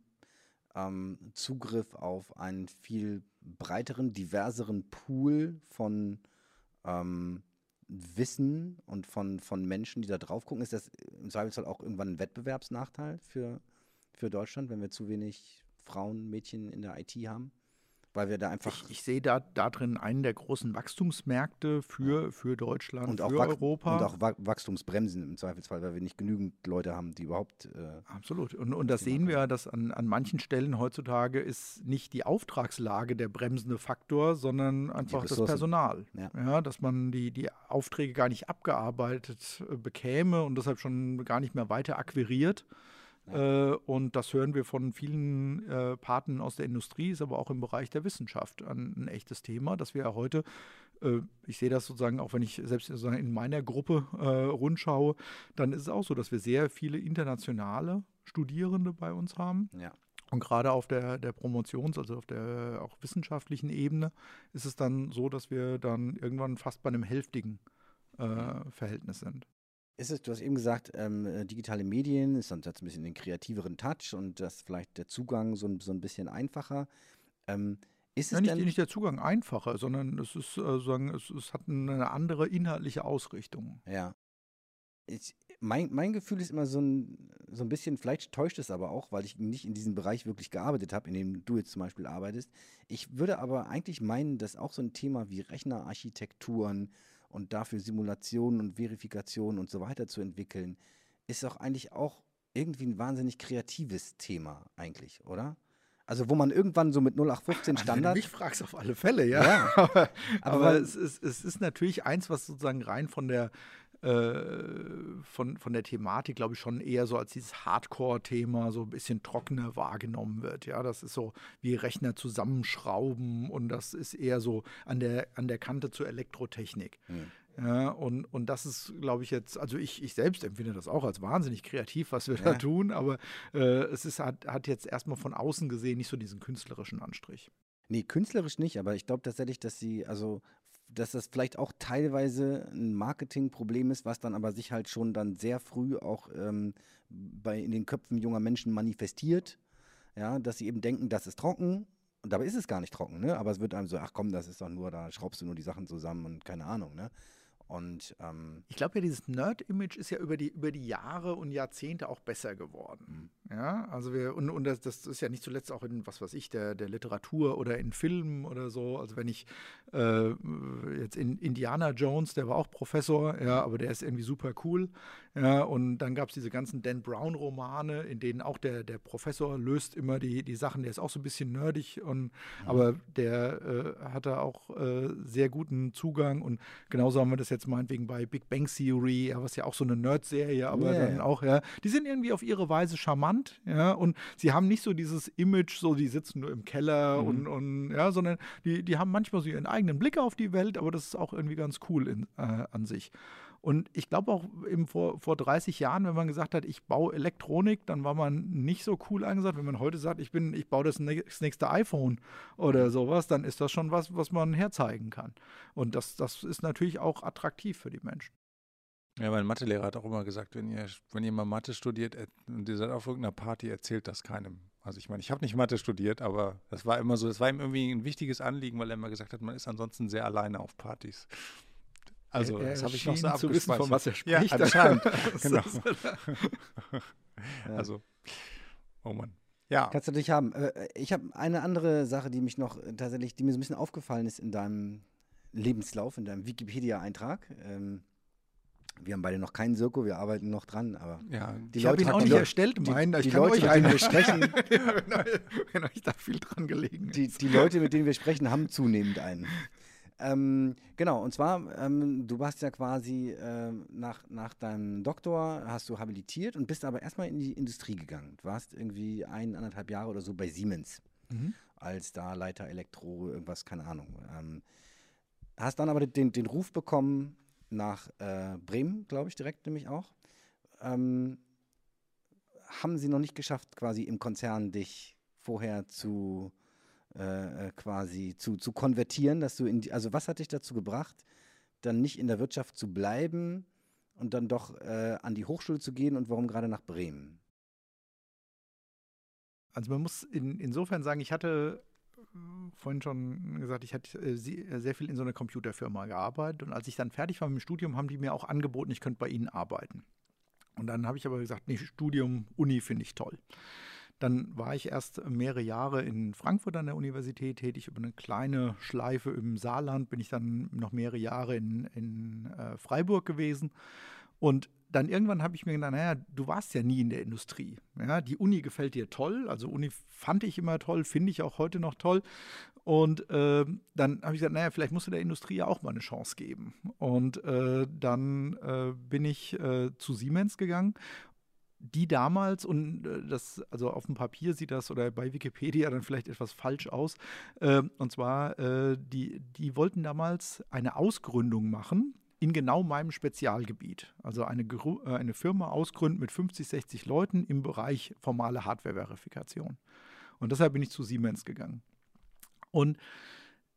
ähm, Zugriff auf einen viel breiteren, diverseren Pool von ähm, Wissen und von, von Menschen, die da drauf gucken. Ist das im Zweifelsfall auch irgendwann ein Wettbewerbsnachteil für, für Deutschland, wenn wir zu wenig Frauen, Mädchen in der I T haben? Weil wir da einfach Ich, ich sehe da, da drin einen der großen Wachstumsmärkte für, für Deutschland, und auch, für Wach Europa. und auch Wa- Wachstumsbremsen im Zweifelsfall, weil wir nicht genügend Leute haben, die überhaupt äh, Absolut. Und, und das Thema sehen wir, können. ja, dass an, an manchen Stellen heutzutage ist nicht die Auftragslage der bremsende Faktor, sondern einfach das Ressourcen. Personal. Ja. Ja, dass man die, die Aufträge gar nicht abgearbeitet äh, bekäme und deshalb schon gar nicht mehr weiter akquiriert. Ja. Äh, und das hören wir von vielen äh, Partnern aus der Industrie, ist aber auch im Bereich der Wissenschaft ein, ein echtes Thema, dass wir ja heute, äh, ich sehe das sozusagen auch, wenn ich selbst sozusagen in meiner Gruppe äh, rundschaue, dann ist es auch so, dass wir sehr viele internationale Studierende bei uns haben. Ja. Und gerade auf der, der Promotions-, also auf der auch wissenschaftlichen Ebene ist es dann so, dass wir dann irgendwann fast bei einem hälftigen äh, Verhältnis sind. Ist es, du hast eben gesagt, ähm, äh, digitale Medien ist dann jetzt ein bisschen den kreativeren Touch und das vielleicht der Zugang so, ein- so ein bisschen einfacher. Ähm, ist Ja, es nicht, denn, nicht der Zugang einfacher, sondern es ist, äh, sagen, es, es hat eine andere inhaltliche Ausrichtung. ja, ich, mein, mein Gefühl ist immer so ein, so ein bisschen, vielleicht täuscht es aber auch, weil ich nicht in diesem Bereich wirklich gearbeitet habe, in dem du jetzt zum Beispiel arbeitest. Ich würde aber eigentlich meinen, dass auch so ein Thema wie Rechnerarchitekturen und dafür Simulationen und Verifikationen und so weiter zu entwickeln, ist doch eigentlich auch irgendwie ein wahnsinnig kreatives Thema eigentlich, oder? Also wo man irgendwann so mit null acht fünfzehn Also wenn du Standard, mich fragst, auf alle Fälle, ja. ja, aber aber aber weil, es, ist, es ist natürlich eins, was sozusagen rein von der, äh, von, von der Thematik, glaube ich, schon eher so als dieses Hardcore-Thema so ein bisschen trockener wahrgenommen wird. Ja, das ist so wie Rechner zusammenschrauben und das ist eher so an der, an der Kante zur Elektrotechnik. hm, Ja, und, und das ist, glaube ich, jetzt, also ich, ich selbst empfinde das auch als wahnsinnig kreativ, was wir da ja. tun, aber äh, es ist, hat, hat jetzt erstmal von außen gesehen nicht so diesen künstlerischen Anstrich. Nee, künstlerisch nicht, aber ich glaube tatsächlich, dass sie, also, dass das vielleicht auch teilweise ein Marketingproblem ist, was dann aber sich halt schon dann sehr früh auch ähm, bei, in den Köpfen junger Menschen manifestiert, ja, dass sie eben denken, das ist trocken. Und dabei ist es gar nicht trocken, ne? Aber es wird einem so, ach komm, das ist doch nur, da schraubst du nur die Sachen zusammen und keine Ahnung, ne? Und ähm, Ich glaube ja, dieses Nerd-Image ist ja über die, über die Jahre und Jahrzehnte auch besser geworden. Ja, also wir, und, und das, das ist ja nicht zuletzt auch in, was weiß ich, der, der Literatur oder in Filmen oder so. Also wenn ich äh, jetzt in Indiana Jones, der war auch Professor, ja, aber der ist irgendwie super cool. Ja, und dann gab es diese ganzen Dan Brown-Romane, in denen auch der, der Professor löst immer die, die Sachen, der ist auch so ein bisschen nerdig, und, aber der äh, hatte auch äh, sehr guten Zugang, und genauso haben wir das jetzt meinetwegen bei Big Bang Theory, ja, was ja auch so eine Nerd-Serie, aber Ja, dann ja. auch, ja, die sind irgendwie auf ihre Weise charmant, ja, und sie haben nicht so dieses Image, so die sitzen nur im Keller Mhm. und, und ja, sondern die, die haben manchmal so ihren eigenen Blick auf die Welt, aber das ist auch irgendwie ganz cool in, äh, an sich. Und ich glaube auch eben vor, vor dreißig Jahren, wenn man gesagt hat, ich baue Elektronik, dann war man nicht so cool angesagt. Wenn man heute sagt, ich bin, ich baue das, nä- das nächste iPhone oder sowas, dann ist das schon was, was man herzeigen kann. Und das, das ist natürlich auch attraktiv für die Menschen. Ja, mein Mathelehrer hat auch immer gesagt, wenn ihr, wenn ihr mal Mathe studiert äh, und ihr seid auf irgendeiner Party, erzählt das keinem. Also ich meine, ich habe nicht Mathe studiert, aber das war immer so, das war ihm irgendwie ein wichtiges Anliegen, weil er immer gesagt hat, man ist ansonsten sehr alleine auf Partys. Also er das habe ich noch so schien zu wissen, von was er Ja, spricht. anscheinend, genau. Ja. Also, oh Mann. Ja, Kannst du dich haben. Äh, Ich habe eine andere Sache, die mich noch äh, tatsächlich, die mir so ein bisschen aufgefallen ist in deinem Lebenslauf, in deinem Wikipedia-Eintrag. Ähm, wir haben beide noch keinen Sirko, wir arbeiten noch dran, aber ja. die Ich habe ihn Leute- auch die nicht Leute- erstellt, die- meinen. Ich die kann Leute, euch mit denen einen wir sprechen, wenn, euch, wenn euch da viel dran gelegen ist. die, die Leute, mit denen wir sprechen, haben zunehmend einen. Ähm, genau, und zwar, ähm, du warst ja quasi ähm, nach, nach deinem Doktor, hast du habilitiert und bist aber erstmal in die Industrie gegangen. Du warst irgendwie ein, anderthalb Jahre oder so bei Siemens Mhm. als da Leiter Elektro, irgendwas, keine Ahnung. Ähm, hast dann aber den, den Ruf bekommen nach äh, Bremen, glaube ich, direkt nämlich auch. Ähm, haben sie noch nicht geschafft, quasi im Konzern dich vorher zu äh, äh, quasi zu, zu konvertieren, dass du in die, also was hat dich dazu gebracht, dann nicht in der Wirtschaft zu bleiben und dann doch äh, an die Hochschule zu gehen und warum gerade nach Bremen? Also man muss in, insofern sagen, ich hatte äh, vorhin schon gesagt, ich hatte äh, sie- äh, sehr viel in so einer Computerfirma gearbeitet, und als ich dann fertig war mit dem Studium, haben die mir auch angeboten, ich könnte bei ihnen arbeiten. Und dann habe ich aber gesagt, nee, Studium, Uni finde ich toll. Dann war ich erst mehrere Jahre in Frankfurt an der Universität tätig. Über eine kleine Schleife im Saarland bin ich dann noch mehrere Jahre in, in äh, Freiburg gewesen. Und dann irgendwann habe ich mir gedacht, naja, du warst ja nie in der Industrie. Ja, die Uni gefällt dir toll. Also Uni fand ich immer toll, finde ich auch heute noch toll. Und äh, dann habe ich gesagt, naja, vielleicht musst du der Industrie ja auch mal eine Chance geben. Und äh, dann äh, bin ich äh, zu Siemens gegangen, die damals, und äh, das, also auf dem Papier sieht das oder bei Wikipedia dann vielleicht etwas falsch aus, äh, und zwar, äh, die, die wollten damals eine Ausgründung machen in genau meinem Spezialgebiet. Also eine, Gru- äh, eine Firma ausgründen mit fünfzig, sechzig Leuten im Bereich formale Hardware-Verifikation. Und deshalb bin ich zu Siemens gegangen. Und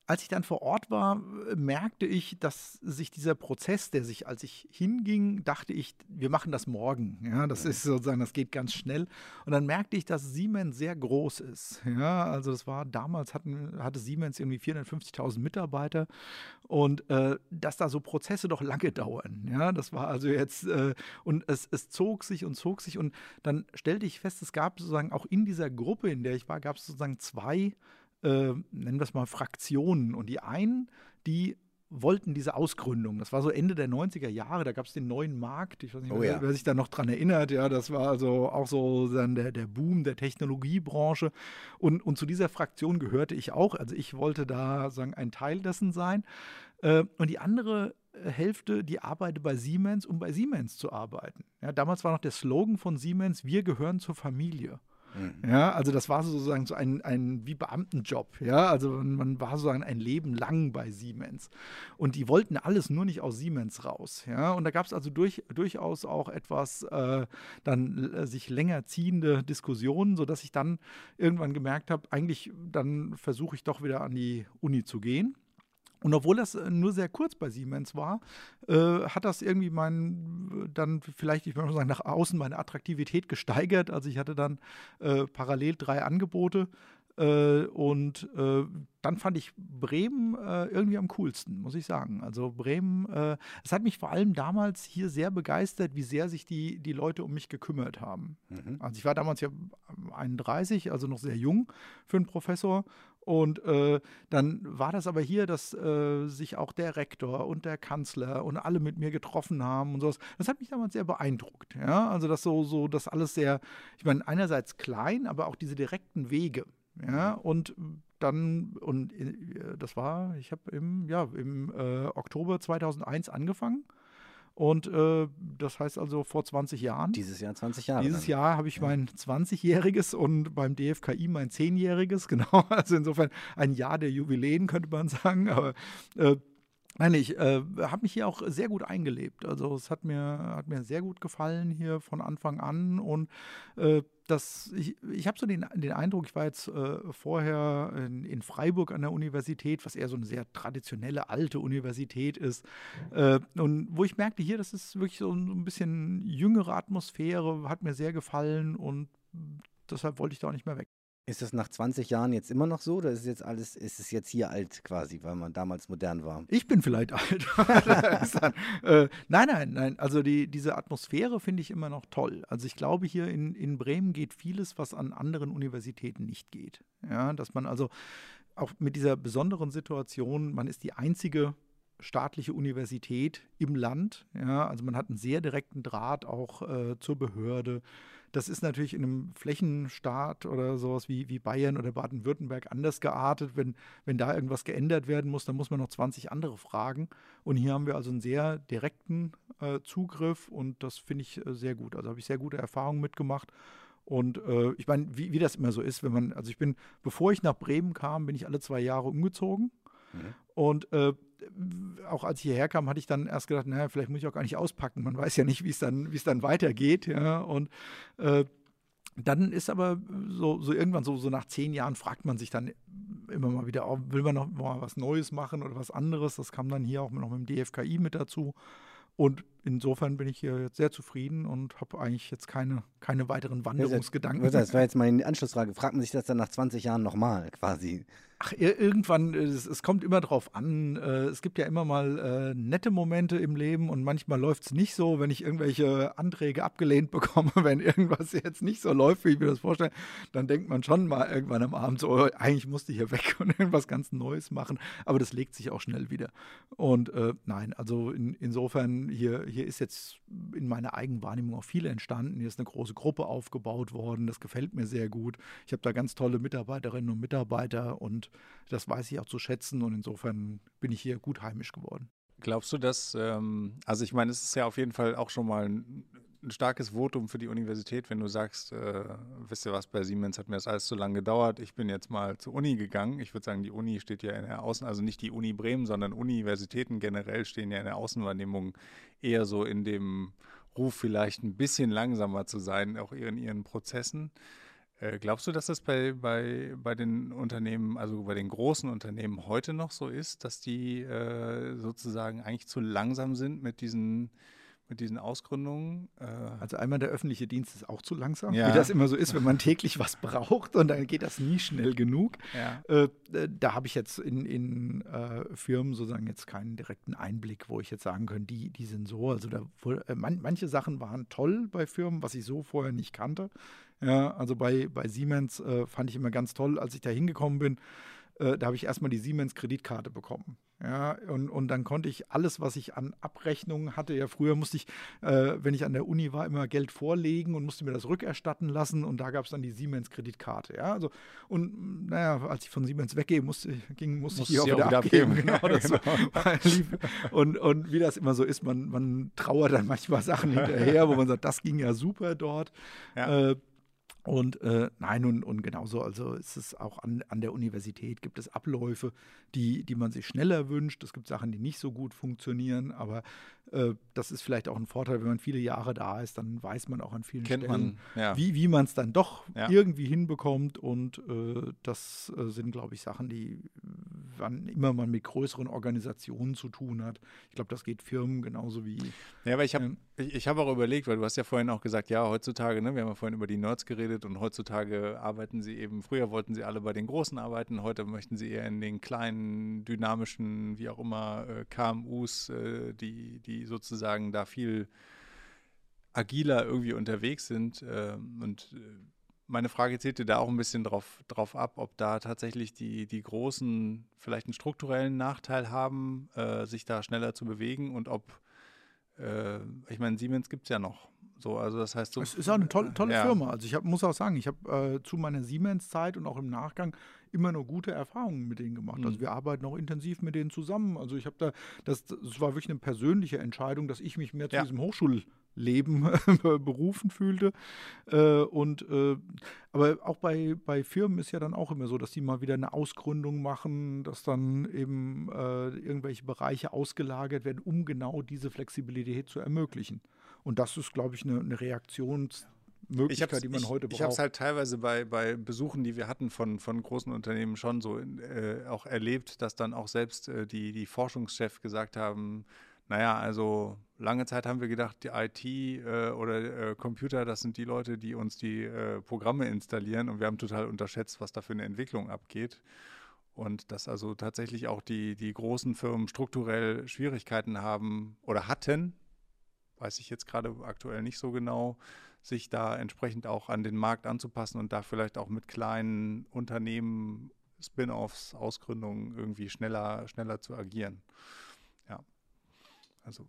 als ich dann vor Ort war, merkte ich, dass sich dieser Prozess, der sich, als ich hinging, dachte ich, wir machen das morgen. Ja, das ist sozusagen, das geht ganz schnell. Und dann merkte ich, dass Siemens sehr groß ist. Ja, also das war, damals hatten, hatte Siemens irgendwie vierhundertfünfzigtausend Mitarbeiter und äh, dass da so Prozesse doch lange dauern. Ja, das war also jetzt, äh, und es, es zog sich und zog sich und dann stellte ich fest, es gab sozusagen auch in dieser Gruppe, in der ich war, gab es sozusagen zwei Äh, nennen wir es mal Fraktionen. Und die einen, die wollten diese Ausgründung. Das war so Ende der neunziger Jahre, da gab es den neuen Markt. Ich weiß nicht, Oh wer, ja. wer sich da noch dran erinnert. Ja, das war also auch so dann der, der Boom der Technologiebranche. Und, und zu dieser Fraktion gehörte ich auch. Also ich wollte da sagen, ein Teil dessen sein. Äh, und die andere Hälfte, die arbeitet bei Siemens, um bei Siemens zu arbeiten. Ja, damals war noch der Slogan von Siemens, wir gehören zur Familie. Ja, also das war sozusagen so ein, ein wie Beamtenjob, ja, also man, man war sozusagen ein Leben lang bei Siemens und die wollten alles nur nicht aus Siemens raus, ja, und da gab es also durch, durchaus auch etwas äh, dann äh, sich länger ziehende Diskussionen, sodass ich dann irgendwann gemerkt habe, eigentlich dann versuche ich doch wieder an die Uni zu gehen. Und obwohl das nur sehr kurz bei Siemens war, äh, hat das irgendwie mein, dann vielleicht, ich würde mal sagen, nach außen meine Attraktivität gesteigert. Also ich hatte dann äh, parallel drei Angebote äh, und äh, dann fand ich Bremen äh, irgendwie am coolsten, muss ich sagen. Also Bremen, äh, es hat mich vor allem damals hier sehr begeistert, wie sehr sich die, die Leute um mich gekümmert haben. Mhm. Also ich war damals ja einunddreißig, also noch sehr jung für einen Professor. Und äh, dann war das aber hier, dass äh, sich auch der Rektor und der Kanzler und alle mit mir getroffen haben und sowas. Das hat mich damals sehr beeindruckt. Ja? Also das so, so, das alles sehr, ich meine, einerseits klein, aber auch diese direkten Wege. Ja, und dann, und äh, das war, ich habe im, ja, im äh, Oktober zweitausendeins angefangen. Und äh, das heißt also vor zwanzig Jahren. Dieses Jahr zwanzig Jahre. Dieses dann. Jahr habe ich Ja. mein zwanzigjähriges und beim D F K I mein zehnjähriges, genau. Also insofern ein Jahr der Jubiläen, könnte man sagen. Aber äh, nein, ich äh, habe mich hier auch sehr gut eingelebt. Also es hat mir, hat mir sehr gut gefallen hier von Anfang an. Und äh, das, ich, ich habe so den, den Eindruck, ich war jetzt äh, vorher in, in Freiburg an der Universität, was eher so eine sehr traditionelle, alte Universität ist. Äh, und wo ich merkte, hier, das ist wirklich so ein bisschen jüngere Atmosphäre, hat mir sehr gefallen und deshalb wollte ich da auch nicht mehr weg. Ist das nach zwanzig Jahren jetzt immer noch so oder ist es jetzt alles, ist es jetzt hier alt quasi, weil man damals modern war? Ich bin vielleicht alt. dann, äh, nein, nein, nein. Also die, diese Atmosphäre finde ich immer noch toll. Also ich glaube, hier in, in Bremen geht vieles, was an anderen Universitäten nicht geht. Ja, dass man also auch mit dieser besonderen Situation, man ist die einzige staatliche Universität im Land. Ja, also man hat einen sehr direkten Draht auch äh, zur Behörde. Das ist natürlich in einem Flächenstaat oder sowas wie, wie Bayern oder Baden-Württemberg anders geartet. Wenn, wenn da irgendwas geändert werden muss, dann muss man noch zwanzig andere fragen. Und hier haben wir also einen sehr direkten äh, Zugriff und das finde ich äh, sehr gut. Also habe ich sehr gute Erfahrungen mitgemacht. Und äh, ich meine, wie, wie das immer so ist, wenn man, also ich bin, bevor ich nach Bremen kam, bin ich alle zwei Jahre umgezogen. Mhm. Und äh, auch als ich hierher kam, hatte ich dann erst gedacht, naja, vielleicht muss ich auch gar nicht auspacken. Man weiß ja nicht, wie es dann, wie es dann weitergeht. Ja? Und äh, dann ist aber so, so irgendwann so, so nach zehn Jahren fragt man sich dann immer mal wieder, oh, will man noch mal was Neues machen oder was anderes? Das kam dann hier auch noch mit dem D F K I mit dazu. Und insofern bin ich hier jetzt sehr zufrieden und habe eigentlich jetzt keine, keine weiteren Wanderungsgedanken. Das war jetzt meine Anschlussfrage. Fragt man sich das dann nach zwanzig Jahren nochmal quasi? Ach, irgendwann, es, es kommt immer drauf an. Es gibt ja immer mal äh, nette Momente im Leben und manchmal läuft es nicht so, wenn ich irgendwelche Anträge abgelehnt bekomme, wenn irgendwas jetzt nicht so läuft, wie ich mir das vorstelle, dann denkt man schon mal irgendwann am Abend so, oh, eigentlich musste ich hier weg und irgendwas ganz Neues machen. Aber das legt sich auch schnell wieder. Und äh, nein, also in, insofern, hier, hier ist jetzt in meiner Eigenwahrnehmung auch viel entstanden. Hier ist eine große Gruppe aufgebaut worden. Das gefällt mir sehr gut. Ich habe da ganz tolle Mitarbeiterinnen und Mitarbeiter und das weiß ich auch zu schätzen und insofern bin ich hier gut heimisch geworden. Glaubst du, dass, ähm, also ich meine, es ist ja auf jeden Fall auch schon mal ein, ein starkes Votum für die Universität, wenn du sagst, äh, wisst ihr was, bei Siemens hat mir das alles zu lange gedauert, ich bin jetzt mal zur Uni gegangen. Ich würde sagen, die Uni steht ja in der Außen, also nicht die Uni Bremen, sondern Universitäten generell stehen ja in der Außenwahrnehmung eher so in dem Ruf, vielleicht ein bisschen langsamer zu sein, auch in ihren Prozessen. Äh, glaubst du, dass das bei, bei, bei den Unternehmen, also bei den großen Unternehmen heute noch so ist, dass die äh, sozusagen eigentlich zu langsam sind mit diesen, mit diesen Ausgründungen? Äh, Also einmal der öffentliche Dienst ist auch zu langsam, Ja. wie das immer so ist, wenn man täglich was braucht und dann geht das nie schnell genug. ja. Äh, äh, da habe ich jetzt in, in äh, Firmen sozusagen jetzt keinen direkten Einblick, wo ich jetzt sagen könnte, die, die sind so. Also da, wo, äh, man, manche Sachen waren toll bei Firmen, was ich so vorher nicht kannte. Ja, also bei, bei Siemens äh, fand ich immer ganz toll, als ich da hingekommen bin, äh, da habe ich erstmal die Siemens-Kreditkarte bekommen. Ja, und, und dann konnte ich alles, was ich an Abrechnungen hatte, ja, früher musste ich, äh, wenn ich an der Uni war, immer Geld vorlegen und musste mir das rückerstatten lassen und da gab es dann die Siemens-Kreditkarte. Ja, also, und naja, als ich von Siemens weggehe, musste, ging, musste ich die auch wieder, wieder abgeben. abgeben. Genau, das genau. War, lief. Und, und wie das immer so ist, man, man trauert dann manchmal Sachen hinterher, wo man sagt, das ging ja super dort. Ja. Äh, Und äh, nein, und, und genauso, also ist es auch an, an der Universität, gibt es Abläufe, die, die man sich schneller wünscht. Es gibt Sachen, die nicht so gut funktionieren, aber äh, das ist vielleicht auch ein Vorteil, wenn man viele Jahre da ist, dann weiß man auch an vielen Kennt Stellen, man, ja. wie, wie man es dann doch Ja. irgendwie hinbekommt. Und äh, das äh, sind, glaube ich, Sachen, die, wann immer man mit größeren Organisationen zu tun hat. Ich glaube, das geht Firmen genauso wie. Ja, aber ich habe ähm, ich, ich hab auch überlegt, weil du hast ja vorhin auch gesagt, ja, heutzutage, ne, wir haben ja vorhin über die Nerds geredet und heutzutage arbeiten sie eben, früher wollten sie alle bei den Großen arbeiten, heute möchten sie eher in den kleinen, dynamischen, wie auch immer, äh, K M Us, äh, die, die sozusagen da viel agiler irgendwie unterwegs sind. Äh, und äh, meine Frage zielte da auch ein bisschen drauf, drauf ab, ob da tatsächlich die, die Großen vielleicht einen strukturellen Nachteil haben, äh, sich da schneller zu bewegen und ob Äh, ich meine, Siemens gibt es ja noch. So, also das heißt so. Es ist auch eine tolle, tolle ja. Firma. Also ich hab, muss auch sagen, ich habe äh, zu meiner Siemens-Zeit und auch im Nachgang immer nur gute Erfahrungen mit denen gemacht. Mhm. Also wir arbeiten auch intensiv mit denen zusammen. Also ich habe da, das, das war wirklich eine persönliche Entscheidung, dass ich mich mehr zu Ja. diesem Hochschulleben berufen fühlte. Äh, und äh, aber auch bei, bei Firmen ist ja dann auch immer so, dass die mal wieder eine Ausgründung machen, dass dann eben äh, irgendwelche Bereiche ausgelagert werden, um genau diese Flexibilität zu ermöglichen. Und das ist, glaube ich, eine, eine Reaktionsmöglichkeit, die man ich, heute ich habe es braucht. halt teilweise bei, bei Besuchen, die wir hatten von, von großen Unternehmen schon so äh, auch erlebt, dass dann auch selbst äh, die, die Forschungschefs gesagt haben, naja, also lange Zeit haben wir gedacht, die I T äh, oder äh, Computer, das sind die Leute, die uns die äh, Programme installieren und wir haben total unterschätzt, was da für eine Entwicklung abgeht. Und dass also tatsächlich auch die, die großen Firmen strukturell Schwierigkeiten haben oder hatten, weiß ich jetzt gerade aktuell nicht so genau, sich da entsprechend auch an den Markt anzupassen und da vielleicht auch mit kleinen Unternehmen, Spin-offs, Ausgründungen irgendwie schneller, schneller zu agieren. Ja, also.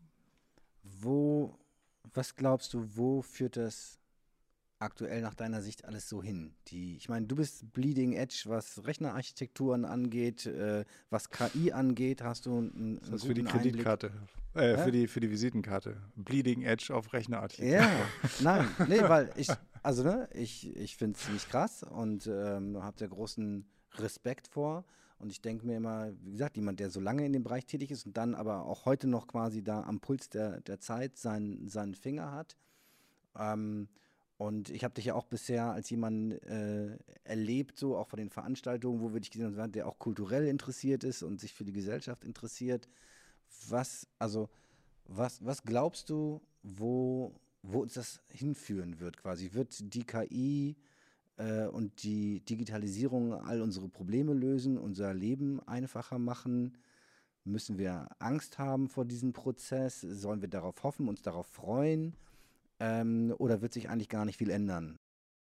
Wo, was glaubst du, wo führt das aktuell nach deiner Sicht alles so hin? Die, ich meine, du bist Bleeding Edge, was Rechnerarchitekturen angeht, äh, was K I angeht, hast du einen, Das ist für die Kreditkarte, äh, ja? für, die, für die Visitenkarte. Bleeding Edge auf Rechnerarchitektur. Ja, nein, nee, weil ich, also ne, ich, ich finde es ziemlich krass und ähm, habe da großen Respekt vor. Und ich denke mir immer, wie gesagt, jemand, der so lange in dem Bereich tätig ist und dann aber auch heute noch quasi da am Puls der, der Zeit seinen, seinen Finger hat. Ähm, und ich habe dich ja auch bisher als jemand äh, erlebt, so auch von den Veranstaltungen, wo wir dich gesehen haben, der auch kulturell interessiert ist und sich für die Gesellschaft interessiert. Was, also, was, was glaubst du, wo, wo uns das hinführen wird quasi? Wird die K I äh, und die Digitalisierung all unsere Probleme lösen, unser Leben einfacher machen? Müssen wir Angst haben vor diesem Prozess? Sollen wir darauf hoffen, uns darauf freuen? Ähm, oder wird sich eigentlich gar nicht viel ändern?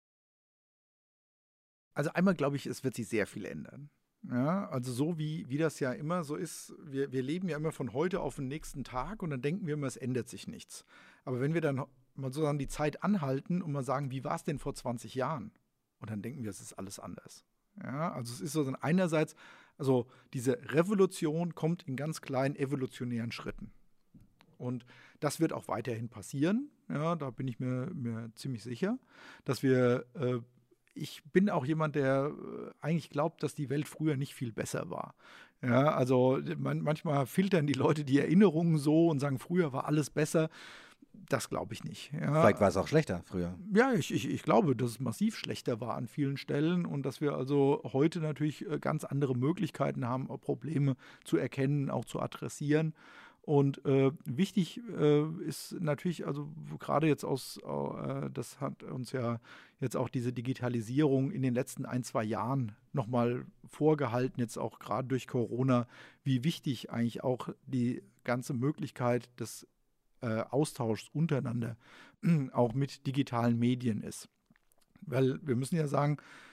Also einmal glaube ich, es wird sich sehr viel ändern. Ja, also so wie, wie das ja immer so ist, wir, wir leben ja immer von heute auf den nächsten Tag und dann denken wir immer, es ändert sich nichts. Aber wenn wir dann mal sozusagen die Zeit anhalten und mal sagen, wie war es denn vor zwanzig Jahren? Und dann denken wir, es ist alles anders. Ja, also es ist so einerseits, also diese Revolution kommt in ganz kleinen evolutionären Schritten. Und das wird auch weiterhin passieren. Ja, da bin ich mir, mir ziemlich sicher, dass wir, äh, ich bin auch jemand, der äh, eigentlich glaubt, dass die Welt früher nicht viel besser war. Ja, also man, manchmal filtern die Leute die Erinnerungen so und sagen, früher war alles besser. Das glaube ich nicht. Ja. Vielleicht war es auch schlechter früher. Ja, ich, ich, ich glaube, dass es massiv schlechter war an vielen Stellen und dass wir also heute natürlich äh, ganz andere Möglichkeiten haben, auch Probleme zu erkennen, auch zu adressieren. Und äh, wichtig äh, ist natürlich, also gerade jetzt aus, äh, das hat uns ja jetzt auch diese Digitalisierung in den letzten ein, zwei Jahren nochmal vorgehalten, jetzt auch gerade durch Corona, wie wichtig eigentlich auch die ganze Möglichkeit des äh, Austauschs untereinander auch mit digitalen Medien ist. Weil wir müssen ja sagen,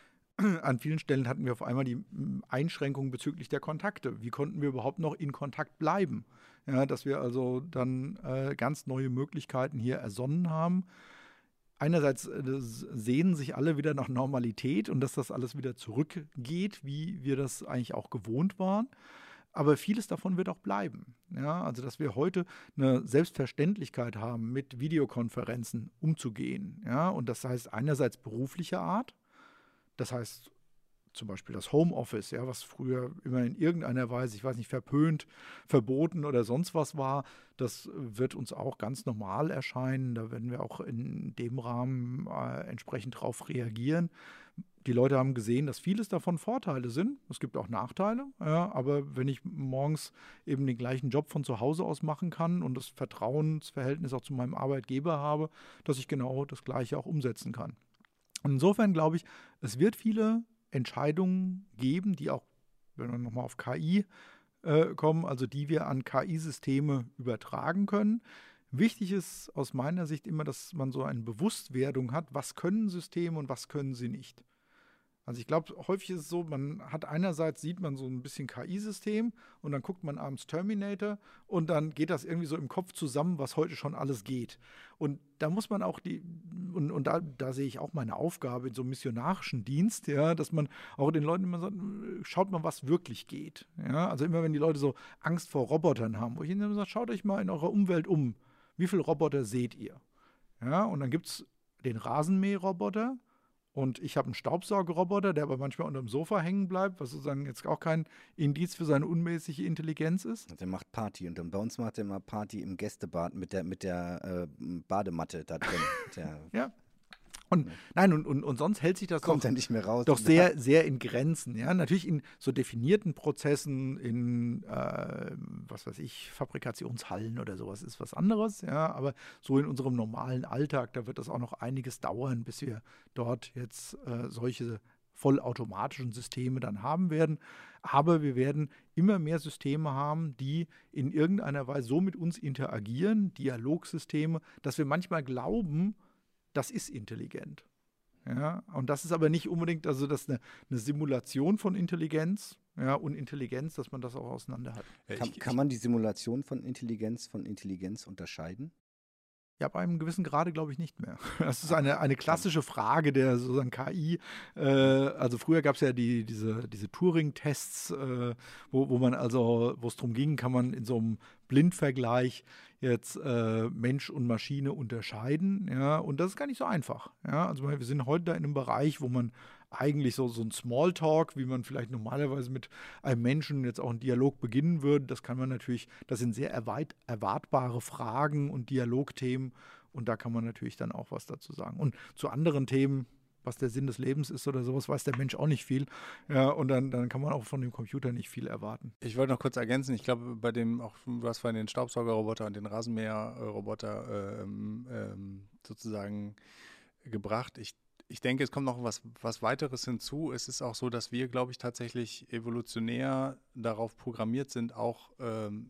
an vielen Stellen hatten wir auf einmal die Einschränkungen bezüglich der Kontakte. Wie konnten wir überhaupt noch in Kontakt bleiben? Ja, dass wir also dann äh, ganz neue Möglichkeiten hier ersonnen haben. Einerseits äh, sehnen sich alle wieder nach Normalität und dass das alles wieder zurückgeht, wie wir das eigentlich auch gewohnt waren. Aber vieles davon wird auch bleiben. Ja, also, dass wir heute eine Selbstverständlichkeit haben, mit Videokonferenzen umzugehen. Ja, und das heißt einerseits beruflicher Art. Das heißt zum Beispiel das Homeoffice, ja, was früher immer in irgendeiner Weise, ich weiß nicht, verpönt, verboten oder sonst was war, das wird uns auch ganz normal erscheinen. Da werden wir auch in dem Rahmen äh, entsprechend darauf reagieren. Die Leute haben gesehen, dass vieles davon Vorteile sind. Es gibt auch Nachteile, ja, aber wenn ich morgens eben den gleichen Job von zu Hause aus machen kann und das Vertrauensverhältnis auch zu meinem Arbeitgeber habe, dass ich genau das Gleiche auch umsetzen kann. Und insofern glaube ich, es wird viele Entscheidungen geben, die auch, wenn wir nochmal auf K I äh, kommen, also die wir an K I-Systeme übertragen können. Wichtig ist aus meiner Sicht immer, dass man so eine Bewusstwerdung hat, was können Systeme und was können sie nicht. Also ich glaube, häufig ist es so, man hat einerseits, sieht man so ein bisschen K I-System und dann guckt man abends Terminator und dann geht das irgendwie so im Kopf zusammen, was heute schon alles geht. Und da muss man auch die, und, und da, da sehe ich auch meine Aufgabe in so einem missionarischen Dienst, ja, dass man auch den Leuten immer sagt, schaut mal, was wirklich geht. Ja, also immer wenn die Leute so Angst vor Robotern haben, wo ich ihnen immer sage, schaut euch mal in eurer Umwelt um, wie viele Roboter seht ihr? Ja, und dann gibt es den Rasenmäherroboter. Und ich habe einen Staubsaugerroboter, der aber manchmal unter dem Sofa hängen bleibt, was sozusagen jetzt auch kein Indiz für seine unmäßige Intelligenz ist. Der macht Party und dann bei uns macht er mal Party im Gästebad mit der, mit der äh, Badematte da drin. Der, ja. Und nein, und, und, und sonst hält sich das kommt doch, er nicht mehr raus. doch sehr, sehr in Grenzen. Ja? Natürlich in so definierten Prozessen, in, äh, was weiß ich, Fabrikationshallen oder sowas ist was anderes. Ja? Aber so in unserem normalen Alltag, da wird das auch noch einiges dauern, bis wir dort jetzt äh, solche vollautomatischen Systeme dann haben werden. Aber wir werden immer mehr Systeme haben, die in irgendeiner Weise so mit uns interagieren, Dialogsysteme, dass wir manchmal glauben, das ist intelligent. Ja, und das ist aber nicht unbedingt, also das ist eine, eine Simulation von Intelligenz, ja, und Intelligenz, dass man das auch auseinander hat. Kann, kann man die Simulation von Intelligenz von Intelligenz unterscheiden? Ja, bei einem gewissen Grade glaube ich nicht mehr. Das ist eine, eine klassische Frage der sozusagen K I. Äh, also früher gab es ja die, diese, diese Turing-Tests, äh, wo, wo man also, wo es darum ging, kann man in so einem Blindvergleich jetzt äh, Mensch und Maschine unterscheiden. Ja, und das ist gar nicht so einfach. Ja, also wir sind heute da in einem Bereich, wo man eigentlich so, so ein Smalltalk, wie man vielleicht normalerweise mit einem Menschen jetzt auch einen Dialog beginnen würde, das kann man natürlich, das sind sehr erweit, erwartbare Fragen und Dialogthemen und da kann man natürlich dann auch was dazu sagen. Und zu anderen Themen, was der Sinn des Lebens ist oder sowas, weiß der Mensch auch nicht viel. Ja, und dann, dann kann man auch von dem Computer nicht viel erwarten. Ich wollte noch kurz ergänzen, ich glaube, bei dem, auch du hast vorhin den Staubsaugerroboter und den Rasenmäherroboter ähm, ähm, sozusagen gebracht. Ich Ich denke, es kommt noch was, was weiteres hinzu. Es ist auch so, dass wir, glaube ich, tatsächlich evolutionär darauf programmiert sind, auch, ähm,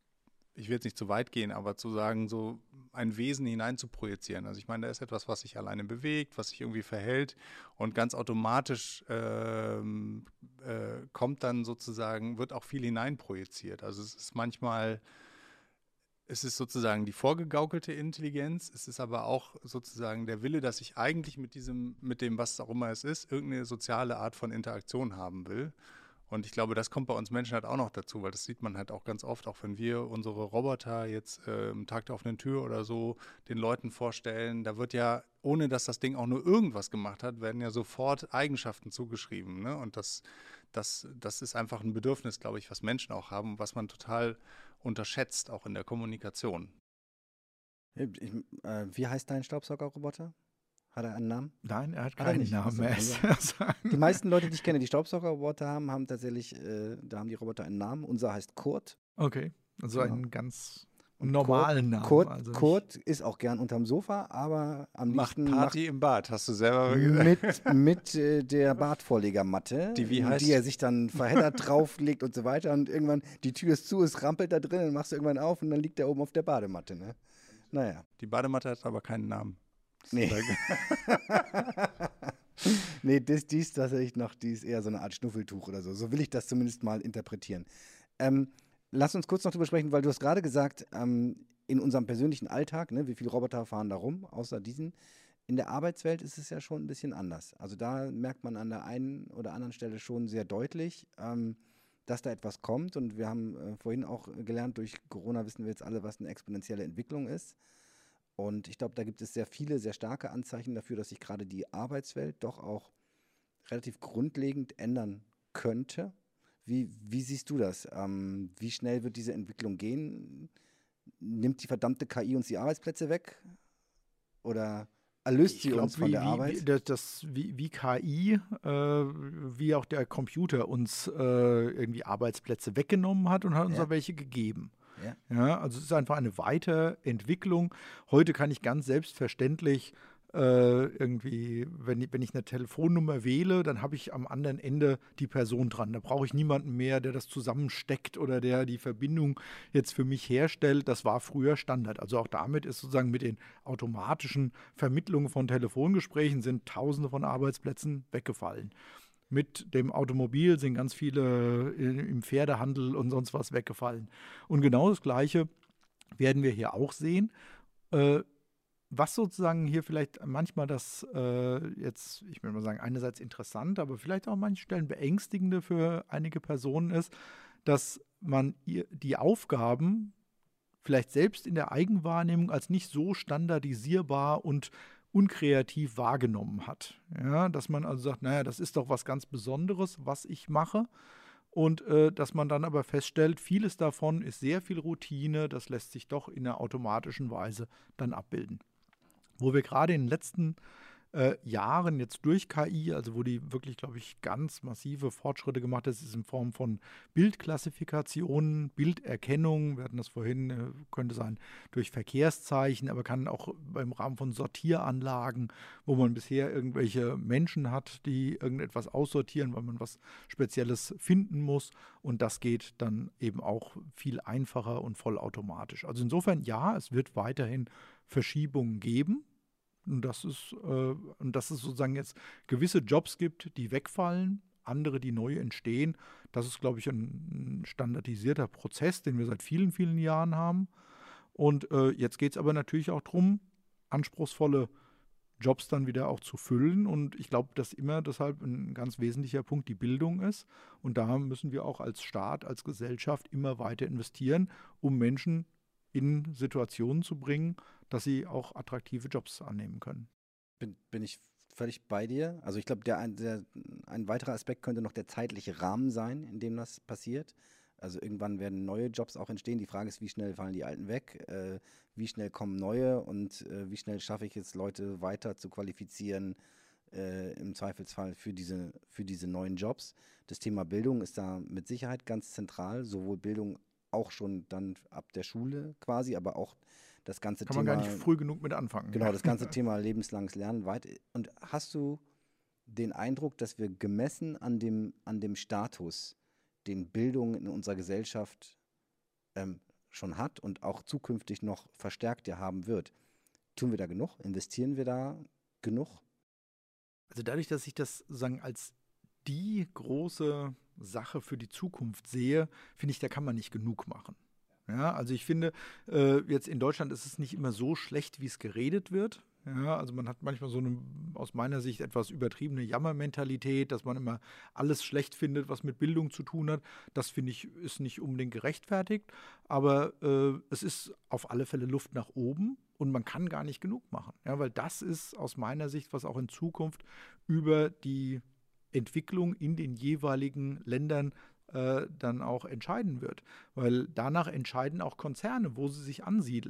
ich will jetzt nicht zu weit gehen, aber zu sagen, so ein Wesen hinein zu projizieren. Also ich meine, da ist etwas, was sich alleine bewegt, was sich irgendwie verhält und ganz automatisch ähm, äh, kommt dann sozusagen, wird auch viel hineinprojiziert. Also es ist manchmal... Es ist sozusagen die vorgegaukelte Intelligenz, es ist aber auch sozusagen der Wille, dass ich eigentlich mit diesem, mit dem, was auch immer es ist, irgendeine soziale Art von Interaktion haben will. Und ich glaube, das kommt bei uns Menschen halt auch noch dazu, weil das sieht man halt auch ganz oft, auch wenn wir unsere Roboter jetzt äh, im Tag der offenen Tür oder so den Leuten vorstellen, da wird ja, ohne dass das Ding auch nur irgendwas gemacht hat, werden ja sofort Eigenschaften zugeschrieben. Ne? Und das, das, das ist einfach ein Bedürfnis, glaube ich, was Menschen auch haben, was man total unterschätzt, auch in der Kommunikation. Ich, äh, wie heißt dein Staubsaugerroboter? Hat er einen Namen? Nein, er hat Hat er keinen nicht. Namen Also, mehr. Die meisten Leute, die ich kenne, die Staubsaugerroboter haben, haben tatsächlich, äh, da haben die Roboter einen Namen. Unser heißt Kurt. Okay, also Genau. einen ganz Und normalen Namen. Kurt, also nicht- Kurt ist auch gern unterm Sofa, aber am Macht liebsten Party im Bad, hast du selber macht gesagt. mit, mit äh, der Badvorlegermatte, Die wie in heißt? die er sich dann verheddert drauflegt und so weiter. Und irgendwann, die Tür ist zu, es rampelt da drin, dann machst du irgendwann auf und dann liegt er oben auf der Badematte. Ne? Naja. Die Badematte hat aber keinen Namen. Nee. nee, das, die ist tatsächlich noch, die ist eher so eine Art Schnuffeltuch oder so. So will ich das zumindest mal interpretieren. Ähm, lass uns kurz noch drüber sprechen, weil du hast gerade gesagt, ähm, in unserem persönlichen Alltag, ne, wie viele Roboter fahren da rum, außer diesen. In der Arbeitswelt ist es ja schon ein bisschen anders. Also da merkt man an der einen oder anderen Stelle schon sehr deutlich, ähm, dass da etwas kommt. Und wir haben äh, vorhin auch gelernt, durch Corona wissen wir jetzt alle, was eine exponentielle Entwicklung ist. Und ich glaube, da gibt es sehr viele, sehr starke Anzeichen dafür, dass sich gerade die Arbeitswelt doch auch relativ grundlegend ändern könnte. Wie, wie siehst du das? Ähm, wie schnell wird diese Entwicklung gehen? Nimmt die verdammte K I uns die Arbeitsplätze weg? Oder erlöst sie Ich glaub, uns von wie, der wie, Arbeit? Wie, das, das, wie, wie K I, äh, wie auch der Computer uns äh, irgendwie Arbeitsplätze weggenommen hat und hat uns Ja. auch welche gegeben. Ja. Ja, also es ist einfach eine Weiterentwicklung. Heute kann ich ganz selbstverständlich äh, irgendwie, wenn, ich- wenn ich eine Telefonnummer wähle, dann habe ich am anderen Ende die Person dran. Da brauche ich niemanden mehr, der das zusammensteckt oder der die Verbindung jetzt für mich herstellt. Das war früher Standard. Also auch damit ist sozusagen mit den automatischen Vermittlungen von Telefongesprächen sind Tausende von Arbeitsplätzen weggefallen. Mit dem Automobil sind ganz viele äh, im Pferdehandel und sonst was weggefallen. Und genau das Gleiche werden wir hier auch sehen. Äh, was sozusagen hier vielleicht manchmal das äh, jetzt, ich will mal sagen, einerseits interessant, aber vielleicht auch an manchen Stellen beängstigende für einige Personen ist, dass man ihr, die Aufgaben vielleicht selbst in der Eigenwahrnehmung als nicht so standardisierbar und unkreativ wahrgenommen hat. Ja, dass man also sagt, naja, das ist doch was ganz Besonderes, was ich mache. Und äh, dass man dann aber feststellt, vieles davon ist sehr viel Routine, das lässt sich doch in einer automatischen Weise dann abbilden. Wo wir gerade in den letzten äh, Jahren jetzt durch K I, also wo die wirklich, glaube ich, ganz massive Fortschritte gemacht hat, ist in Form von Bildklassifikationen, Bilderkennung, wir hatten das vorhin, äh, könnte sein durch Verkehrszeichen, aber kann auch im Rahmen von Sortieranlagen, wo man bisher irgendwelche Menschen hat, die irgendetwas aussortieren, weil man was Spezielles finden muss. Und das geht dann eben auch viel einfacher und vollautomatisch. Also insofern, ja, es wird weiterhin Verschiebungen geben. Und dass es, äh, und dass es sozusagen jetzt gewisse Jobs gibt, die wegfallen, andere, die neu entstehen. Das ist, glaube ich, ein, ein standardisierter Prozess, den wir seit vielen, vielen Jahren haben. Und äh, jetzt geht es aber natürlich auch darum, anspruchsvolle Jobs dann wieder auch zu füllen. Und ich glaube, dass immer deshalb ein ganz wesentlicher Punkt die Bildung ist. Und da müssen wir auch als Staat, als Gesellschaft immer weiter investieren, um Menschen in Situationen zu bringen, dass sie auch attraktive Jobs annehmen können. Bin, bin ich völlig bei dir. Also ich glaube, der, ein- der, ein weiterer Aspekt könnte noch der zeitliche Rahmen sein, in dem das passiert. Also irgendwann werden neue Jobs auch entstehen. Die Frage ist, wie schnell fallen die alten weg, äh, wie schnell kommen neue und äh, wie schnell schaffe ich es, Leute weiter zu qualifizieren, äh, im Zweifelsfall für diese, für diese neuen Jobs. Das Thema Bildung ist da mit Sicherheit ganz zentral, sowohl Bildung auch schon dann ab der Schule quasi, aber auch das ganze Kann man Thema. gar nicht früh genug mit anfangen. Genau, das ganze Thema lebenslanges Lernen weit. Und hast du den Eindruck, dass wir gemessen an dem, an dem Status, den Bildung in unserer Gesellschaft ähm, schon hat und auch zukünftig noch verstärkt ja haben wird, tun wir da genug? Investieren wir da genug? Also dadurch, dass ich das sagen als die große Sache für die Zukunft sehe, finde ich, da kann man nicht genug machen. Ja, also ich finde, äh, jetzt in Deutschland ist es nicht immer so schlecht, wie es geredet wird. Ja, also man hat manchmal so eine, aus meiner Sicht, etwas übertriebene Jammermentalität, dass man immer alles schlecht findet, was mit Bildung zu tun hat. Das finde ich, ist nicht unbedingt gerechtfertigt. Aber äh, es ist auf alle Fälle Luft nach oben und man kann gar nicht genug machen. Ja, weil das ist aus meiner Sicht, was auch in Zukunft über die Entwicklung in den jeweiligen Ländern äh, dann auch entscheiden wird. Weil danach entscheiden auch Konzerne, wo sie sich ansiedeln.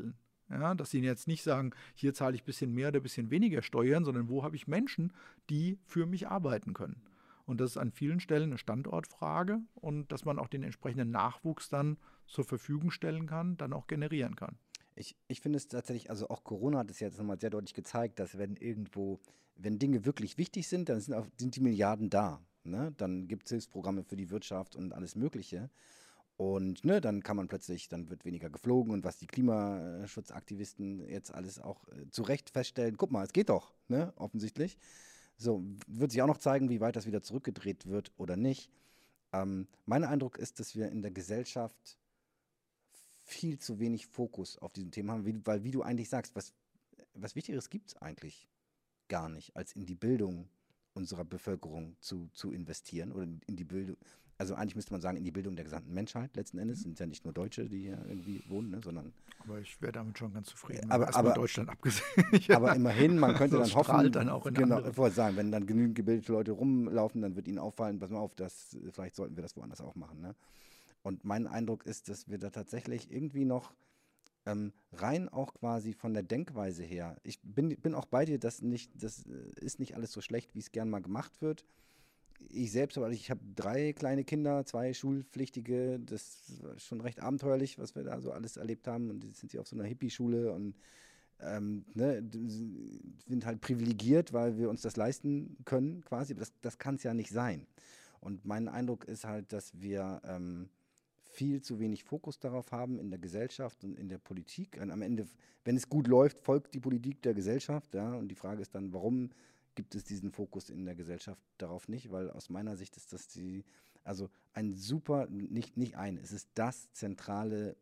Ja, dass sie jetzt nicht sagen, hier zahle ich ein bisschen mehr oder ein bisschen weniger Steuern, sondern wo habe ich Menschen, die für mich arbeiten können. Und das ist an vielen Stellen eine Standortfrage und dass man auch den entsprechenden Nachwuchs dann zur Verfügung stellen kann, dann auch generieren kann. Ich, ich finde es tatsächlich, also auch Corona hat es jetzt nochmal sehr deutlich gezeigt, dass wenn irgendwo, wenn Dinge wirklich wichtig sind, dann sind, auch, sind die Milliarden da. Ne? Dann gibt es Hilfsprogramme für die Wirtschaft und alles Mögliche. Und ne, dann kann man plötzlich, dann wird weniger geflogen und was die Klimaschutzaktivisten jetzt alles auch äh, zu Recht feststellen, guck mal, es geht doch, ne, offensichtlich. So, wird sich auch noch zeigen, wie weit das wieder zurückgedreht wird oder nicht. Ähm, mein Eindruck ist, dass wir in der Gesellschaft viel zu wenig Fokus auf diesem Thema haben, wie, weil wie du eigentlich sagst, was, was Wichtigeres gibt es eigentlich gar nicht, als in die Bildung unserer Bevölkerung zu, zu investieren oder in die Bildung, also eigentlich müsste man sagen, in die Bildung der gesamten Menschheit letzten Endes. Sind ja nicht nur Deutsche, die hier irgendwie wohnen, ne, sondern. Aber ich wäre damit schon ganz zufrieden. Aber, erstmal aber, Deutschland abgesehen. Ja. Aber immerhin, man könnte das dann hoffen, strahlt dann auch in genau, andere. ich wollte sagen, wenn dann genügend gebildete Leute rumlaufen, dann wird ihnen auffallen, pass mal auf, das, vielleicht sollten wir das woanders auch machen. Ne? Und mein Eindruck ist, dass wir da tatsächlich irgendwie noch ähm, rein auch quasi von der Denkweise her, ich bin, bin auch bei dir, dass nicht, das ist nicht alles so schlecht, wie es gern mal gemacht wird. Ich selbst, aber ich habe drei kleine Kinder, zwei Schulpflichtige, das war schon recht abenteuerlich, was wir da so alles erlebt haben und jetzt sind sie auf so einer Hippie-Schule und ähm, ne, sind halt privilegiert, weil wir uns das leisten können quasi, aber das, das kann es ja nicht sein. Und mein Eindruck ist halt, dass wir ähm, viel zu wenig Fokus darauf haben in der Gesellschaft und in der Politik. Und am Ende, wenn es gut läuft, folgt die Politik der Gesellschaft, ja, und die Frage ist dann, warum gibt es diesen Fokus in der Gesellschaft darauf nicht, weil aus meiner Sicht ist das die, also ein super, nicht, nicht ein, es ist das zentrale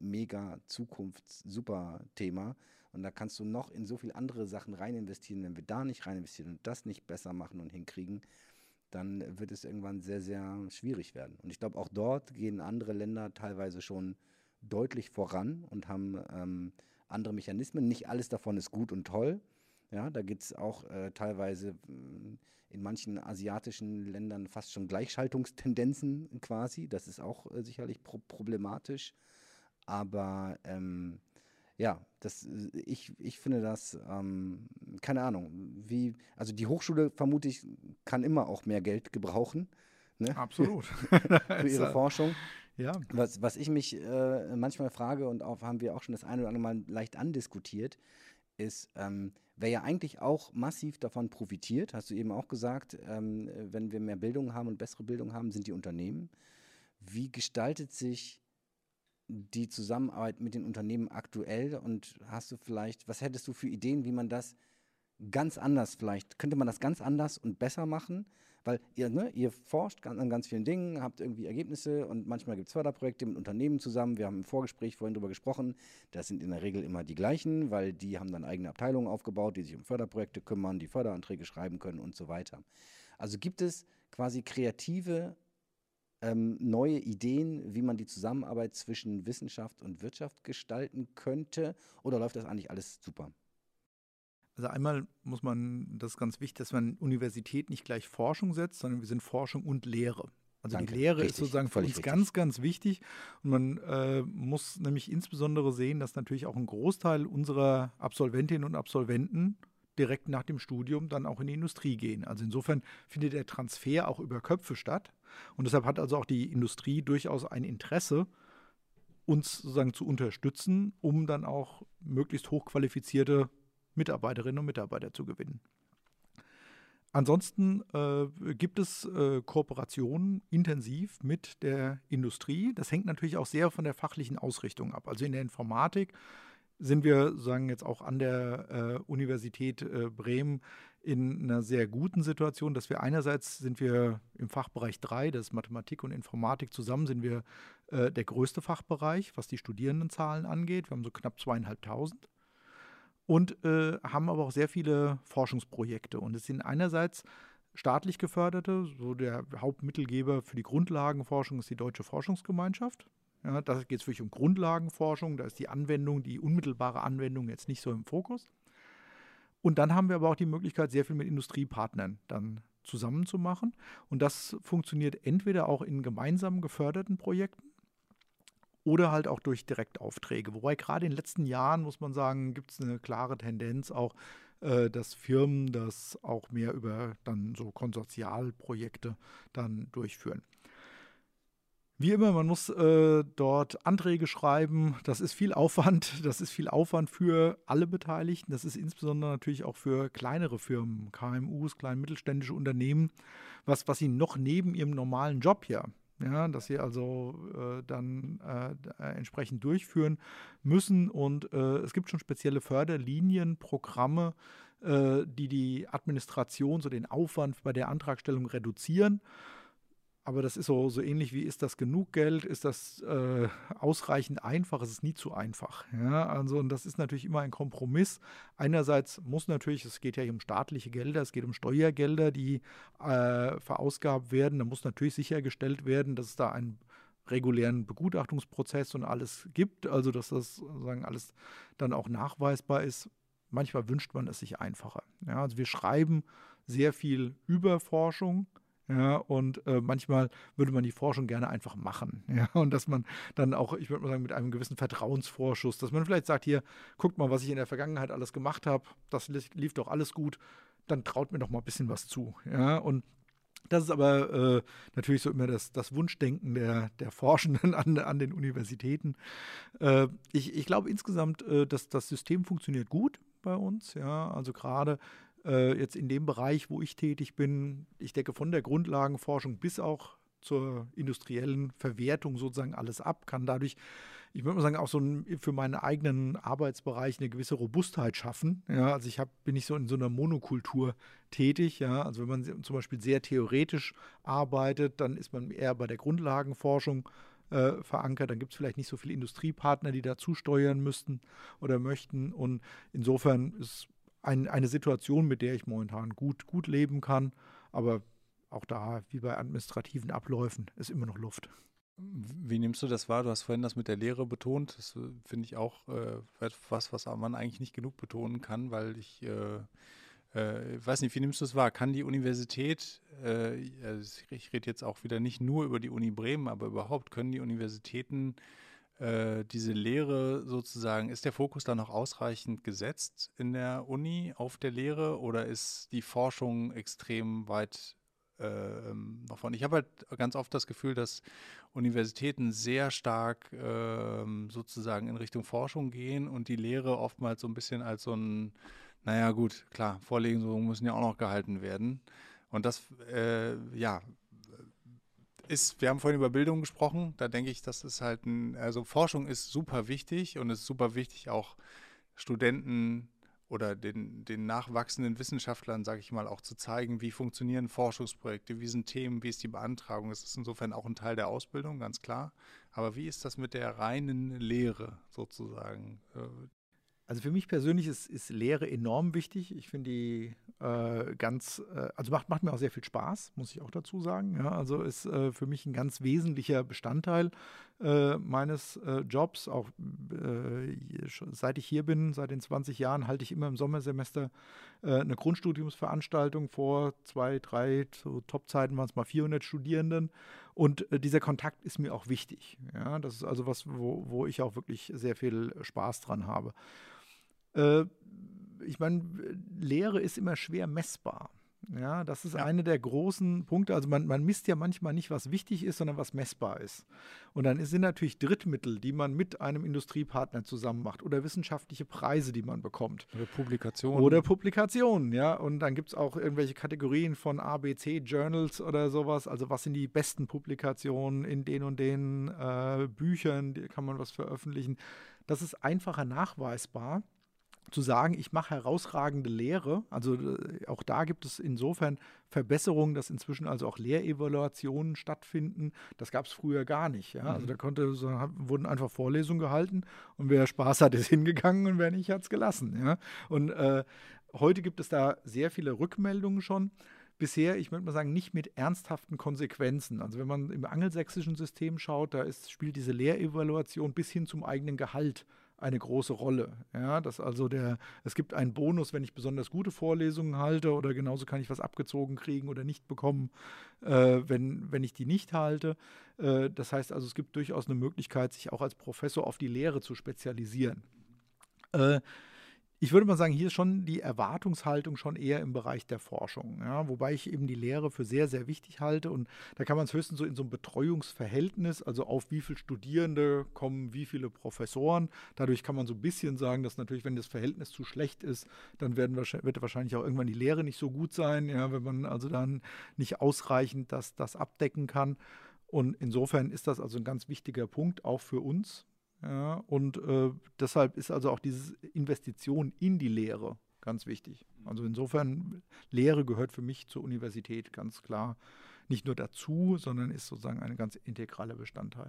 Mega-Zukunfts-Super-Thema und da kannst du noch in so viele andere Sachen rein investieren, wenn wir da nicht rein investieren und das nicht besser machen und hinkriegen, dann wird es irgendwann sehr, sehr schwierig werden. Und ich glaube, auch dort gehen andere Länder teilweise schon deutlich voran und haben ähm, andere Mechanismen. Nicht alles davon ist gut und toll. Ja, da gibt es auch äh, teilweise äh, in manchen asiatischen Ländern fast schon Gleichschaltungstendenzen quasi. Das ist auch äh, sicherlich pro- problematisch. Aber ähm, ja, das, äh, ich, ich finde das, ähm, keine Ahnung, wie, also die Hochschule vermute ich, kann immer auch mehr Geld gebrauchen. Ne? Absolut. Für ihre Forschung. Ja. Was, was ich mich äh, manchmal frage und auch haben wir auch schon das eine oder andere Mal leicht andiskutiert, ist, ähm, wer ja eigentlich auch massiv davon profitiert, hast du eben auch gesagt, ähm, wenn wir mehr Bildung haben und bessere Bildung haben, sind die Unternehmen. Wie gestaltet sich die Zusammenarbeit mit den Unternehmen aktuell und hast du vielleicht, was hättest du für Ideen, wie man das ganz anders vielleicht, könnte man das ganz anders und besser machen? Weil ihr, ne, ihr forscht an ganz vielen Dingen, habt irgendwie Ergebnisse und manchmal gibt es Förderprojekte mit Unternehmen zusammen. Wir haben im Vorgespräch vorhin drüber gesprochen, das sind in der Regel immer die gleichen, weil die haben dann eigene Abteilungen aufgebaut, die sich um Förderprojekte kümmern, die Förderanträge schreiben können und so weiter. Also gibt es quasi kreative ähm, neue Ideen, wie man die Zusammenarbeit zwischen Wissenschaft und Wirtschaft gestalten könnte oder läuft das eigentlich alles super? Also einmal muss man, das ist ganz wichtig, dass man Universität nicht gleich Forschung setzt, sondern wir sind Forschung und Lehre. Also Danke. die Lehre Richtig, ist sozusagen für uns völlig ganz, richtig. ganz wichtig. Und man äh, muss nämlich insbesondere sehen, dass natürlich auch ein Großteil unserer Absolventinnen und Absolventen direkt nach dem Studium dann auch in die Industrie gehen. Also insofern findet der Transfer auch über Köpfe statt. Und deshalb hat also auch die Industrie durchaus ein Interesse, uns sozusagen zu unterstützen, um dann auch möglichst hochqualifizierte Mitarbeiterinnen und Mitarbeiter zu gewinnen. Ansonsten äh, gibt es äh, Kooperationen intensiv mit der Industrie. Das hängt natürlich auch sehr von der fachlichen Ausrichtung ab. Also in der Informatik sind wir, sagen jetzt auch an der äh, Universität äh, Bremen in einer sehr guten Situation, dass wir einerseits sind wir im Fachbereich drei, das ist Mathematik und Informatik zusammen, sind wir äh, der größte Fachbereich, was die Studierendenzahlen angeht. Wir haben so knapp zweieinhalbtausend. Und äh, haben aber auch sehr viele Forschungsprojekte. Und es sind einerseits staatlich geförderte, so der Hauptmittelgeber für die Grundlagenforschung ist die Deutsche Forschungsgemeinschaft. Ja, da geht es wirklich um Grundlagenforschung, da ist die Anwendung, die unmittelbare Anwendung jetzt nicht so im Fokus. Und dann haben wir aber auch die Möglichkeit, sehr viel mit Industriepartnern dann zusammen zu machen. Und das funktioniert entweder auch in gemeinsam geförderten Projekten oder halt auch durch Direktaufträge. Wobei gerade in den letzten Jahren, muss man sagen, gibt es eine klare Tendenz auch, äh, dass Firmen das auch mehr über dann so Konsortialprojekte dann durchführen. Wie immer, man muss äh, dort Anträge schreiben. Das ist viel Aufwand. Das ist viel Aufwand für alle Beteiligten. Das ist insbesondere natürlich auch für kleinere Firmen, K M Us, kleine mittelständische Unternehmen, was, was sie noch neben ihrem normalen Job ja, ja dass sie also äh, dann äh, entsprechend durchführen müssen. Und äh, es gibt schon spezielle Förderlinien, Programme, äh, die die Administration, so den Aufwand bei der Antragstellung reduzieren. Aber das ist so, so ähnlich wie, ist das genug Geld? Ist das äh, ausreichend einfach? Es ist nie zu einfach. Ja? Also, und das ist natürlich immer ein Kompromiss. Einerseits muss natürlich, es geht ja hier um staatliche Gelder, es geht um Steuergelder, die äh, verausgabt werden. Da muss natürlich sichergestellt werden, dass es da einen regulären Begutachtungsprozess und alles gibt. Also, dass das sozusagen alles dann auch nachweisbar ist. Manchmal wünscht man es sich einfacher. Ja? Also, wir schreiben sehr viel über Forschung. Ja, und äh, manchmal würde man die Forschung gerne einfach machen. Ja, und dass man dann auch, ich würde mal sagen, mit einem gewissen Vertrauensvorschuss, dass man vielleicht sagt, hier, guckt mal, was ich in der Vergangenheit alles gemacht habe, das lief doch alles gut, dann traut mir doch mal ein bisschen was zu. Ja, und das ist aber äh, natürlich so immer das, das Wunschdenken der, der Forschenden an, an den Universitäten. Äh, ich, ich glaube insgesamt, äh, dass das System funktioniert gut bei uns. Ja, also gerade jetzt in dem Bereich, wo ich tätig bin, ich decke von der Grundlagenforschung bis auch zur industriellen Verwertung sozusagen alles ab, kann dadurch, ich würde mal sagen, auch so ein, für meinen eigenen Arbeitsbereich eine gewisse Robustheit schaffen. Ja, also ich hab, bin nicht so in so einer Monokultur tätig. Ja, also wenn man zum Beispiel sehr theoretisch arbeitet, dann ist man eher bei der Grundlagenforschung äh, verankert. Dann gibt es vielleicht nicht so viele Industriepartner, die dazu steuern müssten oder möchten. Und insofern ist Ein, eine Situation, mit der ich momentan gut, gut leben kann, aber auch da, wie bei administrativen Abläufen, ist immer noch Luft. Wie nimmst du das wahr? Du hast vorhin das mit der Lehre betont. Das äh, finde ich auch äh, etwas, was man eigentlich nicht genug betonen kann, weil ich äh, äh, weiß nicht, wie nimmst du das wahr? Kann die Universität, äh, ich rede jetzt auch wieder nicht nur über die Uni Bremen, aber überhaupt, können die Universitäten diese Lehre sozusagen, ist der Fokus da noch ausreichend gesetzt in der Uni auf der Lehre oder ist die Forschung extrem weit äh, davon? Ich habe halt ganz oft das Gefühl, dass Universitäten sehr stark äh, sozusagen in Richtung Forschung gehen und die Lehre oftmals so ein bisschen als so ein, naja gut, klar, Vorlesungen müssen ja auch noch gehalten werden. Und das, äh, ja, Ist, wir haben vorhin über Bildung gesprochen, da denke ich, das ist halt ein, also Forschung ist super wichtig und es ist super wichtig, auch Studenten oder den, den nachwachsenden Wissenschaftlern, sage ich mal, auch zu zeigen, wie funktionieren Forschungsprojekte, wie sind Themen, wie ist die Beantragung. Das ist insofern auch ein Teil der Ausbildung, ganz klar. Aber wie ist das mit der reinen Lehre sozusagen? Also für mich persönlich ist, ist Lehre enorm wichtig. Ich finde die äh, ganz, äh, also macht, macht mir auch sehr viel Spaß, muss ich auch dazu sagen. Ja, also ist äh, für mich ein ganz wesentlicher Bestandteil äh, meines äh, Jobs. Auch äh, seit ich hier bin, seit den zwanzig Jahren, halte ich immer im Sommersemester äh, eine Grundstudiumsveranstaltung vor. Zwei, drei, zu Topzeiten waren es mal vierhundert Studierenden. Und äh, dieser Kontakt ist mir auch wichtig. Ja, das ist also was, wo, wo ich auch wirklich sehr viel Spaß dran habe. Äh, ich meine, Lehre ist immer schwer messbar. Ja, das ist ja einer der großen Punkte. Also man, man misst ja manchmal nicht, was wichtig ist, sondern was messbar ist. Und dann sind natürlich Drittmittel, die man mit einem Industriepartner zusammen macht oder wissenschaftliche Preise, die man bekommt. Oder Publikationen. Oder Publikationen, ja. Und dann gibt es auch irgendwelche Kategorien von A, B, C-Journals oder sowas. Also was sind die besten Publikationen in den und den äh, Büchern, die kann man was veröffentlichen. Das ist einfacher nachweisbar. Zu sagen, ich mache herausragende Lehre, also äh, auch da gibt es insofern Verbesserungen, dass inzwischen also auch Lehrevaluationen stattfinden. Das gab es früher gar nicht. Ja? Mhm. Also da konnte, so, wurden einfach Vorlesungen gehalten und wer Spaß hat, ist hingegangen und wer nicht, hat es gelassen. Ja? Und äh, heute gibt es da sehr viele Rückmeldungen schon. Bisher, ich würde mal sagen, nicht mit ernsthaften Konsequenzen. Also wenn man im angelsächsischen System schaut, da ist, spielt diese Lehrevaluation bis hin zum eigenen Gehalt eine große Rolle. Ja, dass also der, es gibt einen Bonus, wenn ich besonders gute Vorlesungen halte, oder genauso kann ich was abgezogen kriegen oder nicht bekommen, äh, wenn, wenn ich die nicht halte. Äh, das heißt also, es gibt durchaus eine Möglichkeit, sich auch als Professor auf die Lehre zu spezialisieren. Äh, Ich würde mal sagen, hier ist schon die Erwartungshaltung schon eher im Bereich der Forschung. Ja, wobei ich eben die Lehre für sehr, sehr wichtig halte. Und da kann man es höchstens so in so einem Betreuungsverhältnis, also auf wie viele Studierende kommen wie viele Professoren. Dadurch kann man so ein bisschen sagen, dass natürlich, wenn das Verhältnis zu schlecht ist, dann werden, wird wahrscheinlich auch irgendwann die Lehre nicht so gut sein, ja, wenn man also dann nicht ausreichend das, das abdecken kann. Und insofern ist das also ein ganz wichtiger Punkt, auch für uns. Ja, und äh, deshalb ist also auch diese Investition in die Lehre ganz wichtig. Also insofern, Lehre gehört für mich zur Universität ganz klar nicht nur dazu, sondern ist sozusagen ein ganz integraler Bestandteil.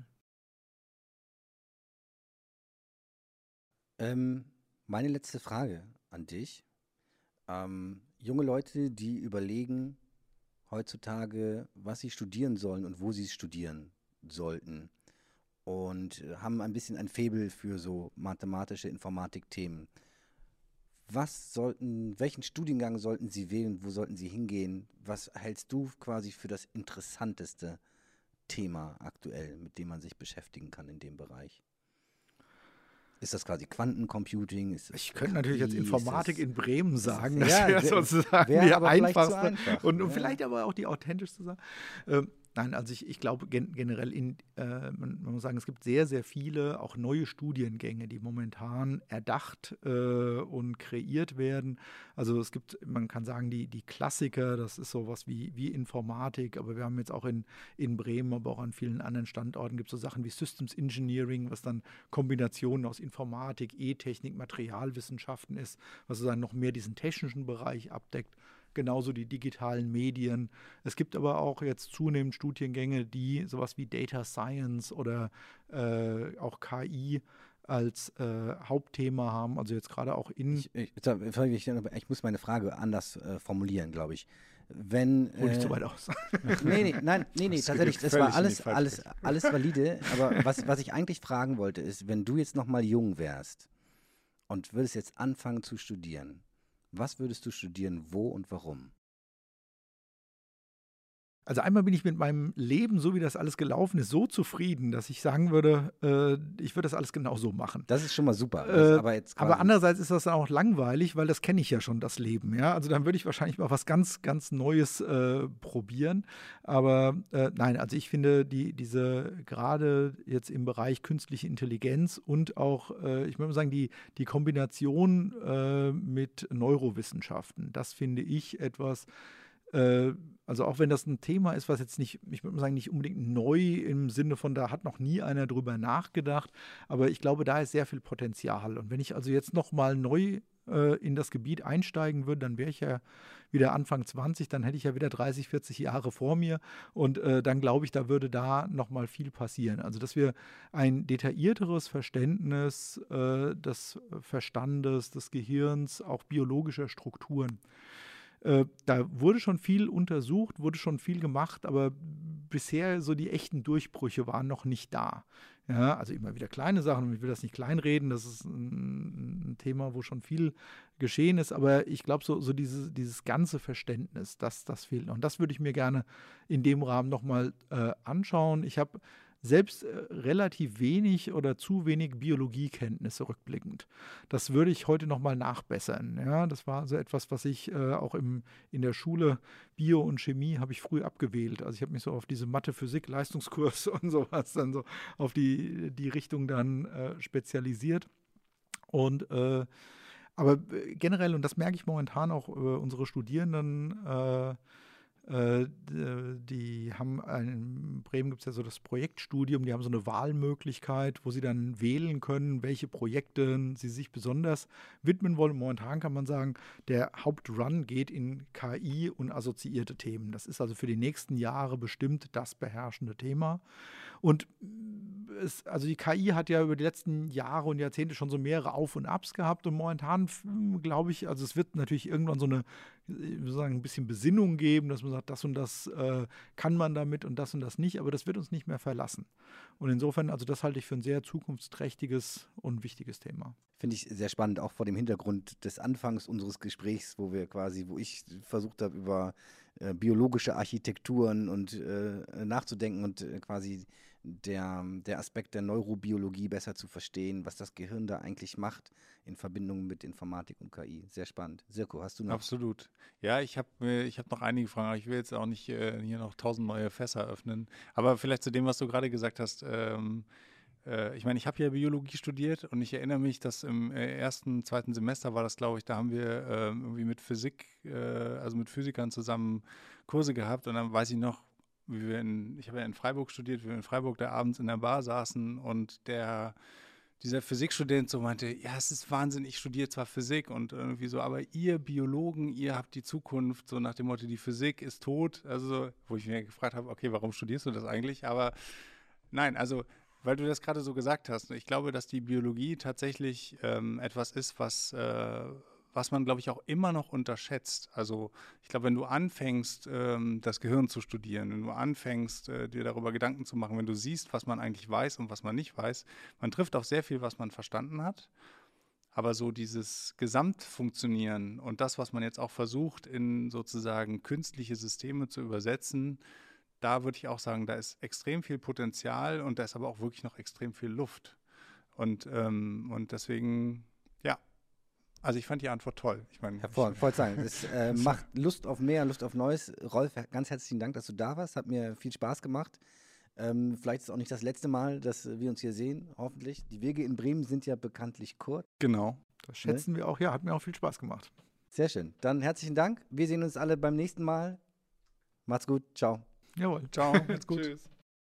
Ähm, meine letzte Frage an dich. Ähm, junge Leute, die überlegen heutzutage, was sie studieren sollen und wo sie studieren sollten, und haben ein bisschen ein Faible für so mathematische Informatikthemen. Was sollten, welchen Studiengang sollten sie wählen? Wo sollten sie hingehen? Was hältst du quasi für das interessanteste Thema aktuell, mit dem man sich beschäftigen kann in dem Bereich? Ist das quasi Quantencomputing? Ist das Ich könnte natürlich jetzt K I? Informatik Ist das, in Bremen sagen. das, Das ja, wäre wär, sozusagen wär die aber vielleicht zu einfachste einfach. und, und Ja. vielleicht aber auch die authentischste Sache. Ähm, Nein, also ich, ich glaube gen generell, in, äh, man, man muss sagen, es gibt sehr, sehr viele auch neue Studiengänge, die momentan erdacht äh, und kreiert werden. Also es gibt, man kann sagen, die, die Klassiker, das ist sowas wie, wie Informatik, aber wir haben jetzt auch in, in Bremen, aber auch an vielen anderen Standorten gibt es so Sachen wie Systems Engineering, was dann Kombinationen aus Informatik, E-Technik, Materialwissenschaften ist, was sozusagen noch mehr diesen technischen Bereich abdeckt. Genauso die digitalen Medien. Es gibt aber auch jetzt zunehmend Studiengänge, die sowas wie Data Science oder äh, auch K I als äh, Hauptthema haben. Also jetzt gerade auch in... Ich, ich, ich, ich muss meine Frage anders äh, formulieren, glaube ich. Wenn, Hol ich äh, zu weit aus. nee, nee, nein, nee, nee, Das tatsächlich, geht das war völlig in die alles, falsche alles, Richtung. alles valide. Aber was, was ich eigentlich fragen wollte, ist, wenn du jetzt noch mal jung wärst und würdest jetzt anfangen zu studieren, was würdest du studieren, wo und warum? Also einmal bin ich mit meinem Leben, so wie das alles gelaufen ist, so zufrieden, dass ich sagen würde, äh, ich würde das alles genauso machen. Das ist schon mal super. Äh, Das, aber, jetzt aber quasi, andererseits ist das dann auch langweilig, weil das kenne ich ja schon, das Leben. Ja? Also dann würde ich wahrscheinlich mal was ganz, ganz Neues äh, probieren. Aber äh, nein, also ich finde, die, diese gerade jetzt im Bereich künstliche Intelligenz und auch, äh, ich würde mal sagen, die, die Kombination äh, mit Neurowissenschaften, das finde ich etwas, also auch wenn das ein Thema ist, was jetzt nicht, ich würde mal sagen, nicht unbedingt neu im Sinne von, da hat noch nie einer drüber nachgedacht, aber ich glaube, da ist sehr viel Potenzial. Und wenn ich also jetzt nochmal neu äh, in das Gebiet einsteigen würde, dann wäre ich ja wieder Anfang zwanzig, dann hätte ich ja wieder dreißig, vierzig Jahre vor mir und äh, dann glaube ich, da würde da nochmal viel passieren. Also dass wir ein detaillierteres Verständnis äh, des Verstandes, des Gehirns, auch biologischer Strukturen. Da wurde schon viel untersucht, wurde schon viel gemacht, aber bisher so die echten Durchbrüche waren noch nicht da. Ja, also immer wieder kleine Sachen, und ich will das nicht kleinreden, das ist ein, ein Thema, wo schon viel geschehen ist, aber ich glaube, so, so diese, dieses ganze Verständnis, das, das fehlt noch. Und das würde ich mir gerne in dem Rahmen nochmal äh, anschauen. Ich habe selbst äh, relativ wenig oder zu wenig Biologiekenntnisse rückblickend. Das würde ich heute nochmal nachbessern. Ja, das war so etwas, was ich äh, auch im, in der Schule, Bio und Chemie, habe ich früh abgewählt. Also ich habe mich so auf diese Mathe, Physik, Leistungskurs und sowas dann so auf die, die Richtung dann äh, spezialisiert. Und äh, aber generell, und das merke ich momentan auch, äh, unsere Studierenden, äh, die haben, in Bremen gibt es ja so das Projektstudium, die haben so eine Wahlmöglichkeit, wo sie dann wählen können, welche Projekte sie sich besonders widmen wollen. Momentan kann man sagen, der Hauptrun geht in K I und assoziierte Themen. Das ist also für die nächsten Jahre bestimmt das beherrschende Thema. Und es, also die K I hat ja über die letzten Jahre und Jahrzehnte schon so mehrere Auf- und Abs gehabt und momentan glaube ich, also es wird natürlich irgendwann so eine, sozusagen ein bisschen Besinnung geben, dass man sagt, das und das äh, kann man damit und das und das nicht, aber das wird uns nicht mehr verlassen. Und insofern, also das halte ich für ein sehr zukunftsträchtiges und wichtiges Thema. Finde ich sehr spannend, auch vor dem Hintergrund des Anfangs unseres Gesprächs, wo wir quasi, wo ich versucht habe, über äh, biologische Architekturen und äh, nachzudenken und äh, quasi der, der Aspekt der Neurobiologie besser zu verstehen, was das Gehirn da eigentlich macht in Verbindung mit Informatik und K I. Sehr spannend. Sirko, hast du noch? Absolut. Ja, ich habe ich hab noch einige Fragen, aber ich will jetzt auch nicht äh, hier noch tausend neue Fässer öffnen. Aber vielleicht zu dem, was du gerade gesagt hast. Ähm, äh, ich meine, ich habe ja Biologie studiert und ich erinnere mich, dass im äh, ersten, zweiten Semester war das, glaube ich, da haben wir äh, irgendwie mit Physik, äh, also mit Physikern zusammen Kurse gehabt und dann weiß ich noch, wie wir in, ich habe ja in Freiburg studiert, wie wir in Freiburg da abends in der Bar saßen und der dieser Physikstudent so meinte, ja, es ist Wahnsinn, ich studiere zwar Physik und irgendwie so, aber ihr Biologen, ihr habt die Zukunft, so nach dem Motto, die Physik ist tot. Also, so, wo ich mir gefragt habe, okay, warum studierst du das eigentlich? Aber nein, also, weil du das gerade so gesagt hast, ich glaube, dass die Biologie tatsächlich ähm, etwas ist, was, äh, was man, glaube ich, auch immer noch unterschätzt. Also ich glaube, wenn du anfängst, ähm, das Gehirn zu studieren, wenn du anfängst, äh, dir darüber Gedanken zu machen, wenn du siehst, was man eigentlich weiß und was man nicht weiß, man trifft auf sehr viel, was man verstanden hat. Aber so dieses Gesamtfunktionieren und das, was man jetzt auch versucht, in sozusagen künstliche Systeme zu übersetzen, da würde ich auch sagen, da ist extrem viel Potenzial und da ist aber auch wirklich noch extrem viel Luft. Und, ähm, und deswegen, ja, also ich fand die Antwort toll. Ich meine, Hervorragend, voll sagen. Es äh, macht Lust auf mehr, Lust auf Neues. Rolf, ganz herzlichen Dank, dass du da warst. Hat mir viel Spaß gemacht. Ähm, vielleicht ist es auch nicht das letzte Mal, dass wir uns hier sehen, hoffentlich. Die Wege in Bremen sind ja bekanntlich kurz. Genau. Das schätzen ne? wir auch. Ja, hat mir auch viel Spaß gemacht. Sehr schön. Dann herzlichen Dank. Wir sehen uns alle beim nächsten Mal. Macht's gut. Ciao. Jawohl. Ciao. Macht's gut. Tschüss.